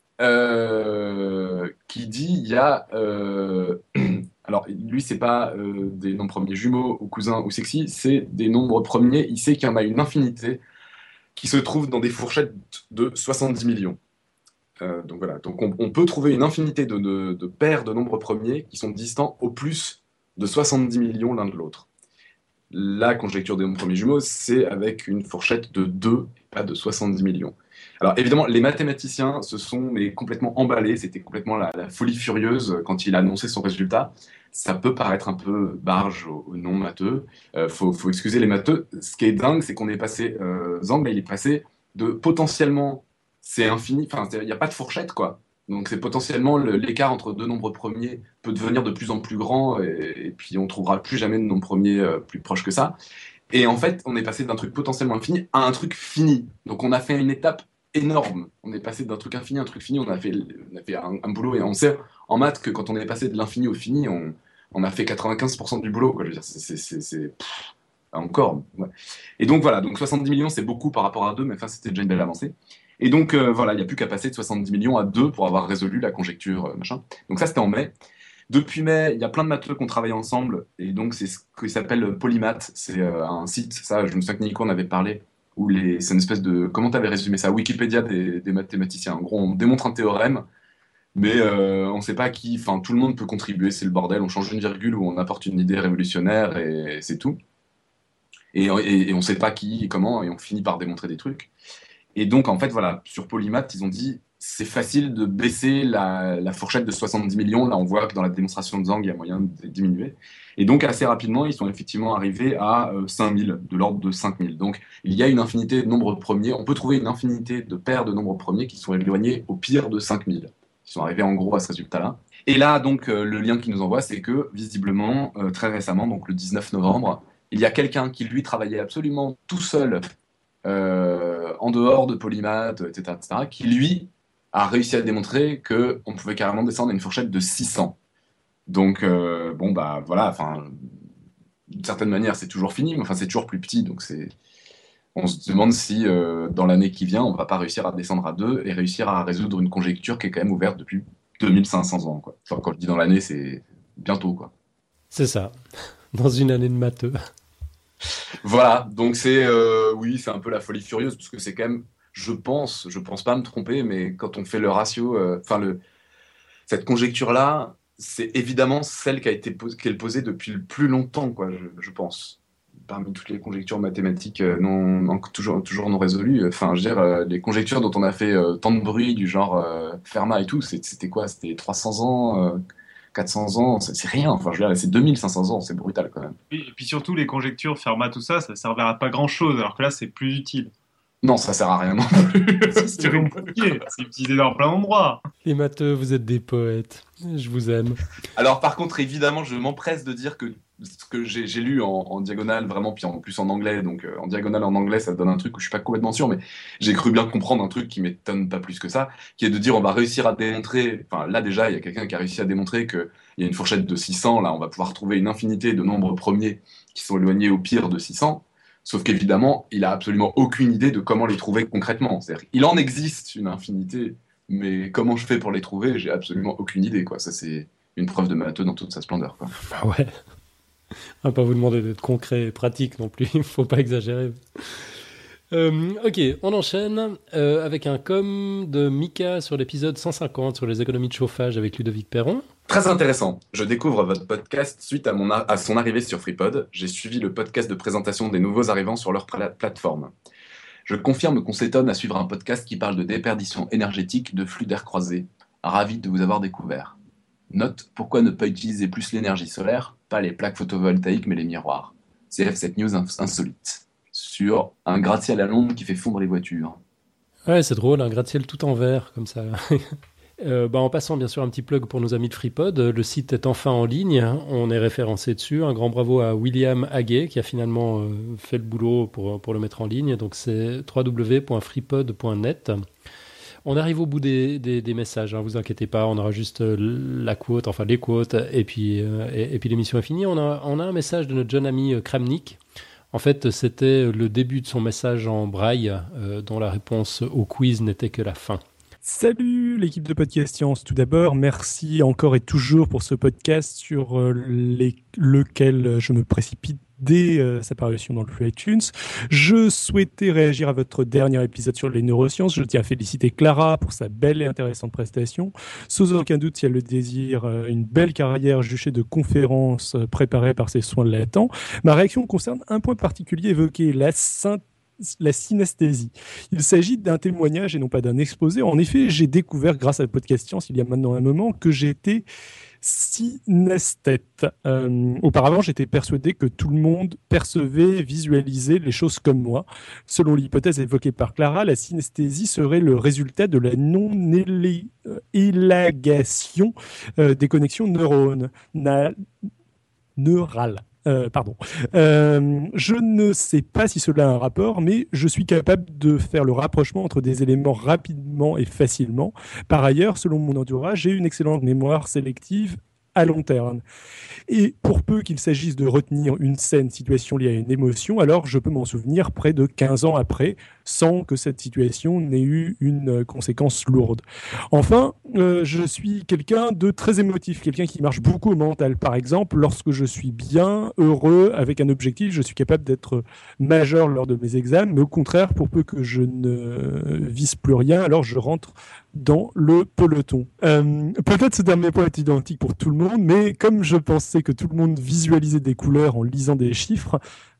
euh, qui dit il y a euh, alors lui c'est pas euh, des nombres premiers jumeaux ou cousins ou sexy, c'est des nombres premiers. Il sait qu'il y en a une infinité qui se trouve dans des fourchettes de soixante-dix millions. Euh, donc voilà, donc on, on peut trouver une infinité de, de- de paires de nombres premiers qui sont distants au plus de soixante-dix millions l'un de l'autre. La conjecture des nombres premiers jumeaux, c'est avec une fourchette de deux, et pas de soixante-dix millions. Alors évidemment, les mathématiciens se sont mais, complètement emballés, c'était complètement la, la folie furieuse quand il a annoncé son résultat. Ça peut paraître un peu barge aux, aux non-matheux, euh, faut, faut excuser les matheux. Ce qui est dingue, c'est qu'on est passé, euh, Zhang, là, il est passé de potentiellement c'est infini, enfin, il n'y a pas de fourchette, quoi. Donc c'est potentiellement le- l'écart entre deux nombres premiers peut devenir de plus en plus grand, et, et puis on trouvera plus jamais de nombre premier euh, plus proche que ça. Et en fait, on est passé d'un truc potentiellement infini à un truc fini. Donc on a fait une étape énorme. On est passé d'un truc infini à un truc fini, on a fait, on a fait un, un boulot, et on sait en maths que quand on est passé de l'infini au fini, on, on a fait quatre-vingt-quinze pour cent du boulot, quoi. Je veux dire, c'est... c'est- c'est- c'est- pff, encore. Ouais. Et donc voilà, donc soixante-dix millions, c'est beaucoup par rapport à deux, mais enfin, c'était déjà une belle avancée. Et donc euh, voilà, il n'y a plus qu'à passer de soixante-dix millions à deux pour avoir résolu la conjecture, euh, machin. Donc ça, c'était en mai. Depuis mai, il y a plein de matheux qui ont travaillé ensemble, et donc c'est ce qui s'appelle Polymath. C'est euh, un site, ça, je me souviens que Nico en avait parlé, où les... c'est une espèce de... Comment tu avais résumé ça? Wikipédia des, des mathématiciens. En gros, on démontre un théorème, mais euh, on ne sait pas qui... Enfin, tout le monde peut contribuer, c'est le bordel. On change une virgule ou on apporte une idée révolutionnaire, et c'est tout. Et, et, et on ne sait pas qui et comment, et on finit par démontrer des trucs. Et donc, en fait, voilà, sur Polymath, ils ont dit c'est facile de baisser la, la fourchette de soixante-dix millions. Là, on voit que dans la démonstration de Zhang, il y a moyen de diminuer. Et donc, assez rapidement, ils sont effectivement arrivés à euh, cinq mille, de l'ordre de cinq mille. Donc, il y a une infinité de nombres premiers. On peut trouver une infinité de paires de nombres premiers qui sont éloignés au pire de cinq mille. Ils sont arrivés en gros à ce résultat-là. Et là, donc, euh, le lien qui nous envoie, c'est que, visiblement, euh, très récemment, donc le dix-neuf novembre, il y a quelqu'un qui, lui, travaillait absolument tout seul, euh, en dehors de Polymath, et cetera, et cetera, qui, lui, a réussi à démontrer qu'on pouvait carrément descendre à une fourchette de six cents. Donc, euh, bon, bah voilà, enfin, d'une certaine manière, c'est toujours fini, mais enfin, c'est toujours plus petit, donc c'est... On se demande si, euh, dans l'année qui vient, on va pas réussir à descendre à deux et réussir à résoudre une conjecture qui est quand même ouverte depuis deux mille cinq cents ans, quoi. Enfin, quand je dis dans l'année, c'est bientôt, quoi. C'est ça, dans une année de matheux. Voilà, donc c'est, euh, oui, c'est un peu la folie furieuse, parce que c'est quand même, je pense, je pense pas me tromper, mais quand on fait le ratio, enfin, euh, le, cette conjecture-là, c'est évidemment celle qui a été pos- qu'elle posée depuis le plus longtemps, quoi, je, je pense. Parmi toutes les conjectures mathématiques euh, non, non, toujours, toujours non résolues, enfin, je veux dire, euh, les conjectures dont on a fait euh, tant de bruit, du genre euh, Fermat et tout, c'est- c'était quoi? C'était trois cents ans, euh, quatre cents ans, c'est c'est rien, enfin, je veux dire, c'est deux mille cinq cents ans, c'est brutal quand même. Oui, et puis surtout, les conjectures, Fermat, tout ça, ça servira à pas grand-chose, alors que là, c'est plus utile. Non, ça sert à rien non plus. C'est compliqué, c'est utilisé dans plein d'endroits. Les matheux, vous êtes des poètes. Je vous aime. Alors, par contre, évidemment, je m'empresse de dire que ce que j'ai j'ai lu en, en diagonale, vraiment, puis en plus en anglais, donc euh, en diagonale en anglais, ça donne un truc où je suis pas complètement sûr, mais j'ai cru bien comprendre un truc qui m'étonne pas plus que ça, qui est de dire on va réussir à démontrer, enfin là déjà, il y a quelqu'un qui a réussi à démontrer qu'il y a une fourchette de six cents, là, on va pouvoir trouver une infinité de nombres premiers qui sont éloignés au pire de six cents, sauf qu'évidemment, il a absolument aucune idée de comment les trouver concrètement. C'est-à-dire qu'il en existe une infinité, mais comment je fais pour les trouver, j'ai absolument aucune idée, quoi. Ça, c'est une preuve de matheux dans toute sa splendeur, quoi. Bah ouais. On va pas vous demander d'être concret et pratique non plus, il faut pas exagérer. Euh, ok, on enchaîne euh, avec un com de Mika sur l'épisode cent cinquante sur les économies de chauffage avec Ludovic Perron. Très intéressant. Je découvre votre podcast suite à, mon a- à son arrivée sur FreePod. J'ai suivi le podcast de présentation des nouveaux arrivants sur leur pla- plateforme. Je confirme qu'on s'étonne à suivre un podcast qui parle de déperdition énergétique de flux d'air croisé. Ravi de vous avoir découvert. Note, pourquoi ne pas utiliser plus l'énergie solaire, pas les plaques photovoltaïques mais les miroirs. C F sept news ins- insolite. Sur un gratte-ciel à Londres qui fait fondre les voitures. Ouais, c'est drôle, un gratte-ciel tout en vert, comme ça. euh, bah, en passant, bien sûr, un petit plug pour nos amis de FreePod. Le site est enfin en ligne, on est référencé dessus. Un grand bravo à William Haguet, qui a finalement euh, fait le boulot pour, pour le mettre en ligne. Donc, c'est w w w point freepod point net. On arrive au bout des, des, des messages, hein, vous inquiétez pas, on aura juste euh, la quote, enfin les quotes, et puis, euh, et, et puis l'émission est finie. On a, on a un message de notre jeune ami euh, Kramnik. En fait, c'était le début de son message en braille, euh, dont la réponse au quiz n'était que la fin. Salut l'équipe de Podcast Science. Tout d'abord, merci encore et toujours pour ce podcast sur euh, les, lequel je me précipite dès euh, sa parution dans le flux iTunes. Je souhaitais réagir à votre dernier épisode sur les neurosciences. Je tiens à féliciter Clara pour sa belle et intéressante prestation. Sans aucun doute, si elle le désire, euh, une belle carrière juchée de conférences euh, préparée par ses soins latents. Ma réaction concerne un point particulier évoqué, la synthèse. La synesthésie. Il s'agit d'un témoignage et non pas d'un exposé. En effet, j'ai découvert, grâce à Podcast Science, il y a maintenant un moment, que j'étais synesthète. Euh, auparavant, j'étais persuadé que tout le monde percevait, visualisait les choses comme moi. Selon l'hypothèse évoquée par Clara, la synesthésie serait le résultat de la non-élagation euh, des connexions neurones, na- neurales. Euh, pardon. Euh, je ne sais pas si cela a un rapport, mais je suis capable de faire le rapprochement entre des éléments rapidement et facilement. Par ailleurs, selon mon entourage, j'ai une excellente mémoire sélective à long terme. Et pour peu qu'il s'agisse de retenir une scène, situation liée à une émotion, alors je peux m'en souvenir près de quinze ans après, sans que cette situation n'ait eu une conséquence lourde. Enfin, euh, je suis quelqu'un de très émotif, quelqu'un qui marche beaucoup au mental. Par exemple, lorsque je suis bien, heureux, avec un objectif, je suis capable d'être majeur lors de mes examens, mais au contraire, pour peu que je ne vise plus rien, alors je rentre dans le peloton. Euh, peut-être ce dernier point est identique pour tout le monde, mais comme je pensais que tout le monde visualisait des couleurs en lisant des chiffres,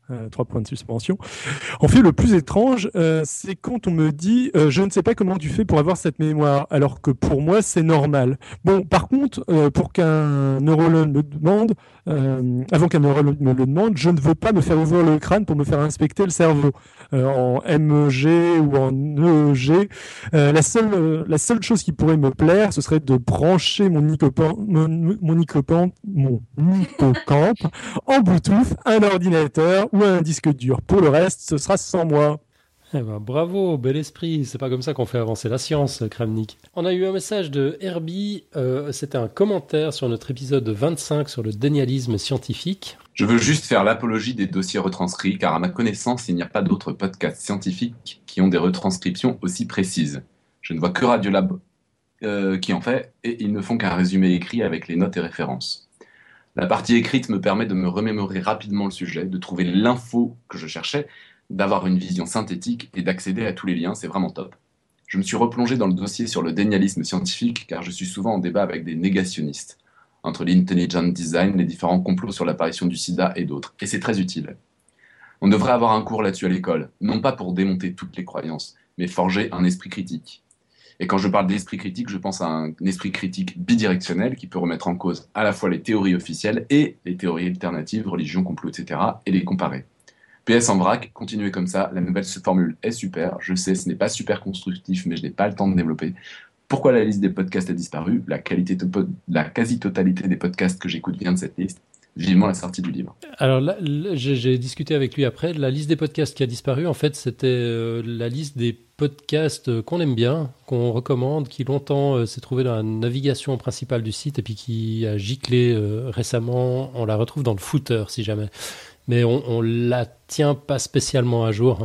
Euh, trois points de suspension. En fait, le plus étrange, euh, c'est quand on me dit euh, je ne sais pas comment tu fais pour avoir cette mémoire, alors que pour moi, c'est normal. Bon, par contre, euh, pour qu'un neurologue me demande, euh, avant qu'un neurologue me le demande, je ne veux pas me faire ouvrir le crâne pour me faire inspecter le cerveau euh, en M E G ou en E E G. Euh, la seule, euh, la seule chose qui pourrait me plaire, ce serait de brancher mon hippocampe, mon, mon hippocampe, mon hippocampe en Bluetooth, un ordinateur ou un disque dur. Pour le reste, ce sera sans moi. Eh ben, bravo, bel esprit. C'est pas comme ça qu'on fait avancer la science, Kramnik. On a eu un message de Herbie. Euh, c'était un commentaire sur notre épisode vingt-cinq sur le dénialisme scientifique. Je veux juste faire l'apologie des dossiers retranscrits, car à ma connaissance, il n'y a pas d'autres podcasts scientifiques qui ont des retranscriptions aussi précises. Je ne vois que Radiolab euh, qui en fait, et ils ne font qu'un résumé écrit avec les notes et références. La partie écrite me permet de me remémorer rapidement le sujet, de trouver l'info que je cherchais, d'avoir une vision synthétique et d'accéder à tous les liens, c'est vraiment top. Je me suis replongé dans le dossier sur le dénialisme scientifique car je suis souvent en débat avec des négationnistes, entre l'intelligent design, les différents complots sur l'apparition du sida et d'autres, et c'est très utile. On devrait avoir un cours là-dessus à l'école, non pas pour démonter toutes les croyances, mais forger un esprit critique. Et quand je parle d'esprit critique, je pense à un esprit critique bidirectionnel qui peut remettre en cause à la fois les théories officielles et les théories alternatives, religion, complot, et cetera, et les comparer. P S en vrac, continuez comme ça, la nouvelle formule est super, je sais, ce n'est pas super constructif, mais je n'ai pas le temps de développer. Pourquoi la liste des podcasts a disparu ? La, qualité de po- la quasi-totalité des podcasts que j'écoute vient de cette liste. Vivement la sortie du livre. Alors là, là, j'ai, j'ai discuté avec lui après. La liste des podcasts qui a disparu, en fait, c'était euh, la liste des podcasts qu'on aime bien, qu'on recommande, qui longtemps euh, s'est trouvé dans la navigation principale du site et puis qui a giclé euh, récemment. On la retrouve dans le footer, si jamais. Mais on ne la tient pas spécialement à jour.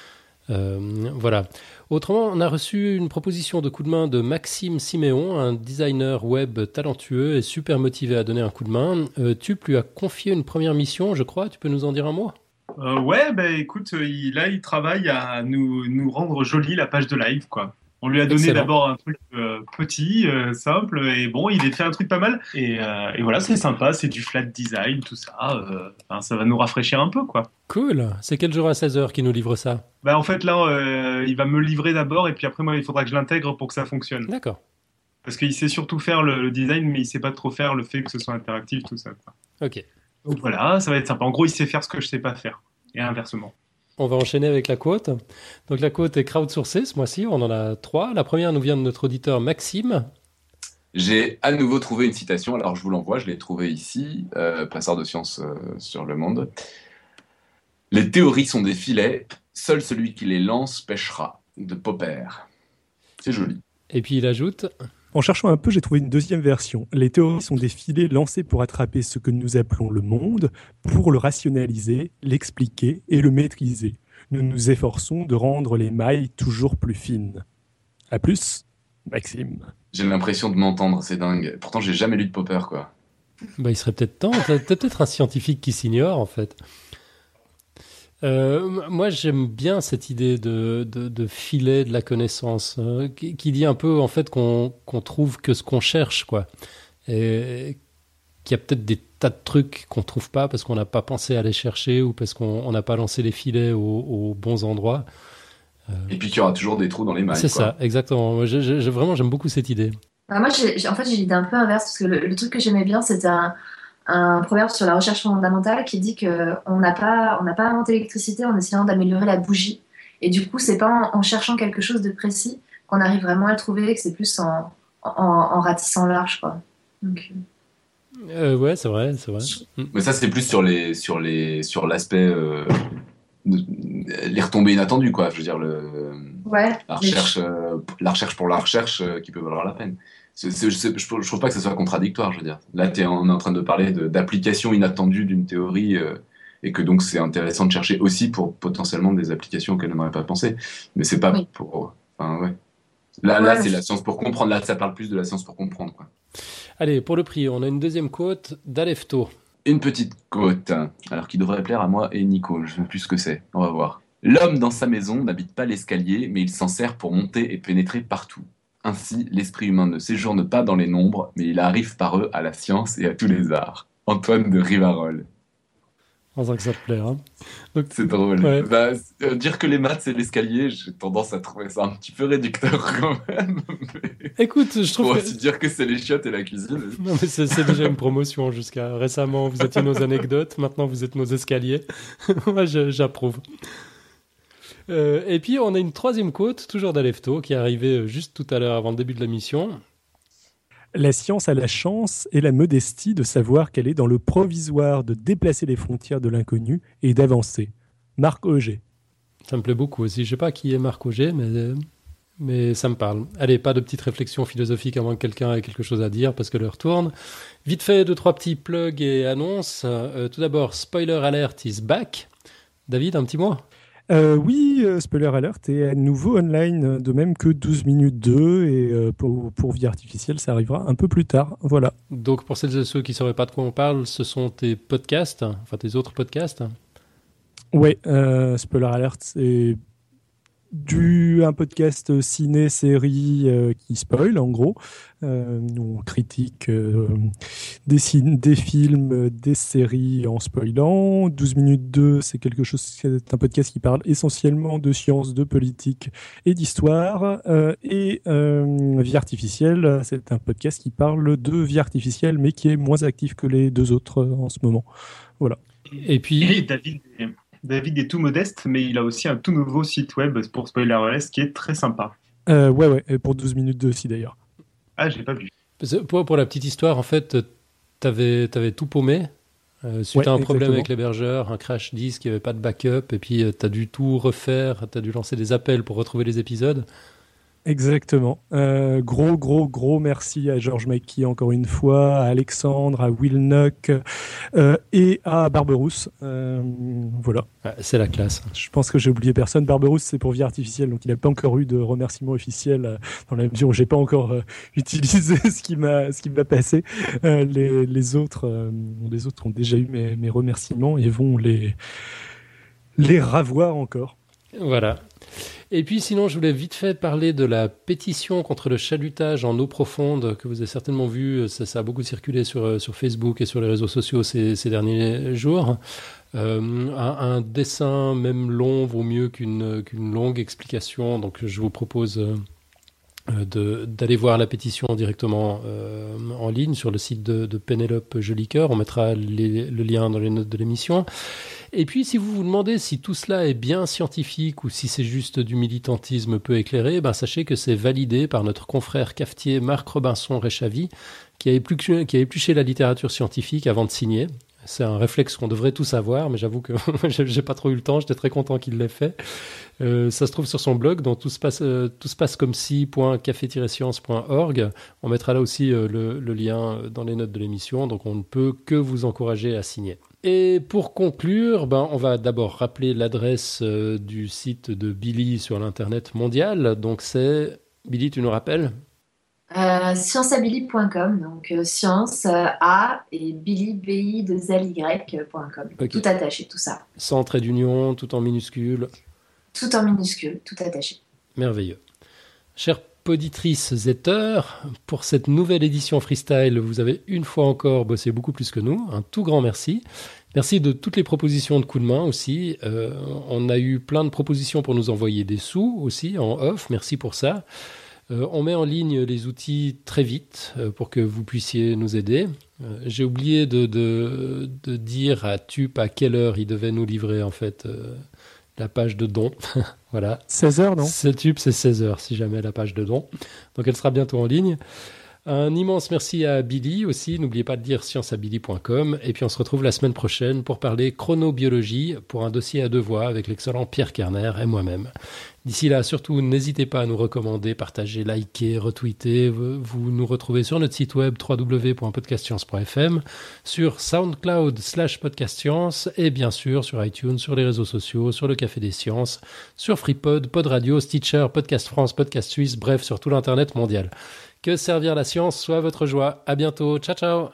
Euh, voilà. Autrement, on a reçu une proposition de coup de main de Maxime Siméon, un designer web talentueux et super motivé à donner un coup de main. Euh, tu lui as confié une première mission, je crois. Tu peux nous en dire un mot ? Euh, ouais, bah écoute, il, là, il travaille à nous, nous rendre jolie la page de live, quoi. On lui a donné Excellent. d'abord un truc euh, petit, euh, simple, et bon, il a fait un truc pas mal. Et, euh, et voilà, c'est sympa, c'est du flat design, tout ça. Euh, enfin, ça va nous rafraîchir un peu, quoi. Cool. C'est quel jour à seize heures qui nous livre ça ? Bah en fait, là, euh, il va me le livrer d'abord, et puis après, moi, il faudra que je l'intègre pour que ça fonctionne. D'accord. Parce qu'il sait surtout faire le, le design, mais il sait pas trop faire le fait que ce soit interactif, tout ça, quoi. Ok. Donc voilà, ça va être sympa. En gros, il sait faire ce que je sais pas faire. Et inversement. On va enchaîner avec la quote. Donc la quote est crowdsourcée ce mois-ci, on en a trois. La première nous vient de notre auditeur Maxime. J'ai à nouveau trouvé une citation, alors je vous l'envoie, je l'ai trouvée ici, euh, Passeur de science euh, sur Le Monde. « Les théories sont des filets, seul celui qui les lance pêchera » de Popper. C'est joli. Et puis il ajoute... En cherchant un peu, j'ai trouvé une deuxième version. Les théories sont des filets lancés pour attraper ce que nous appelons le monde, pour le rationaliser, l'expliquer et le maîtriser. Nous nous efforçons de rendre les mailles toujours plus fines. À plus, Maxime. J'ai l'impression de m'entendre, c'est dingue. Pourtant, j'ai jamais lu de Popper, quoi. Bah, il serait peut-être temps. T'as peut-être un scientifique qui s'ignore, en fait. Euh, moi, j'aime bien cette idée de, de, de filet de la connaissance, hein, qui, qui dit un peu, en fait, qu'on qu'on trouve que ce qu'on cherche, quoi. Et qu'il y a peut-être des tas de trucs qu'on ne trouve pas parce qu'on n'a pas pensé à les chercher ou parce qu'on n'a pas lancé les filets aux, aux bons endroits. Euh... Et puis qu'il y aura toujours des trous dans les mailles. C'est quoi. Ça, exactement. Moi, j'ai, j'ai, vraiment, j'aime beaucoup cette idée. Bah, moi, j'ai, j'ai, en fait, j'ai l'idée un peu inverse parce que le, le truc que j'aimais bien, c'était un... un proverbe sur la recherche fondamentale qui dit qu'on n'a pas, on n'a pas inventé l'électricité en essayant d'améliorer la bougie. Et du coup, c'est pas en, en cherchant quelque chose de précis qu'on arrive vraiment à le trouver, que c'est plus en, en, en ratissant large, quoi. Donc, euh, ouais, c'est vrai, c'est vrai. Mais ça, c'est plus sur les, sur les, sur l'aspect, euh, de, les retombées inattendues, quoi. Je veux dire le, ouais, la recherche, euh, la recherche pour la recherche euh, qui peut valoir la peine. C'est, c'est, c'est, je ne trouve pas que ce soit contradictoire, je veux dire. Là, t'es, on est en train de parler de, d'application inattendue d'une théorie euh, et que donc c'est intéressant de chercher aussi pour potentiellement des applications auxquelles on n'aurait pas pensé. Mais c'est pas oui. pour... Enfin, ouais. Là, ouais, là c'est je... la science pour comprendre. Là, ça parle plus de la science pour comprendre, quoi. Allez, pour le prix, on a une deuxième quote d'Alefto. Une petite quote, alors qui devrait plaire à moi et Nico. Je ne sais plus ce que c'est. On va voir. L'homme dans sa maison n'habite pas l'escalier, mais il s'en sert pour monter et pénétrer partout. Ainsi, l'esprit humain ne séjourne pas dans les nombres, mais il arrive par eux à la science et à tous les arts. Antoine de Rivarol. En tant que ça te plaît. Hein. Donc, c'est drôle. Ouais. Bah, euh, dire que les maths, c'est l'escalier, j'ai tendance à trouver ça un petit peu réducteur quand même. Mais... Écoute, je trouve Faut que... aussi dire que c'est les chiottes et la cuisine. Non, mais c'est, c'est déjà une promotion. Jusqu'à récemment, vous étiez nos anecdotes. Maintenant, vous êtes nos escaliers. Moi, je, j'approuve. Euh, et puis, on a une troisième quote, toujours d'Alefto, qui est arrivée juste tout à l'heure avant le début de la mission. La science a la chance et la modestie de savoir qu'elle est dans le provisoire de déplacer les frontières de l'inconnu et d'avancer. Marc Auger. Ça me plaît beaucoup aussi. Je ne sais pas qui est Marc Auger, mais, mais ça me parle. Allez, pas de petite réflexion philosophique avant que quelqu'un ait quelque chose à dire, parce que l'heure tourne. Vite fait, deux, trois petits plugs et annonces. Euh, tout d'abord, Spoiler Alert is back. David, un petit mot ? Euh, oui, euh, Spoiler Alert est à nouveau online, de même que douze minutes deux, et euh, pour, pour Vie Artificielle, ça arrivera un peu plus tard. Voilà. Donc, pour celles et ceux qui ne sauraient pas de quoi on parle, ce sont tes podcasts, enfin tes autres podcasts. Ouais, euh, Spoiler Alert, c'est du, un podcast ciné-série euh, qui spoil, en gros. Euh, nous, on critique euh, des, cin- des films, des séries en spoilant. douze minutes deux, c'est quelque chose, c'est un podcast qui parle essentiellement de sciences, de politique et d'histoire. Euh, et euh, Vie Artificielle, c'est un podcast qui parle de vie artificielle, mais qui est moins actif que les deux autres euh, en ce moment. Voilà. Et puis... Et David... David est tout modeste, mais il a aussi un tout nouveau site web pour Spoiler Alert qui est très sympa. Euh, ouais, ouais, et pour douze minutes deux aussi d'ailleurs. Ah, j'ai pas vu. Pour, pour la petite histoire, en fait, t'avais, t'avais tout paumé euh, suite Ouais, à un problème exactement. avec l'hébergeur, un crash disque, il n'y avait pas de backup, et puis euh, t'as dû tout refaire, t'as dû lancer des appels pour retrouver les épisodes. Exactement. Euh, gros, gros, gros merci à George Mackey encore une fois, à Alexandre, à Will Nock euh, et à Barberousse. Euh, voilà. Ouais, c'est la classe. Je pense que j'ai oublié personne. Barberousse, c'est pour Vie Artificielle, donc il n'a pas encore eu de remerciement officiel euh, dans la mesure où j'ai pas encore euh, utilisé ce qui m'a, ce qui m'a passé. Euh, les, les autres, euh, les autres ont déjà eu mes, mes remerciements et vont les les ravoir encore. Voilà. Et puis sinon, je voulais vite fait parler de la pétition contre le chalutage en eau profonde que vous avez certainement vu. Ça, ça a beaucoup circulé sur, sur Facebook et sur les réseaux sociaux ces, ces derniers jours. Euh, un, un dessin, même long, vaut mieux qu'une, qu'une longue explication. Donc je vous propose euh, de, d'aller voir la pétition directement euh, en ligne sur le site de, de Pénélope Jolicoeur. On mettra les, le lien dans les notes de l'émission. Et puis, si vous vous demandez si tout cela est bien scientifique ou si c'est juste du militantisme peu éclairé, ben sachez que c'est validé par notre confrère cafetier Marc Robinson-Réchavy, qui a épluché, qui a épluché la littérature scientifique avant de signer. C'est un réflexe qu'on devrait tous avoir, mais j'avoue que j'ai pas trop eu le temps, j'étais très content qu'il l'ait fait. Euh, ça se trouve sur son blog, dans tout se passe, euh, tout se passe comme si point café tiret science point org. On mettra là aussi euh, le, le lien dans les notes de l'émission, donc on ne peut que vous encourager à signer. Et pour conclure, ben, on va d'abord rappeler l'adresse euh, du site de Billy sur l'internet mondial. Donc c'est, Billy, tu nous rappelles ? Euh, scienceabilly point com, donc euh, science euh, A et Billy B I deux L Y point com. Okay. Tout attaché, tout ça. Sans trait d'union, tout en minuscule. Tout en minuscule, tout attaché. Merveilleux. Chères poditrices et auditeurs, pour cette nouvelle édition freestyle, vous avez une fois encore bossé beaucoup plus que nous. Un tout grand merci. Merci de toutes les propositions de coups de main aussi. Euh, on a eu plein de propositions pour nous envoyer des sous aussi en off. Merci pour ça. Euh, on met en ligne les outils très vite euh, pour que vous puissiez nous aider. Euh, j'ai oublié de, de, de dire à Tup à quelle heure il devait nous livrer en fait euh, la page de don. Voilà. seize heures, non ? C'est Tup, c'est seize heures si jamais la page de don. Donc elle sera bientôt en ligne. Un immense merci à Billy aussi. N'oubliez pas de dire science à billy point com. Et puis on se retrouve la semaine prochaine pour parler chronobiologie pour un dossier à deux voix avec l'excellent Pierre Kerner et moi-même. D'ici là, surtout, n'hésitez pas à nous recommander, partager, liker, retweeter. Vous nous retrouvez sur notre site web w w w point podcast science point f m, sur SoundCloud slash podcastscience et bien sûr sur iTunes, sur les réseaux sociaux, sur le Café des Sciences, sur FreePod, Pod Radio, Stitcher, Podcast France, Podcast Suisse, bref, sur tout l'Internet mondial. Que servir la science soit votre joie. À bientôt. Ciao, ciao.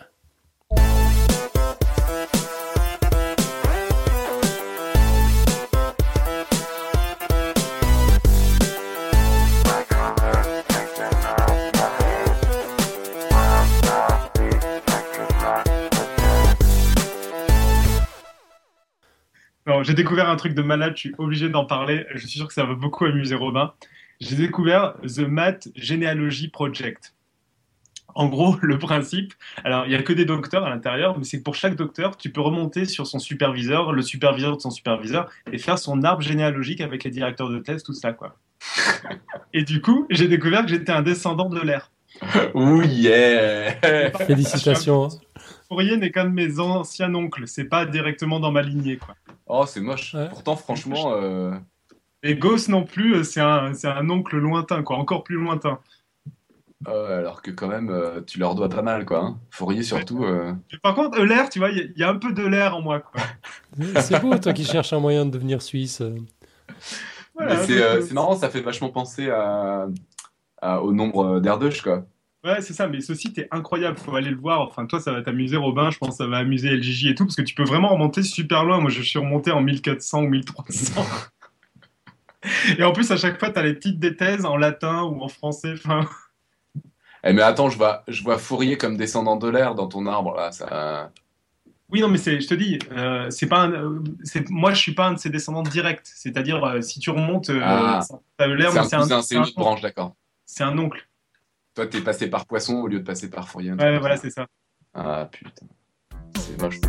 Non, j'ai découvert un truc de malade, je suis obligé d'en parler. Je suis sûr que ça va beaucoup amuser Robin. J'ai découvert The Math Genealogy Project. En gros, le principe, alors il n'y a que des docteurs à l'intérieur, mais c'est que pour chaque docteur, tu peux remonter sur son superviseur, le superviseur de son superviseur, et faire son arbre généalogique avec les directeurs de thèse, tout ça, quoi. Et du coup, j'ai découvert que j'étais un descendant de l'air. Oh yeah. Félicitations. Fourier n'est qu'un de mes anciens oncles, c'est pas directement dans ma lignée, quoi. Oh, c'est moche. Ouais. Pourtant, franchement... euh, Et Gauss non plus, c'est un, c'est un oncle lointain, quoi, encore plus lointain. euh, alors que quand même, euh, tu leur dois pas mal, quoi. Hein. Fourier, surtout... euh, Et par contre, l'air, tu vois, il y, a- il y a un peu de l'air en moi, quoi. C'est beau, toi qui cherches un moyen de devenir suisse. Voilà, Mais c'est donc, euh, euh, c'est marrant, ça fait vachement penser à, à- au nombre d'Erdős, quoi. Ouais, c'est ça, mais ce site est incroyable, faut aller le voir. Enfin, toi, ça va t'amuser, Robin, je pense que ça va amuser L J J et tout, parce que tu peux vraiment remonter super loin. Moi, je suis remonté en mille quatre cents ou mille trois cents. Et en plus, à chaque fois, t'as les petites des thèses en latin ou en français. Enfin, Eh, mais attends, je vois, je vois Fourier comme descendant de l'air dans ton arbre, là. Ça... oui, non, mais c'est, je te dis, euh, c'est pas un, euh, c'est, moi, je suis pas un de ses descendants directs. C'est-à-dire, euh, si tu remontes, euh, Ah. ça a l'air, C'est mais un c'est un, cousin, c'est c'est un une autre oncle. branche, d'accord. C'est un oncle. Toi, t'es passé par Poisson au lieu de passer par Fourier. un truc Ouais, comme voilà, ça. c'est ça. Ah, putain. C'est moche.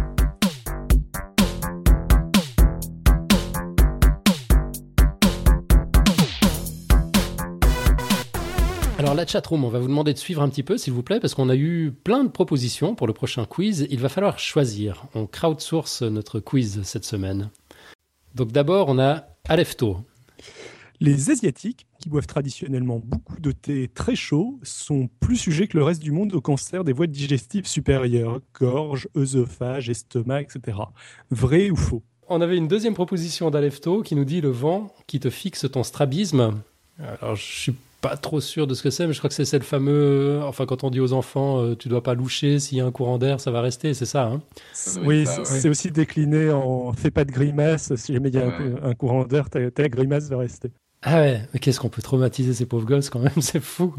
Alors la chatroom, on va vous demander de suivre un petit peu, s'il vous plaît, parce qu'on a eu plein de propositions pour le prochain quiz. Il va falloir choisir. On crowdsource notre quiz cette semaine. Donc d'abord, on a Alefto. Les Asiatiques, qui boivent traditionnellement beaucoup de thé très chaud, sont plus sujets que le reste du monde au cancer des voies digestives supérieures, gorge, œsophage, estomac, et cetera. Vrai ou faux? On avait une deuxième proposition d'Alefto qui nous dit le vent qui te fixe ton strabisme. Alors je suis pas trop sûr de ce que c'est, mais je crois que c'est, c'est le fameux... Enfin, quand on dit aux enfants, euh, tu dois pas loucher, s'il y a un courant d'air, ça va rester, c'est ça, hein? Ça doit Oui, être ça, c'est ouais. c'est aussi décliné en fais pas de grimace, si jamais il y a un Ouais. cou- un, courant d'air, ta, ta grimace va rester. Ah ouais, mais qu'est-ce qu'on peut traumatiser ces pauvres gosses quand même, c'est fou.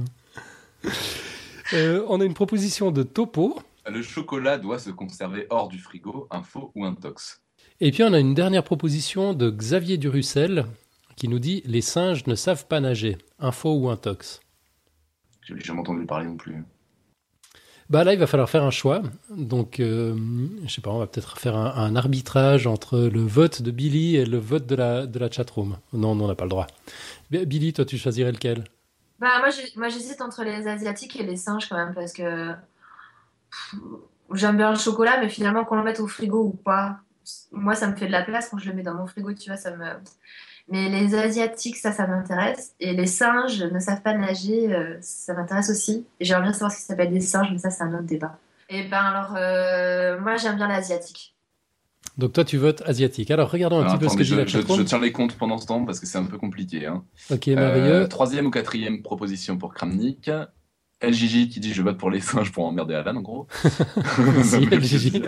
Euh, on a une proposition de Topo, Le chocolat doit se conserver hors du frigo, un faux ou un tox. et puis on a une dernière proposition de Xavier Durussel qui nous dit « Les singes ne savent pas nager, un faux ou un tox ». Je n'ai jamais entendu parler non plus. Bah là, il va falloir faire un choix. Donc, euh, je sais pas, on va peut-être faire un, un arbitrage entre le vote de Billy et le vote de la, de la chatroom. Non, non, on n'a pas le droit. B- Billy, toi, tu choisirais lequel? Bah, moi, j'ai- moi, j'hésite entre les Asiatiques et les singes quand même, parce que pff, j'aime bien le chocolat, mais finalement, qu'on le mette au frigo ou pas, moi, ça me fait de la place quand je le mets dans mon frigo, tu vois, ça me... Mais les Asiatiques, ça, ça m'intéresse. Et les singes ne savent pas nager, euh, ça m'intéresse aussi. Et j'aimerais bien savoir ce qui s'appelle des singes, mais ça, c'est un autre débat. Et ben alors, euh, moi, j'aime bien l'asiatique. Donc, toi, tu votes asiatique. Alors, regardons un Alors, petit peu ce attendez, que dit je, la je- chatroom. je tiens les comptes pendant ce temps parce que c'est un peu compliqué. Hein. Ok, merveilleux. Euh, troisième ou quatrième proposition pour Kramnik. L J J qui dit je vote pour les singes pour emmerder Alan en gros. Merci, L J J.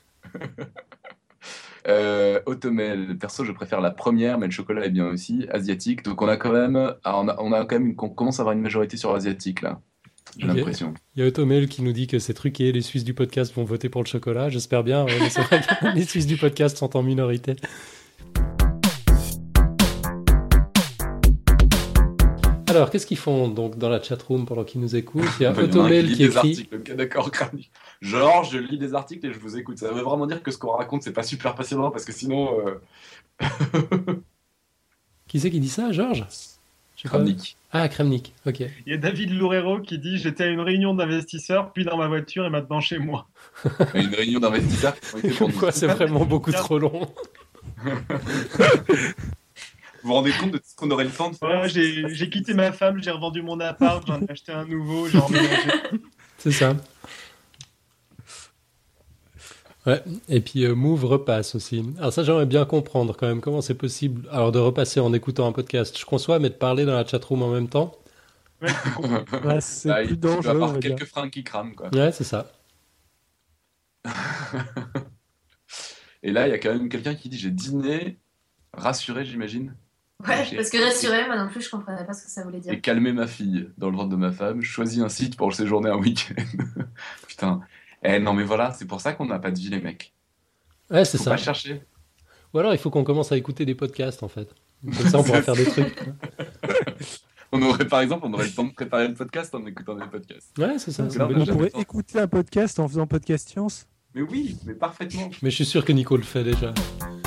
Euh, Automel, perso je préfère la première mais le chocolat est bien aussi. Asiatique, donc on a quand même, ah, on a, on a quand même, une- on commence à avoir une majorité sur asiatique là. J'ai Ok. l'impression. Il y a Automel qui nous dit que c'est truqué, les Suisses du podcast vont voter pour le chocolat. J'espère bien, ouais, mais c'est vrai que les Suisses du podcast sont en minorité. Alors, qu'est-ce qu'ils font donc dans la chatroom pendant qu'ils nous écoutent? Il y a Enfin, il y en a un Automel lit qui des écrit... articles. Ok, d'accord, Kramnik. Genre, je lis des articles et je vous écoute. Ça veut vraiment dire que ce qu'on raconte, c'est pas super passionnant parce que sinon. Euh... Qui c'est qui dit ça, Georges? Je sais pas. Kramnik. Ah, Kramnik, ok. Il y a David Loureiro qui dit j'étais à une réunion d'investisseurs, puis dans ma voiture et maintenant chez moi. Une réunion d'investisseurs qui ont été pour nous. Quoi, c'est vraiment beaucoup trop long. Vous vous rendez compte de ce qu'on aurait le temps de faire? Voilà, j'ai j'ai quitté ma femme, j'ai revendu mon appart, j'en ai acheté un nouveau, j'ai emménagé. C'est ça. Ouais, et puis euh, Move repasse aussi. Alors ça, j'aimerais bien comprendre quand même comment c'est possible. Alors de repasser en écoutant un podcast, je conçois, mais de parler dans la chatroom en même temps. Ouais, c'est con. Ouais, c'est Bah, plus il doit y dangereux, on avoir va dire. quelques freins qui crament quoi. Ouais, c'est ça. Et là, il y a quand même quelqu'un qui dit j'ai dîné, rassuré j'imagine, Ouais, J'ai- parce que rassurez, moi non plus, je comprenais pas ce que ça voulait dire. et calmé ma fille dans le ventre de ma femme, choisi un site pour séjourner un week-end. Putain. Eh non mais voilà, c'est pour ça qu'on n'a pas de vie les mecs. Ouais, c'est Faut ça. pas chercher. Ou alors il faut qu'on commence à écouter des podcasts en fait. Comme ça on pourra faire des trucs. On aurait, par exemple, on aurait le temps de préparer le podcast en écoutant des podcasts. Ouais, c'est ça. Donc c'est là, une on bonne a On idée. jamais pourrait temps. écouter un podcast en faisant podcast science. Mais oui, mais parfaitement. Mais je suis sûr que Nico le fait déjà.